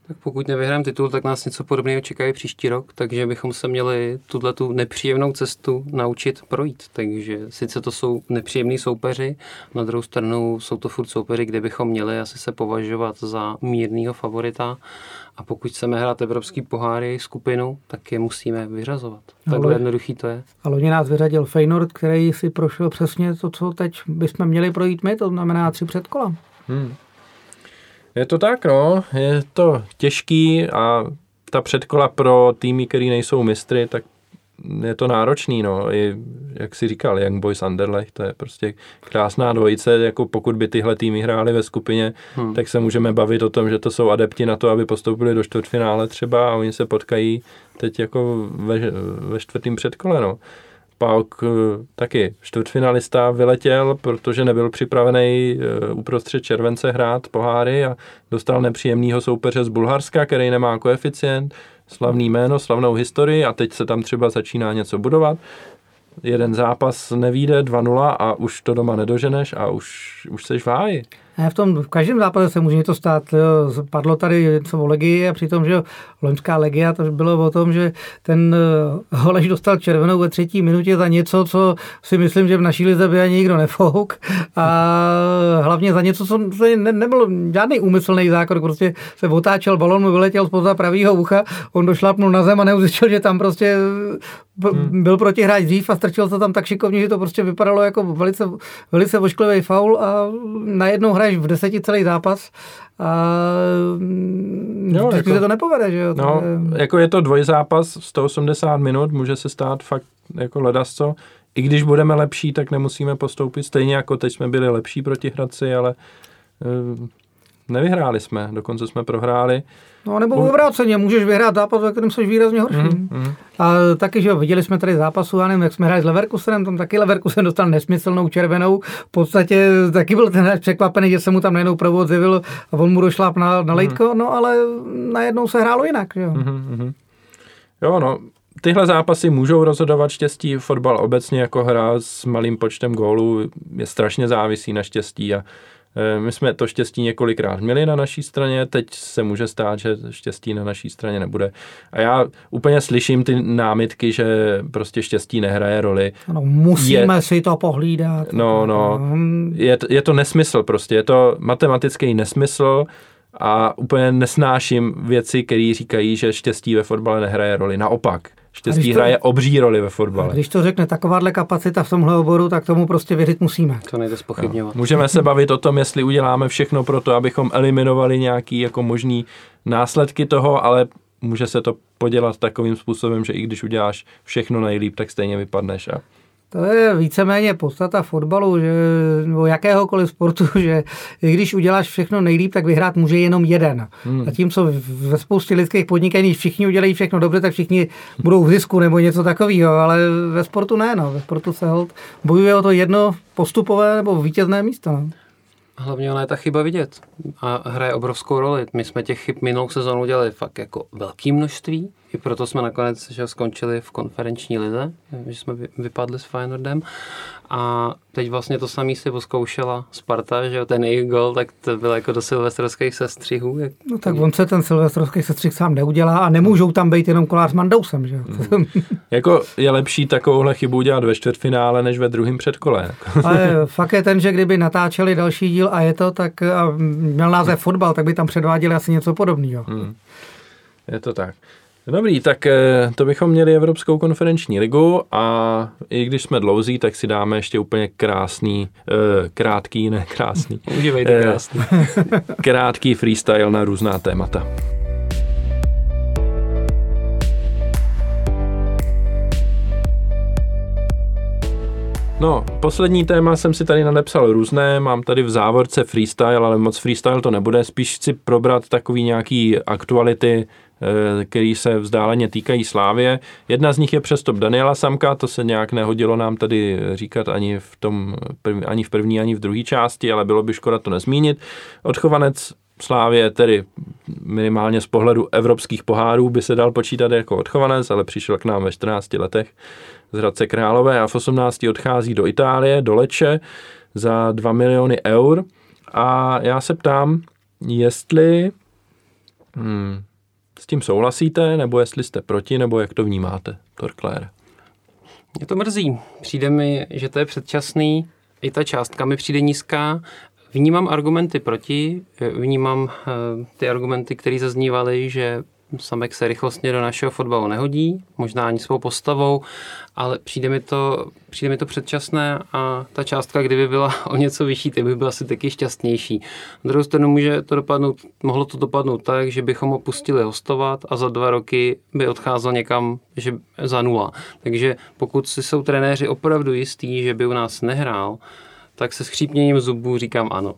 Tak pokud nevyhrajeme titul, tak nás něco podobného čeká příští rok, takže bychom se měli tuhletu nepříjemnou cestu naučit projít. Takže sice to jsou nepříjemní soupeři, na druhou stranu jsou to furt soupeři, kde bychom měli asi se považovat za mírnýho favorita a pokud chceme hrát evropský poháry skupinu, tak je musíme vyřazovat.
No,
Takhle jednoduchý to je.
A loni nás vyřadil Feyenoord, který si prošel přesně to, co teď bychom měli projít my, to znamená tři předkola. Hmm.
Je to tak, no, je to těžký a ta předkola pro týmy, který nejsou mistry, tak je to náročný, no, I, jak si říkal, Young Boys Anderlecht, to je prostě krásná dvojice, jako pokud by tyhle týmy hrály ve skupině, hmm. tak se můžeme bavit o tom, že to jsou adepti na to, aby postoupili do čtvrtfinále třeba a oni se potkají teď jako ve, ve čtvrtým předkole, no. Pauk taky čtvrtfinalista vyletěl, protože nebyl připravený uprostřed července hrát poháry a dostal nepříjemného soupeře z Bulharska, který nemá koeficient, slavný jméno, slavnou historii a teď se tam třeba začíná něco budovat. Jeden zápas nevyjde, dva nula a už to doma nedoženeš a už, už seš v háji.
V tom v každém zápase se může něco stát. Jo. Padlo tady něco o Legii a přitom, že loňská Legia, to bylo o tom, že ten Holeš dostal červenou ve třetí minutě za něco, co si myslím, že v naší lize by ani nikdo nefouk. A hlavně za něco, co ne, nebyl žádný úmyslný zákrok, prostě se otáčel, balon mu vyletěl spoza pravýho ucha, on došlápnul na zem a neuzišel, že tam prostě byl protihráč dřív a strčil se tam tak šikovně, že to prostě vypadalo jako velice, velice ošklivý faul a najednou hraješ v deseti celý zápas a jo, jako, se to nepovede, že jo?
No, je... jako je to dvojzápas, sto osmdesát minut, může se stát fakt jako ledasco. I když budeme lepší, tak nemusíme postoupit, stejně jako teď jsme byli lepší proti Hradci, ale uh, nevyhráli jsme, dokonce jsme prohráli.
No nebo v obráceně, můžeš vyhrát zápas, ve kterém jsi výrazně horší. Mm, mm. A taky, že jo, viděli jsme tady zápasu, já nevím, jak jsme hráli s Leverkusenem, tam taky Leverkusen dostal nesmyslnou červenou, v podstatě taky byl ten hráč překvapený, že se mu tam najednou provod zjevil a on mu došláp na, na lejtko, mm. no ale najednou se hrálo jinak, jo.
Mm, mm. Jo, no, tyhle zápasy můžou rozhodovat štěstí, fotbal obecně jako hra s malým počtem gólů je strašně závisí na štěstí a my jsme to štěstí několikrát měli na naší straně, teď se může stát, že štěstí na naší straně nebude. A já úplně slyším ty námitky, že prostě štěstí nehraje roli.
No, musíme je, si to pohlídat.
No, no, je, je to nesmysl prostě, je to matematický nesmysl a úplně nesnáším věci, které říkají, že štěstí ve fotbale nehraje roli. Naopak. Štěstí to, hraje obří roli ve fotbale.
Když to řekne takováhle kapacita v tomhle oboru, tak tomu prostě věřit musíme.
To nejde zpochybňovat.
No. Můžeme se bavit o tom, jestli uděláme všechno pro to, abychom eliminovali nějaký jako možný následky toho, ale může se to podělat takovým způsobem, že i když uděláš všechno nejlíp, tak stejně vypadneš. A...
To je víceméně podstata fotbalu, že, nebo jakéhokoliv sportu, že i když uděláš všechno nejlíp, tak vyhrát může jenom jeden. Hmm. A tím, co ve spoustě lidských podnikání všichni udělají všechno dobře, tak všichni budou v zisku nebo něco takového, ale ve sportu ne, no. Ve sportu se hold bojuje o to jedno postupové nebo vítězné místo. No.
Hlavně ona je ta chyba vidět a hraje obrovskou roli. My jsme těch chyb minulou sezónu udělali fakt jako velké množství, i proto jsme nakonec že skončili v konferenční lize, že jsme vypadli s Feyenoordem a teď vlastně to samý si poskoušela Sparta, že ten jejich gol, tak to bylo jako do silvestrovských sestřihů. Jak...
No tak on se ten silvestrovský sestřih sám neudělá a nemůžou tam být jenom Kolář s Mandousem, že?
Mm. Jako je lepší takovouhle chybu dělat ve čtvrtfinále, než ve druhém předkole.
Ale fakt je ten, že kdyby natáčeli další díl a je to, tak a měl název fotbal, tak by tam předváděli asi něco podobného.
Mm. Je to tak. Dobrý, tak to bychom měli Evropskou konferenční ligu a i když jsme dlouzí, tak si dáme ještě úplně krásný, krátký, ne krásný.
Udívejte krásný.
Krátký freestyle na různá témata. No, poslední téma jsem si tady nadepsal různé, mám tady v závorce freestyle, ale moc freestyle to nebude, spíš chci probrat takový nějaký aktuality, který se vzdáleně týkají Slávie. Jedna z nich je přestup Daniela Samka, to se nějak nehodilo nám tady říkat ani v, tom, ani v první, ani v druhé části, ale bylo by škoda to nezmínit. Odchovanec Slávie, tedy minimálně z pohledu evropských pohárů, by se dal počítat jako odchovanec, ale přišel k nám ve čtrnácti letech z Hradce Králové a v osmnácti odchází do Itálie, do Lecce za dva miliony eur. A já se ptám, jestli Hmm. S tím souhlasíte, nebo jestli jste proti, nebo jak to vnímáte, Torklére?
Mě to mrzí. Přijde mi, že to je předčasný, i ta částka mi přijde nízká. Vnímám argumenty proti, vnímám uh, ty argumenty, které zaznívaly, že Samek se rychlostně do našeho fotbalu nehodí, možná ani svou postavou, ale přijde mi to, přijde mi to předčasné a ta částka, kdyby byla o něco vyšší, tak by byla asi taky šťastnější. Na druhou stranu může to dopadnout, mohlo to dopadnout tak, že bychom ho pustili hostovat a za dva roky by odcházel někam že za nula. Takže pokud si jsou trenéři opravdu jistí, že by u nás nehrál, tak se skřípněním zubů říkám ano.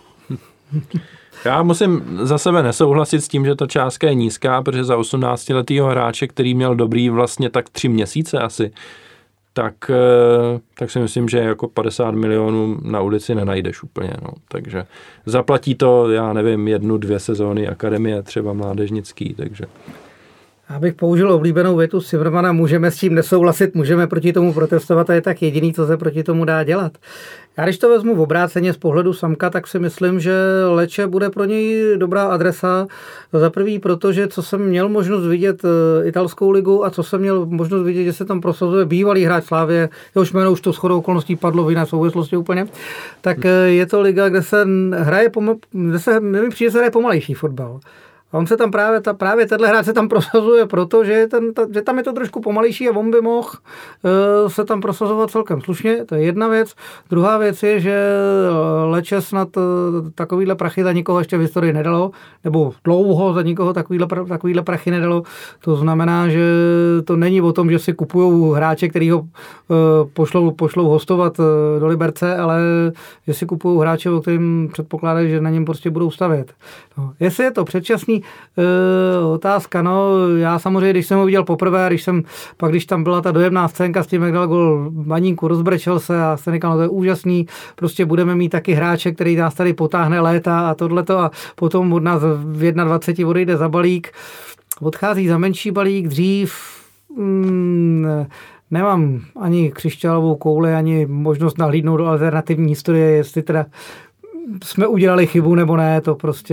Já musím za sebe nesouhlasit s tím, že ta částka je nízká, protože za osmnáctiletýho hráče, který měl dobrý vlastně tak tři měsíce asi, tak, tak si myslím, že jako padesát milionů na ulici nenajdeš úplně. No. Takže zaplatí to, já nevím, jednu, dvě sezóny akademie, třeba mládežnický, takže...
Abych použil oblíbenou větu Zimmermana, můžeme s tím nesouhlasit, můžeme proti tomu protestovat a je tak jediný, co se proti tomu dá dělat. Já když to vezmu v obráceně z pohledu Samka, tak si myslím, že Lecce bude pro něj dobrá adresa. Za prvý, protože co jsem měl možnost vidět italskou ligu a co jsem měl možnost vidět, že se tam prosazuje bývalý hráč Slavie, jehož jméno už to shodou okolností padlo v jiné souvislosti úplně, tak je to liga, kde se hraje, pomal, kde se, nevím, přijde se hraje pomalejší fotbal. A on se tam právě, ta, právě tenhle hráč se tam prosazuje, protože ten, ta, že tam je to trošku pomalejší a on by mohl uh, se tam prosazovat celkem slušně, to je jedna věc. Druhá věc je, že Lecce snad uh, takovýhle prachy za nikoho ještě v historii nedalo, nebo dlouho za nikoho takovýhle, takovýhle prachy nedalo. To znamená, že to není o tom, že si kupujou hráče, který ho uh, pošlou, pošlou hostovat uh, do Liberce, ale že si kupují hráče, o kterým předpokládají, že na něm prostě budou stavět. No, jestli je to předčasný, Uh, otázka, no, já samozřejmě, když jsem ho viděl poprvé, když jsem, pak když tam byla ta dojemná scénka s tím, jak dal gol Maníku, rozbrečel se a jsem říkal, no to je úžasný, prostě budeme mít taky hráče, který nás tady potáhne léta a tohleto a potom od nás v dvacet jedna odejde za balík, odchází za menší balík, dřív mm, nemám ani křišťálovou kouli, ani možnost nahlídnout do alternativní historie, jestli teda jsme udělali chybu nebo ne, to prostě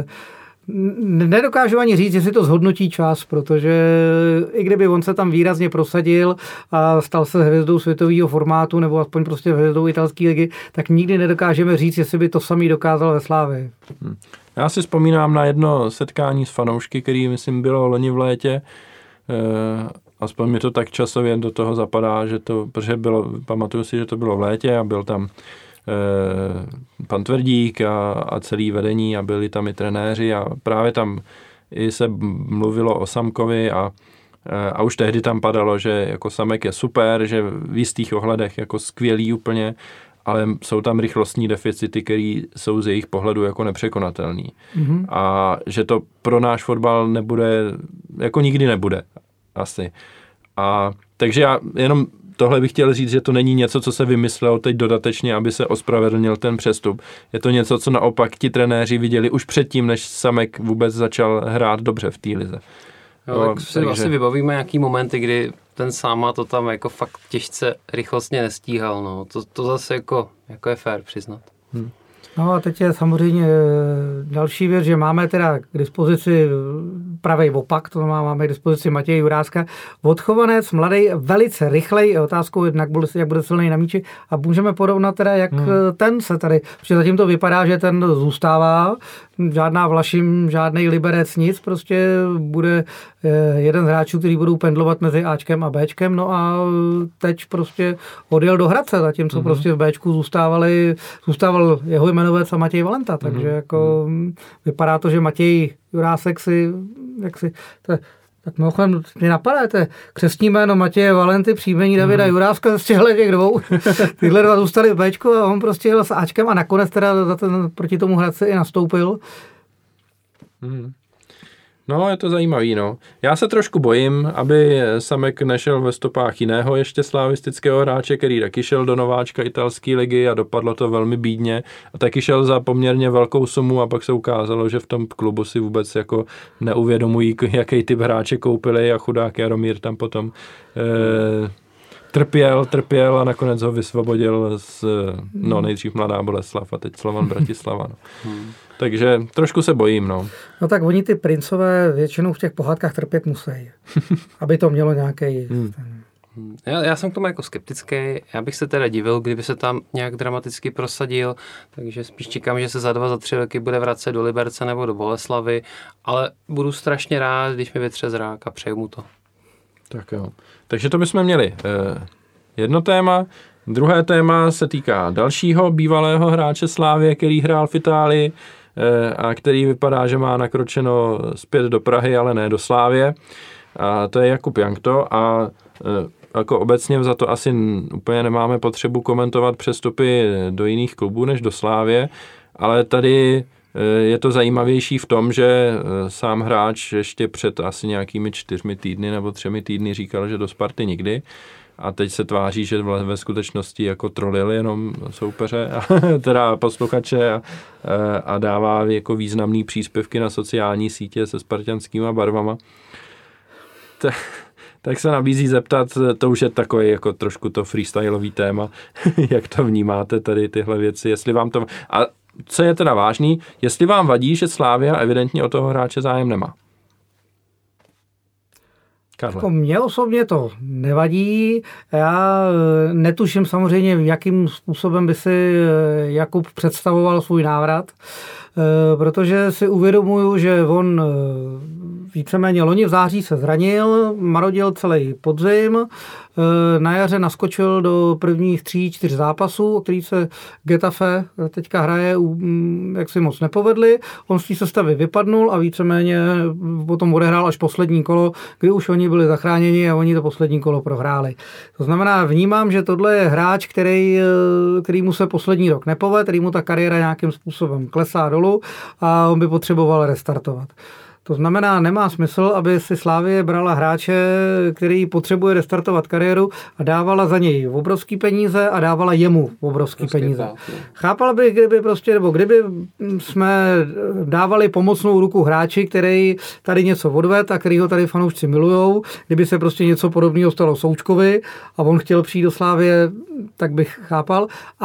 nedokážu ani říct, jestli to zhodnotí čas, protože i kdyby on se tam výrazně prosadil a stal se hvězdou světového formátu nebo aspoň prostě hvězdou italské ligy, tak nikdy nedokážeme říct, jestli by to samý dokázal ve Slávii.
Hmm. Já si vzpomínám na jedno setkání s fanoušky, který myslím bylo loni v létě. E, aspoň mi to tak časově do toho zapadá, že to, protože bylo, pamatuju si, že to bylo v létě a byl tam pan Tvrdík a, a celý vedení a byli tam i trenéři a právě tam i se mluvilo o Samkovi a, a už tehdy tam padalo, že jako Samek je super, že v jistých ohledech jako skvělý úplně, ale jsou tam rychlostní deficity, které jsou z jejich pohledu jako nepřekonatelný. Mm-hmm. A že to pro náš fotbal nebude, jako nikdy nebude asi. A takže já jenom tohle bych chtěl říct, že to není něco, co se vymyslelo teď dodatečně, aby se ospravedlnil ten přestup. Je to něco, co naopak ti trenéři viděli už předtím, než Samek vůbec začal hrát dobře v té lize.
No, no, tak si takže... asi vybavíme nějaký momenty, kdy ten Sáma to tam jako fakt těžce rychlostně nestíhal. No. To, to zase jako, jako je fér přiznat. Hmm.
No a teď je samozřejmě další věc, že máme teda k dispozici pravej opak, to znamená, máme k dispozici Matěje Juráska, odchovanec, mladý, velice rychlej, otázkou jednak, jak bude silný na míči a můžeme porovnat teda, jak hmm. ten se tady, protože zatím to vypadá, že ten zůstává, žádná Vlašim, žádnej Liberec, nic, prostě bude jeden z hráčů, který budou pendlovat mezi Ačkem a Bčkem, no a teď prostě odjel do Hradce, zatímco hmm. prostě v Bčku zůstávali, zůstával jeho jmenovec a Matěj Valenta, takže hmm. jako hmm. vypadá to, že Matěj Jurásek si, jak si, to, tak mimochodem mě napadá, to je křestní jméno Matěje Valenty, příjmení Davida hmm. Juráska z těchto těch dvou. Tyhle dva zůstali v Bčku a on prostě jel s Ačkem a nakonec teda za ten, proti tomu Hradci i nastoupil.
Hmm. No, je to zajímavý, no. Já se trošku bojím, aby Samek nešel ve stopách jiného ještě slavistického hráče, který taky šel do nováčka italské ligy a dopadlo to velmi bídně. A taky šel za poměrně velkou sumu a pak se ukázalo, že v tom klubu si vůbec jako neuvědomují, jaký typ hráče koupili a chudák Jaromír tam potom eh, trpěl, trpěl a nakonec ho vysvobodil z, no nejdřív Mladá Boleslav a teď Slovan Bratislava. No. Hmm. Takže trošku se bojím, no.
No tak oni ty princové většinou v těch pohádkách trpět musí, aby to mělo nějaký. Hmm.
Já, já jsem k tomu jako skeptický, já bych se teda divil, kdyby se tam nějak dramaticky prosadil, takže spíš čekám, že se za dva, za tři roky bude vracet do Liberce nebo do Boleslavy, ale budu strašně rád, když mi vytře zrák a přeju mu to.
Tak jo. Takže to bychom měli eh, jedno téma. Druhé téma se týká dalšího bývalého hráče Slávie, který hrál v Itálii eh, a který vypadá, že má nakročeno zpět do Prahy, ale ne do Slávie. A to je Jakub Jankto a eh, jako obecně za to asi úplně nemáme potřebu komentovat přestupy do jiných klubů než do Slávie, ale tady je to zajímavější v tom, že sám hráč ještě před asi nějakými čtyřmi týdny nebo třemi týdny říkal, že do Sparty nikdy a teď se tváří, že ve skutečnosti jako trolil jenom soupeře, a, teda posluchače a, a dává jako významný příspěvky na sociální sítě se spartanskýma barvama. T- Tak se nabízí zeptat, to už je takový jako trošku to freestylový téma, jak to vnímáte tady tyhle věci, jestli vám to... A co je teda vážný, jestli vám vadí, že Slavia evidentně o toho hráče zájem nemá?
Jako mně osobně to nevadí, já netuším samozřejmě, jakým způsobem by si Jakub představoval svůj návrat, protože si uvědomuju, že on víceméně loni v září se zranil, marodil celý podzim, na jaře naskočil do prvních tří, čtyř zápasů, o který se Getafe teďka hraje, jak si moc nepovedli. On z té sestavy vypadnul a víceméně potom odehrál až poslední kolo, kdy už oni byli zachráněni a oni to poslední kolo prohráli. To znamená, vnímám, že tohle je hráč, který, který mu se poslední rok nepoved, který mu ta kariéra nějakým způsobem klesá dolů a on by potřeboval restartovat. To znamená, nemá smysl, aby si Slavie brala hráče, který potřebuje restartovat kariéru a dávala za něj obrovský peníze a dávala jemu obrovský prostě peníze. Tak, chápal bych, kdyby prostě, nebo kdyby jsme dávali pomocnou ruku hráči, který tady něco odved a který ho tady fanoušci milujou, kdyby se prostě něco podobného stalo Součkovi a on chtěl přijít do Slavie, tak bych chápal,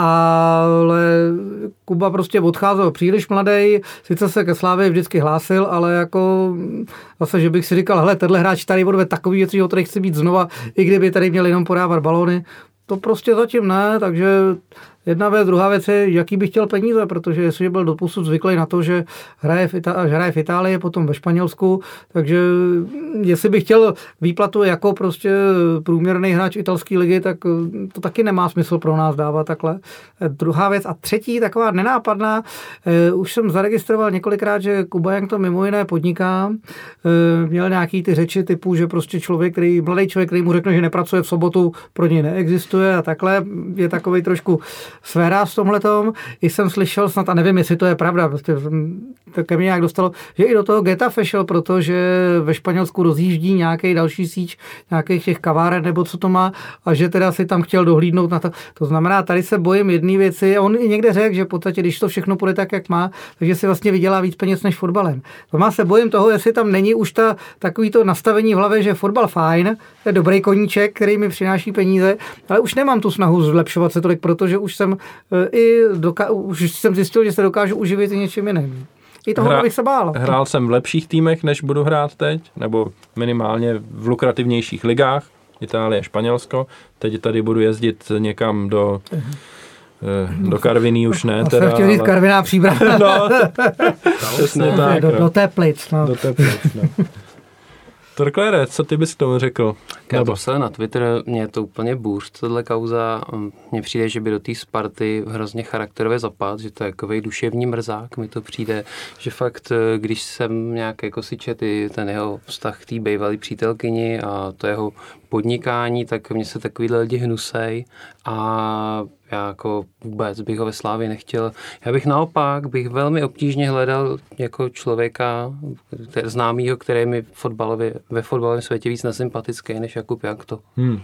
ale Kuba prostě odcházel příliš mladý, sice se ke Slavii vždycky hlásil, ale jako zase, že bych si říkal, hele, tenhle hráč tady odvede takový věci, že tady chci být znova, i kdyby tady měl jenom podávat balóny, to prostě zatím ne, takže jedna věc, druhá věc je, jaký bych chtěl peníze, protože jestliže byl doposud zvyklý na to, že hraje v, Ita- hraje v Itálii, potom ve Španělsku, takže jestli bych chtěl výplatu jako prostě průměrný hráč italské ligy, tak to taky nemá smysl pro nás dávat takhle. Druhá věc a třetí, taková nenápadná, už jsem zaregistroval několikrát, že Kuba Jankto mimo jiné podniká, měl nějaký ty řeči typu, že prostě člověk, který, mladý člověk, který mu řekne, že nepracuje v sobotu, pro něj neexistuje a takhle, je takovej trošku sféra v tomhletom. I jsem slyšel snad, a nevím, jestli to je pravda, prostě to ke mně nějak dostalo, že i do toho Getafe šel, protože ve Španělsku rozjíždí nějaký další síť nějakých těch kaváren, nebo co to má, a že teda si tam chtěl dohlídnout na to. To znamená, tady se bojím jedné věci. On i někde řekl, že v podstatě, když to všechno půjde tak, jak má, takže si vlastně vydělá víc peněz než fotbalem. To má se bojím toho, jestli tam není už ta takový to nastavení v hlavě, že fotbal fajn, to je dobrý koníček, který mi přináší peníze, ale už nemám tu snahu zlepšovat se tolik, protože už jsem i doka- už jsem zjistil, že se dokážu uživit i něčím jiným. I toho Hra- bych se bál.
Hrál jsem v lepších týmech, než budu hrát teď, nebo minimálně v lukrativnějších ligách, Itálie, Španělsko. Teď tady budu jezdit někam do, uh-huh. do Karviní, už ne.
Teda, jsem chtěl říct ale... Karviná Příbram.
No, přesně tak.
Do, do Teplic. No.
Do Teplic, no. Torklére, co ty bys k tomu řekl?
Já to se na Twitter, mě je to úplně bůř, tohle kauza. Mně přijde, že by do té Sparty hrozně charakterově zapad, že to je takovej duševní mrzák. Mi to přijde, že fakt, když jsem nějak jako si četl ten jeho vztah k té bývalé přítelkyni a to jeho podnikání, tak mě se takovýhle lidi hnusej a já jako vůbec bych ho ve Slávii nechtěl. Já bych naopak, bych velmi obtížně hledal jako člověka známýho, který je mi fotbalově, ve fotbalovém světě víc nesympatický než Jakub Jankto. Hmm.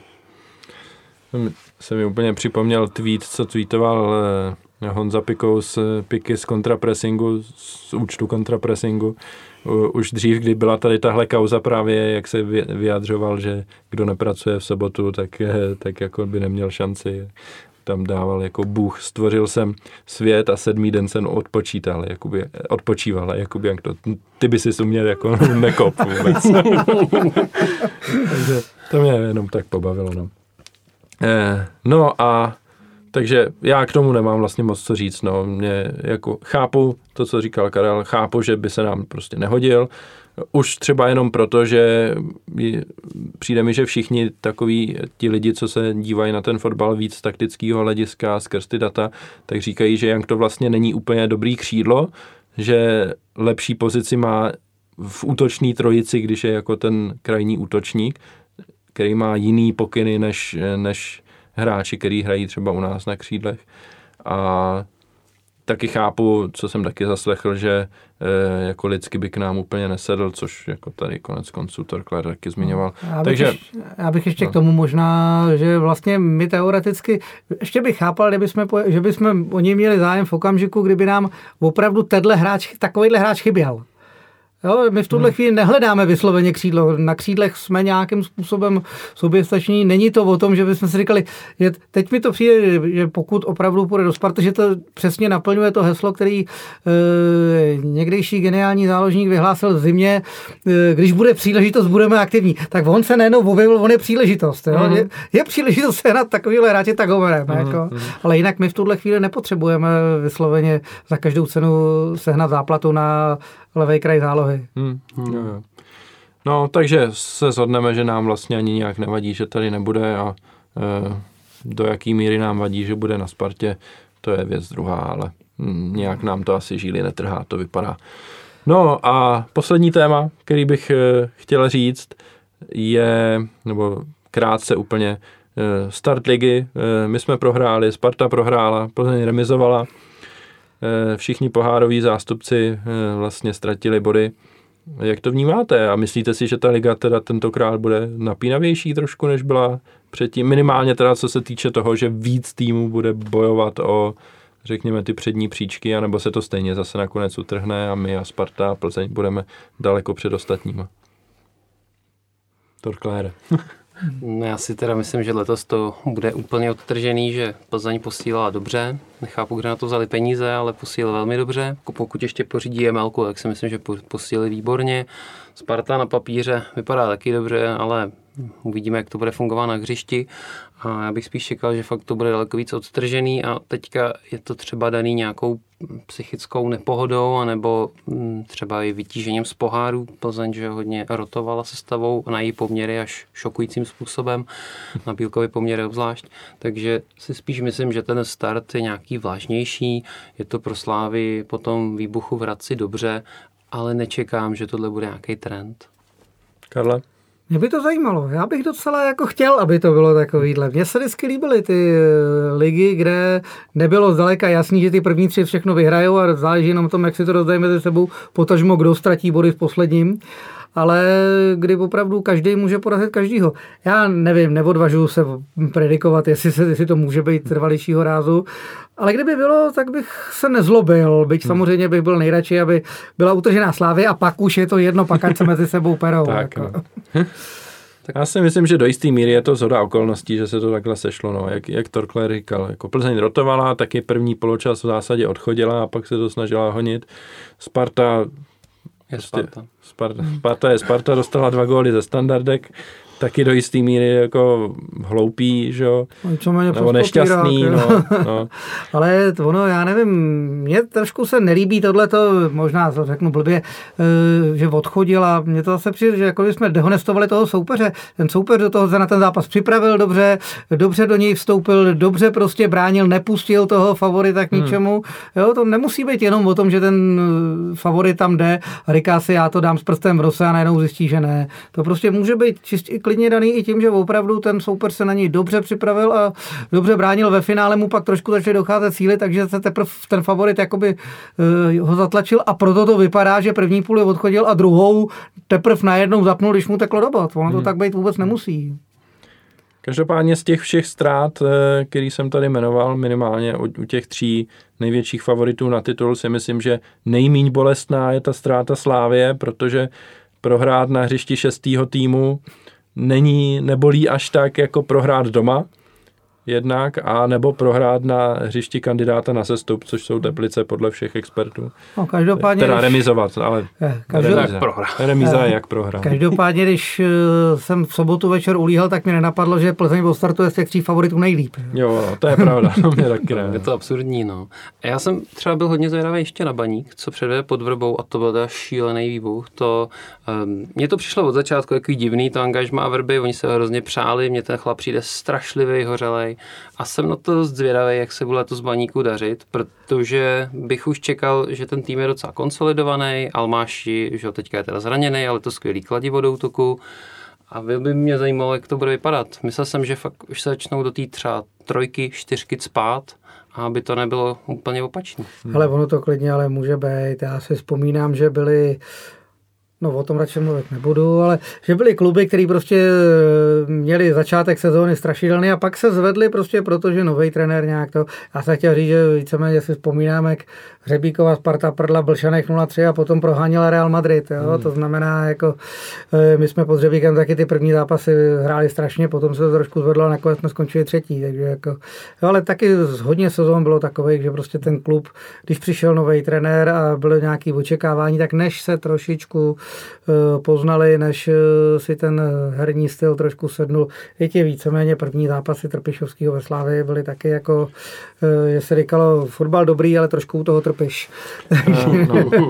Se mi úplně připomněl tweet, co tweetoval eh, Honza Pikou z Piky z kontrapressingu, z účtu kontrapressingu. Už dřív, kdy byla tady tahle kauza právě, jak se vyjadřoval, že kdo nepracuje v sobotu, tak, tak jako by neměl šanci. tam dával jako Bůh, stvořil jsem svět a sedmý den jsem odpočítal, jakoby, odpočíval, jakoby, jak to, ty by si uměl jako nekop vůbec. Takže to mě jenom tak pobavilo, no. Eh, no a takže já k tomu nemám vlastně moc co říct, no, mě jako chápu to, co říkal Karel, chápu, že by se nám prostě nehodil, už třeba jenom proto, že přijde mi, že všichni takoví ti lidi, co se dívají na ten fotbal víc z taktického hlediska skrz ty data, tak říkají, že Young to vlastně není úplně dobrý křídlo, že lepší pozici má v útočný trojici, když je jako ten krajní útočník, který má jiný pokyny než, než hráči, který hrají třeba u nás na křídlech. A taky chápu, co jsem taky zaslechl, že e, jako lidsky by k nám úplně nesedl, což jako tady konec konců Torkler taky zmiňoval.
Já bych,
Takže,
ještě, já bych ještě
no.
k tomu možná, že vlastně my teoreticky, ještě bych chápal, kdybychom, že bychom oni měli zájem v okamžiku, kdyby nám opravdu tenhle hráč, takovýhle hráč chyběl. Jo, my v tuhle hmm. chvíli nehledáme vysloveně křídlo. Na křídlech jsme nějakým způsobem soběstační. Není to o tom, že bychom si říkali, že teď mi to přijde, že pokud opravdu půjde do Sparty, že to přesně naplňuje to heslo, který e, někdejší geniální záložník vyhlásil v zimě, e, když bude příležitost, budeme aktivní. Tak on se nejenom objevil, on je příležitost. Jo? Hmm. Je, je příležitost sehnat takovýhle hráče, tak ho bereme. Hmm. Jako. Ale jinak my v tuhle chvíli nepotřebujeme vysloveně za každou cenu sehnat záplatu na levej kraj zálohy.
Hmm. Hmm. Jo, jo. No, takže se shodneme, že nám vlastně ani nějak nevadí, že tady nebude a e, do jaký míry nám vadí, že bude na Spartě, to je věc druhá, ale hm, nějak nám to asi žíly netrhá, to vypadá. No a poslední téma, který bych e, chtěl říct, je, nebo krátce úplně, e, start ligy. E, my jsme prohráli, Sparta prohrála, Plzeň remizovala. Všichni pohároví zástupci vlastně ztratili body. Jak to vnímáte? A myslíte si, že ta liga teda tentokrát bude napínavější trošku, než byla předtím? Minimálně teda co se týče toho, že víc týmů bude bojovat o, řekněme, ty přední příčky, anebo se to stejně zase nakonec utrhne a my a Sparta a Plzeň budeme daleko před ostatníma. Torklére.
Já si teda myslím, že letos to bude úplně odtržený, že Plzeň posílala dobře. Nechápu, kde na to vzali peníze, ale posílala velmi dobře. Pokud ještě pořídí em elku, tak si myslím, že posílili výborně. Sparta na papíře vypadá taky dobře, ale uvidíme, jak to bude fungovat na hřišti. A já bych spíš čekal, že fakt to bude daleko víc odtržený a teďka je to třeba daný nějakou psychickou nepohodou anebo třeba i vytížením z poháru. Plzeň, že hodně rotovala sestavou na její poměry až šokujícím způsobem, na Bílkovy poměry obzvlášť. Takže si spíš myslím, že ten start je nějaký vlážnější, je to pro Slávy po tom výbuchu v Hradci dobře, ale nečekám, že tohle bude nějaký trend.
Karle?
Mě by to zajímalo. Já bych docela jako chtěl, aby to bylo takovýhle. Mně se vždycky líbily ty ligy, kde nebylo zdaleka jasný, že ty první tři všechno vyhrajou a záleží jenom tom, jak si to rozdají mezi sebou, potažmo kdo ztratí body v posledním. Ale kdy opravdu každý může porazit každýho. Já nevím, neodvažuji se predikovat, jestli, se, jestli to může být trvalějšího rázu, ale kdyby bylo, tak bych se nezlobil, byť samozřejmě bych byl nejradši, aby byla utržená Slávy a pak už je to jedno, pak ať se mezi sebou perou.
Tak,
jako.
no. Tak já si myslím, že do jistý míry je to shoda okolností, že se to takhle sešlo. No. Jak, jak Torkler říkal, jako Plzeň rotovala, taky první poločas v zásadě odchodila a pak se to snažila honit. Sparta
Je Sparta.
Sparta, Sparta je Sparta, dostala dva góly ze standardek, taky do jistý míry jako hloupý, že jo, nebo nešťastný, no, no.
Ale ono, já nevím, mně trošku se nelíbí tohleto, možná to řeknu blbě, že odchodila, mně to zase přijde, že jako jsme dehonestovali toho soupeře, ten soupeř do toho se na ten zápas připravil dobře, dobře do něj vstoupil, dobře prostě bránil, nepustil toho favorita k ničemu, hmm. jo, to nemusí být jenom o tom, že ten favorit tam jde a říká si, já to dám s prstem v rose a najednou zjistí, že ne. To prostě může být čistě klidně daný i tím, že opravdu ten soupeř se na něj dobře připravil a dobře bránil, ve finále mu pak trošku začaly docházet síly, takže se teprve ten favorit jakoby uh, ho zatlačil a proto to vypadá, že první půli odchodil a druhou teprve najednou zapnul, když mu teklo do bod. Ono to hmm. tak být vůbec nemusí.
Každopádně z těch všech ztrát, který jsem tady jmenoval, minimálně u těch tří největších favoritů na titul, si myslím, že nejmíň bolestná je ta ztráta Slávie, protože prohrát na hřišti šestýho týmu není, nebolí až tak jako prohrát doma. jednak, a nebo prohrát na hřišti kandidáta na sestup, což jsou Teplice podle všech expertů.
No, každopádně,
teda
když,
remizovat, ale
každopádně,
remíza. remíza je jak prohrát.
Každopádně, když jsem v sobotu večer ulíhal, tak mi nenapadlo, že Plzeň odstartuje z těch tří favoritů nejlíp.
Jo, no, to je pravda, to mě taky ne.
Je to absurdní, no. A já jsem třeba byl hodně zvědavý ještě na Baník, co předvede pod Vrbou, a to byl teda šílený výbuch. To, um, mně to přišlo od začátku takový divný, to angažmá Vrby, oni se hrozně přáli, mně ten chlap přijde strašlivý, hořelej, a jsem na to dost zvědavý, jak se bude letos Baníku dařit, protože bych už čekal, že ten tým je docela konsolidovaný, Almáši, že ho teďka je teda zraněný, ale to skvělý kladivo do útoku. A by mě zajímalo, jak to bude vypadat. Myslel jsem, že fakt už se začnou do té třeba trojky, čtyřky cpát, a aby to nebylo úplně opačné.
Ale ono to klidně ale může být. Já si vzpomínám, že byly, no o tom radši mluvit nebudu, ale že byly kluby, které prostě měli začátek sezóny strašidelný a pak se zvedli prostě, protože nový trenér nějak to. Já jsem chtěl říct, že víceméně si vzpomínám, jak Hřebíková Sparta prdla Blšanech nula tři a potom proháněla Real Madrid. Jo? Hmm. To znamená, jako my jsme pod Hřebíkem taky ty první zápasy hráli strašně, potom se to trošku zvedlo a nakonec jsme skončili třetí. Takže jako, jo, ale taky hodně sezón bylo takových, že prostě ten klub, když přišel nový trenér a byly nějaké očekávání, tak než se trošičku poznali, než si ten herní styl trošku sednul. I ti víceméně první zápasy Trpišovského ve Slávii byly taky jako, že se říkalo, fotbal dobrý, ale trošku u toho trpiš.
No, no.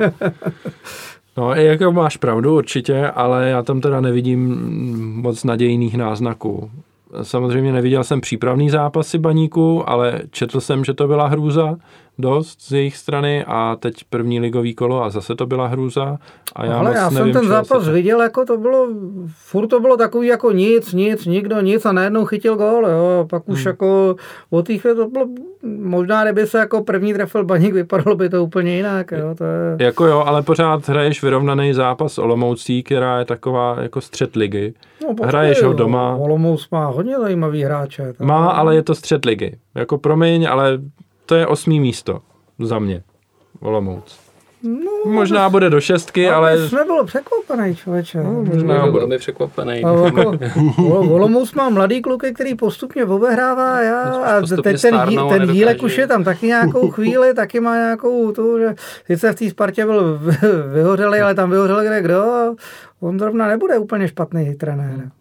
no jako máš pravdu určitě, ale já tam teda nevidím moc nadějných náznaků. Samozřejmě neviděl jsem přípravný zápasy Baníku, ale četl jsem, že to byla hrůza dost z jejich strany a teď první ligový kolo a zase to byla hrůza. A já,
ale já
nevím,
jsem ten zápas
se...
viděl, jako to bylo, furt to bylo takový jako nic, nic, nikdo nic a najednou chytil gól, jo, pak už hmm. jako o té chvíli to bylo, možná kdyby se jako první trefil Baník, vypadalo by to úplně jinak, jo, to je...
Jako jo, ale pořád hraješ vyrovnaný zápas Olomoucí, která je taková jako střed ligy. No, hraješ ho doma.
Olomouc má hodně zajímavý hráče.
Tak... Má, ale je to střed ligy. Jako promiň, ale to je osmý místo za mě. Olomouc. No, možná bude do šestky, no, ale...
Jsme byl překvapený, člověče.
No, možná byl mi překvapený.
Jako, Olomouc má mladý kluky, který postupně obehrává. Já, a ten, ten, ten Jílek už je tam taky nějakou chvíli, taky má nějakou tu, že sice v té Spartě byl vyhořelý, ale tam vyhořel kde kdo. On zrovna nebude úplně špatný trenér. Hmm.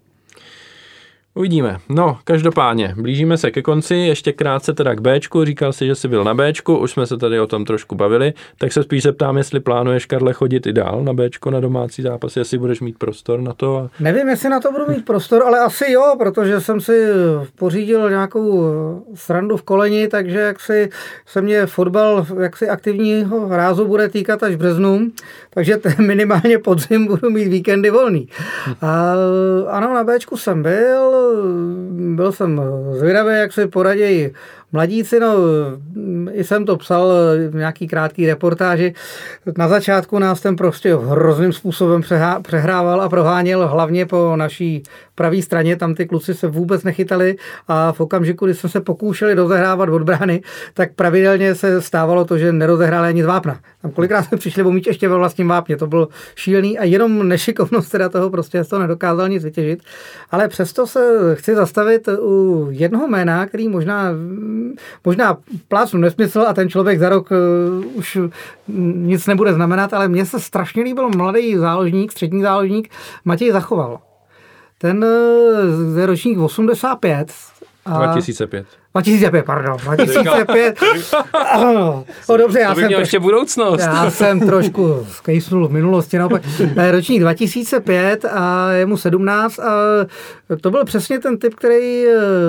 Uvidíme. No, každopádně, blížíme se ke konci, ještě krátce teda k Béčku, říkal si, že jsi byl na Béčku, už jsme se tady o tom trošku bavili, tak se spíš zeptám, jestli plánuješ, Karle, chodit i dál na Béčko, na domácí zápas, jestli budeš mít prostor na to. A...
Nevím, jestli na to budu mít prostor, ale asi jo, protože jsem si pořídil nějakou srandu v koleni, takže jak si se mě fotbal jaksi aktivního rázu bude týkat až v březnu, takže minimálně podzim budu mít víkendy volný. A, ano, na Béčku jsem byl, byl jsem zvědavý, jak si poradějí mladíci, no i jsem to psal v nějaký krátký reportáži. Na začátku nás ten prostě hrozným způsobem přehrával a proháněl hlavně po naší pravé straně, tam ty kluci se vůbec nechytali a v okamžiku, kdy jsme se pokoušeli rozehrávat od brány, tak pravidelně se stávalo to, že nerozehráli ani z vápna. Tam kolikrát jsme přišli o míč ještě ve vlastním vápně, to bylo šílený a jenom nešikovnost teda toho prostě to nedokázal nic vytěžit. Ale přesto se chci zastavit u jednoho jména, který možná možná plácnu nesmysl a ten člověk za rok uh, už nic nebude znamenat, ale mně se strašně líbil mladý záložník, střední záložník Matěj Zachoval. Ten uh, je ročník osmdesát pět. A...
dva tisíce pět.
dva tisíce pět, pardon. dva tisíce pět. Ano. O, dobře, já
to
jsem
trošku, ještě budoucnost.
Já jsem trošku skejsnul v minulosti. Naopak. Ročník dva tisíce pět a je mu sedmnáct a to byl přesně ten typ, který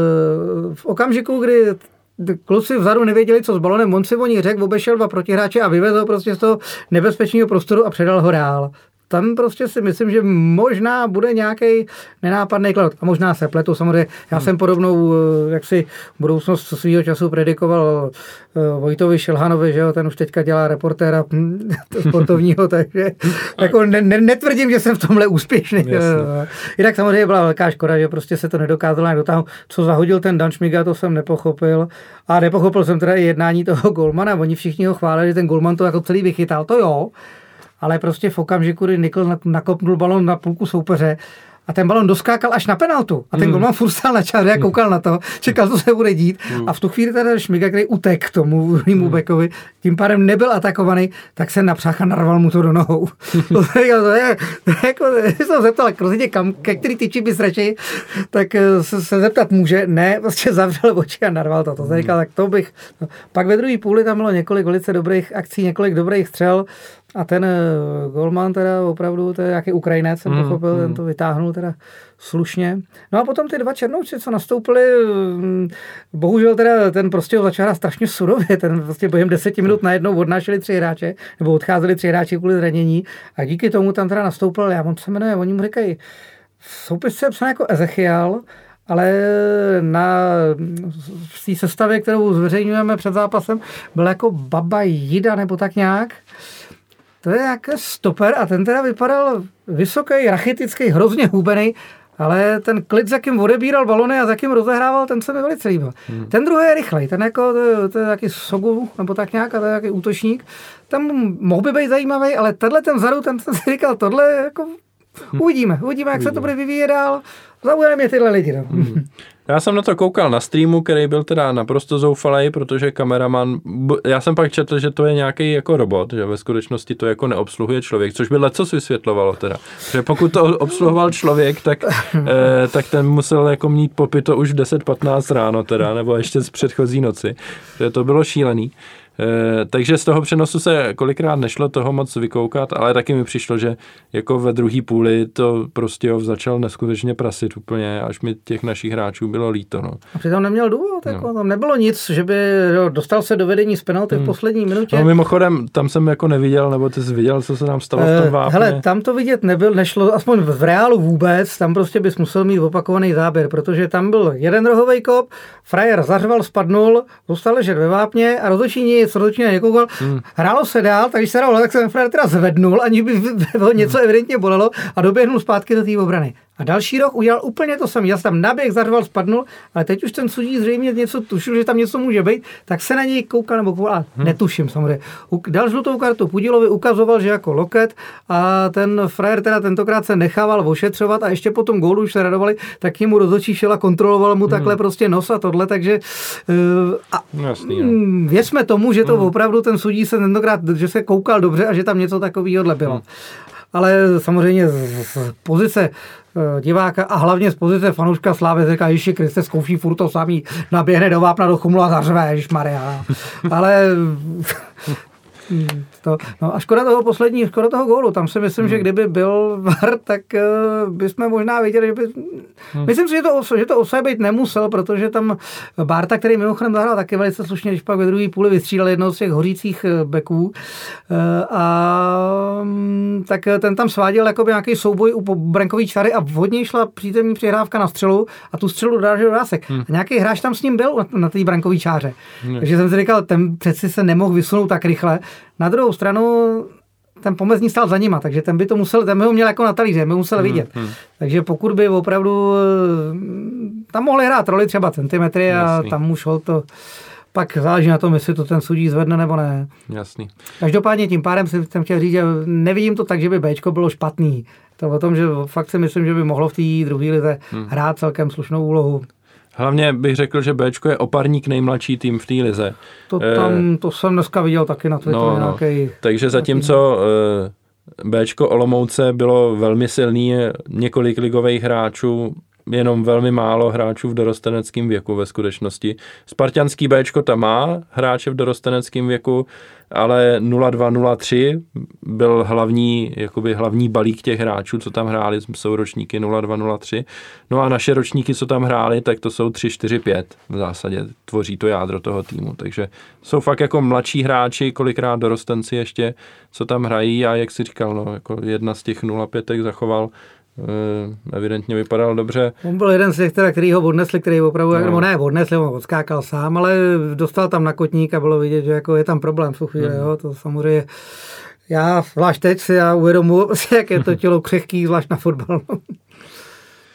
v okamžiku, kdy kluci vzadu nevěděli, co s balonem, on si o ní řekl, obešel dva protihráče a vyvezl ho prostě z toho nebezpečného prostoru a předal ho Reál. Tam prostě si myslím, že možná bude nějaký nenápadný klad. A možná se pletu, samozřejmě. Já jsem podobnou jaksi budoucnost svýho času predikoval Vojtovi Šilhanovi, že jo, ten už teďka dělá reportéra sportovního, takže jako ne, ne, netvrdím, že jsem v tomhle úspěšný. Jinak samozřejmě byla velká škoda, že prostě se to nedokázalo nějak dotáhnout. Co zahodil ten Dan Šmiga, to jsem nepochopil. A nepochopil jsem teda i jednání toho golmana. Oni všichni ho chválili, že ten golman to jako celý vychytal. To jo. Ale prostě v okamžiku, kdy Nikl nakopnul balon na půlku soupeře a ten balon doskákal až na penaltu a ten
Hmm.
golman furt stál na čáře a koukal na to, čekal, co se bude dít
Hmm.
a v tu chvíli teda Šmiga, který utek k tomu hmm. bekovi, tím pádem nebyl atakovaný, tak se napřách a narval mu to do nohou. to, to je, to je jako, když jsem zeptal, rozhodně kam, ke který tyči bys radši, tak se, se zeptat může, ne, prostě zavřel oči a narval to. To jsem říkal, tak to bych. No. Pak ve druhé půli tam bylo několik velice dobrých akcí, několik dobrých střel a ten golman teda opravdu, to je nějaký Ukrajinec, jsem
mm,
pochopil,
mm.
ten to vytáhnul teda slušně. No a potom ty dva černouči, co nastoupili, bohužel teda ten prostě začal hrát strašně surově, ten prostě během deseti minut najednou odnášeli tři hráče, nebo odcházeli tři hráči kvůli zranění a díky tomu tam teda nastoupil, já on se jmenuje, oni mu říkají, soupisce je psaný jako Ezechiel, ale na v té sestavě, kterou zveřejňujeme před zápasem, byl jako Baba Jida nebo tak nějak. To je nějaký stoper a ten teda vypadal vysoký, rachitický, hrozně hubený, ale ten klid, s jakým odebíral balony a s jakým rozehrával, ten se mi velice líbil. Hmm. Ten druhý je rychlej, ten jako, to, to je taky Sogu, nebo tak nějak, a to je taky útočník. Tam mohl by být zajímavý, ale tenhle ten vzadu, ten jsem si říkal, tohle jako hmm. uvidíme, uvidíme, jak uvidíme. Se to bude vyvíjet dál. Zaujali mě tyhle lidi. No. Hmm.
Já jsem na to koukal na streamu, který byl teda naprosto zoufalej, protože kameraman, já jsem pak četl, že to je nějaký jako robot, že ve skutečnosti to jako neobsluhuje člověk, což by lecos vysvětlovalo teda. Že pokud to obsluhoval člověk, tak, eh, tak ten musel jako mít popito už v deset patnáct ráno teda, nebo ještě z předchozí noci. Že to bylo šílený. E, takže z toho přenosu se kolikrát nešlo toho moc vykoukat, ale taky mi přišlo, že jako ve druhý půli to prostě ho začal neskutečně prasit úplně, až mi těch našich hráčů bylo líto. No.
A přitom neměl důvod, jako, no. Tam nebylo nic, že by jo, dostal se do vedení z penalty hmm. v poslední minutě.
No mimochodem, tam jsem jako neviděl, nebo ty jsi viděl, co se tam stalo v tom vápně?
Hele, tam to vidět nebyl, nešlo, aspoň v reálu vůbec, tam prostě bys musel mít opakovaný záběr, protože tam byl jeden rohovej kop, frajer zařval, spadnul, zůstal ležet ve vápně a rozhodčí nic, rozhodčí nekoukal. Hmm. Hrálo se dál, takže se dál, tak se ten frajer teda zvednul, aniž by ho něco evidentně bolelo a doběhnul zpátky do té obrany. A další rok udělal úplně to samé. Já jsem tam naběh, zařval, spadnul, ale teď už ten sudí zřejmě něco tušil, že tam něco může být, tak se na něj koukal, nebo koukal, hmm. netuším samozřejmě. Dal žlutou kartu Pudilovi, ukazoval, že jako loket a ten frajer teda tentokrát se nechával ošetřovat a ještě po tom gólu už se radovali, tak mu rozhodčí šel a kontroloval mu takhle hmm. prostě nos a tohle, takže uh, a
Jasný,
mm, věřme tomu, že to hmm. opravdu ten sudí se tentokrát, že se koukal dobře a že tam něco takového bylo. Hmm. Ale samozřejmě z, z pozice diváka a hlavně z pozice fanouška Slávy říká, Ježiši Kriste, zkouší furt to samý, naběhne do vápna, do chumlu a zařve, ježišmarja. Ale to, no a škoda toho poslední, škoda toho gólu, tam si myslím, hmm. že kdyby byl V A R, tak uh, bychom možná viděli, že by... Hmm. Myslím si, že to, že to offside být nemusel, protože tam Bárta, který mimochodem zahrál taky velice slušně, když pak ve druhé půli vystřídal jednoho z těch hořících beků uh, a um, tak ten tam sváděl jakoby nějaký souboj u brankový čary a od něj šla přízemní přihrávka na střelu a tu střelu dáže do rásek. Hmm. A nějaký hráč tam s ním byl na, na té brankový čáře. Hmm. Takže jsem si říkal, ten přeci se nemohl vysunout tak rychle. Na druhou stranu ten pomezní stál za nima, takže ten by to musel, ten by ho měl jako na talíře, by musel hmm, vidět. Hmm. Takže pokud by opravdu tam mohli hrát roli třeba centimetry Jasný. A tam už to pak záleží na tom, jestli to ten sudí zvedne nebo ne.
Jasný.
Každopádně tím pádem jsem chtěl říct, že nevidím to tak, že by Bčko bylo špatný. To o tom, že fakt si myslím, že by mohlo v té druhé lize hmm. hrát celkem slušnou úlohu.
Hlavně bych řekl, že Bčko je oparník nejmladší tým v té lize.
To, tam, to jsem dneska viděl taky na Twitteru. No, no. Nějaký,
Takže zatímco Bčko Olomouce bylo velmi silný, několik ligových hráčů, jenom velmi málo hráčů v dorosteneckém věku ve skutečnosti. Spartanský Bčko tam má hráče v dorosteneckém věku, ale nula dva nula tři byl hlavní, jakoby hlavní balík těch hráčů, co tam hráli, jsou ročníky nula dva nula tři. No a naše ročníky, co tam hráli, tak to jsou tři čtyři pět v zásadě, tvoří to jádro toho týmu. Takže jsou fakt jako mladší hráči, kolikrát dorostenci ještě, co tam hrají a jak si říkal, no, jako jedna z těch nula pět zachoval, evidentně vypadal dobře.
On byl jeden z těch, který ho odnesli, který opravdu, no. nebo ne, odnesli, on odskákal sám, ale dostal tam na kotník a bylo vidět, že jako je tam problém v tu chvíli, mm. jo, to samozřejmě, já zvlášť teď si já uvědomuji, jak je to tělo křehký, zvlášť na fotbal.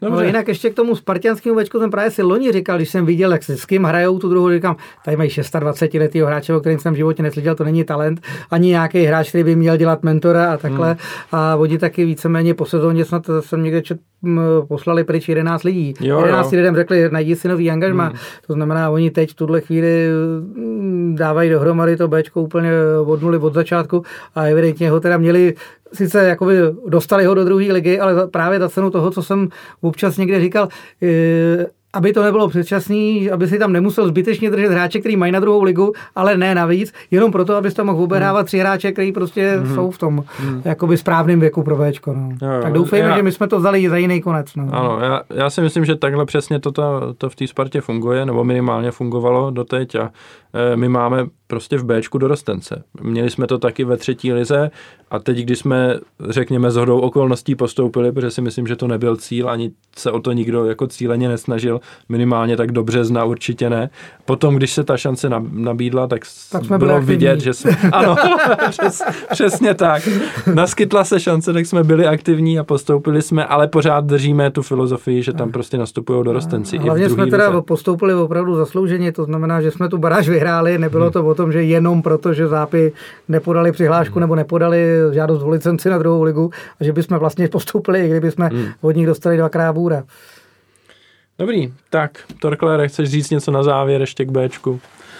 No, jinak ještě k tomu spartianskému Bčku jsem právě si loni říkal, když jsem viděl, jak se s kým hrajou tu druhou, říkám, tady mají dvacetiletého hráče, o kterým jsem v životě neslyšel, to není talent, ani nějaký hráč, který by měl dělat mentora a takhle. Hmm. A oni taky víceméně po sezóně snad jsem někde čet, poslali pryč jedenáct lidí. Jo, jedenáct jo. lidem řekli, najdi si nový angažmá. Hmm. To znamená, oni teď v tuhle chvíli dávají dohromady to Bčko úplně od nuly od začátku a evidentně ho teda měli sice jakoby dostali ho do druhé ligy, ale právě za cenu toho, co jsem občas někde říkal, aby to nebylo předčasný, aby si tam nemusel zbytečně držet hráče, který mají na druhou ligu, ale ne navíc, jenom proto, abys tam mohl obehrávat hmm. tři hráče, který prostě hmm. jsou v tom hmm. jakoby správným věku pro Bčko. No. Jo, tak doufejme, já, že my jsme to vzali za jiný konec. No.
Ano, já, já si myslím, že takhle přesně to, to, to v té Spartě funguje, nebo minimálně fungovalo doteď a e, my máme prostě v Bčku dorostence. Měli jsme to taky ve třetí lize a teď, když jsme, řekněme, shodou okolností postoupili, protože si myslím, že to nebyl cíl, ani se o to nikdo jako cíleně nesnažil, minimálně tak do března určitě ne. Potom, když se ta šance nabídla, tak, tak bylo vidět, že jsme... Ano, přes, přesně tak. Naskytla se šance, tak jsme byli aktivní a postoupili jsme, ale pořád držíme tu filozofii, že tam prostě nastupují dorostenci.
Hlavně jsme teda lize. Postoupili opravdu zaslouženě, to znamená, že jsme tu baráž vyhráli, nebylo hmm. to o tom, že jenom proto, že Zápy nepodali přihlášku hmm. nebo nepodali žádost o licenci na druhou ligu a že bychom vlastně postoupili, kdyby jsme hmm. od nich dostali dvakrát bůra.
Dobrý, tak Torklére, chceš říct něco na závěr ještě k Bčku?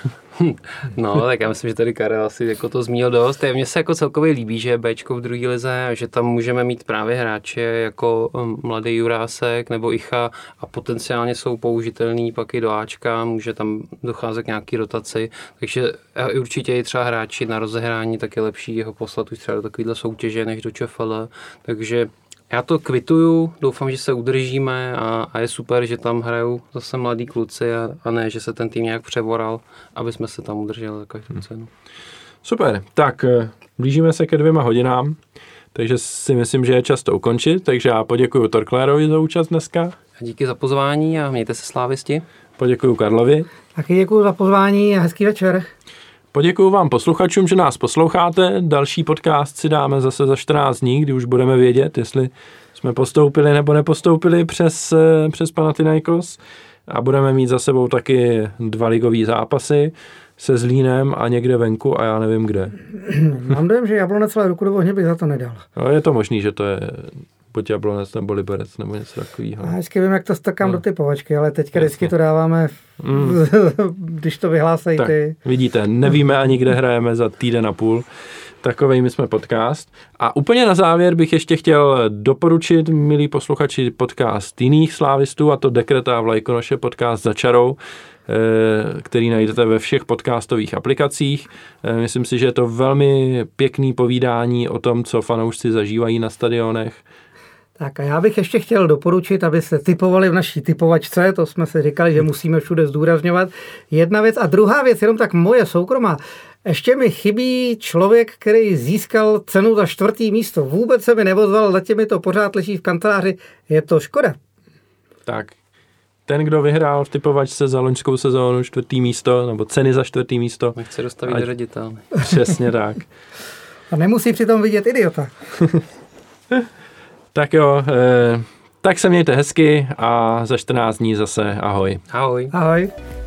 No, tak já myslím, že tady Karel asi jako to zmínil dost. Mně se jako celkově líbí, že je Bčko v druhé lize a že tam můžeme mít právě hráče jako mladý Jurásek nebo Icha a potenciálně jsou použitelný pak i do Ačka, může tam docházet k nějaký rotaci, takže určitě i třeba hráči na rozehrání, tak je lepší jeho poslat už třeba do takovéhle soutěže než do ČFL, takže já to kvituju, doufám, že se udržíme a, a je super, že tam hrajou zase mladí kluci a, a ne, že se ten tým nějak převoral, aby jsme se tam udrželi za každou cenu.
Super, tak blížíme se ke dvěma hodinám, takže si myslím, že je čas to ukončit, takže já poděkuju Torklérovi za účast dneska.
A díky za pozvání a mějte se slávisti.
Poděkuju Karlovi.
Taky děkuju za pozvání a hezký večer.
Poděkuju vám posluchačům, že nás posloucháte. Další podcast si dáme zase za čtrnáct dní, kdy už budeme vědět, jestli jsme postoupili nebo nepostoupili přes, přes Panathinaikos. A budeme mít za sebou taky dva ligový zápasy se Zlínem a někde venku a já nevím kde.
Mám dojem, že Jablonec, ale ruku do ohně bych za to nedal.
No, je to možný, že to je buď Jablonec nebo Liberec nebo něco takového.
Já vždycky vím, jak to stakám no. do typovačky, ale teďka vždycky to dáváme, mm. když to vyhlásají
tak,
ty.
Vidíte, nevíme ani kde hrajeme za týden a půl. Takovej my jsme podcast. A úplně na závěr bych ještě chtěl doporučit, milí posluchači, podcast jiných slávistů, a to Dekreta a Vlajkonoše, podcast Za čarou, který najdete ve všech podcastových aplikacích. Myslím si, že je to velmi pěkný povídání o tom, co fanoušci zažívají na stadionech.
Tak a já bych ještě chtěl doporučit, aby se typovali v naší typovačce, to jsme si říkali, že musíme všude zdůrazňovat. Jedna věc a druhá věc, jenom tak moje soukromá. Ještě mi chybí člověk, který získal cenu za čtvrtý místo. Vůbec se mi nevozval, zatím mi to pořád leží v kanceláři. Je to škoda.
Tak, ten, kdo vyhrál v typovačce za loňskou sezónu čtvrtý místo, nebo ceny za čtvrtý místo.
Nechce dostavit ať... ředitel.
Přesně tak.
A nemusí přitom vidět idiota.
Tak jo, eh, tak se mějte hezky a za čtrnáct dní zase ahoj.
Ahoj.
Ahoj.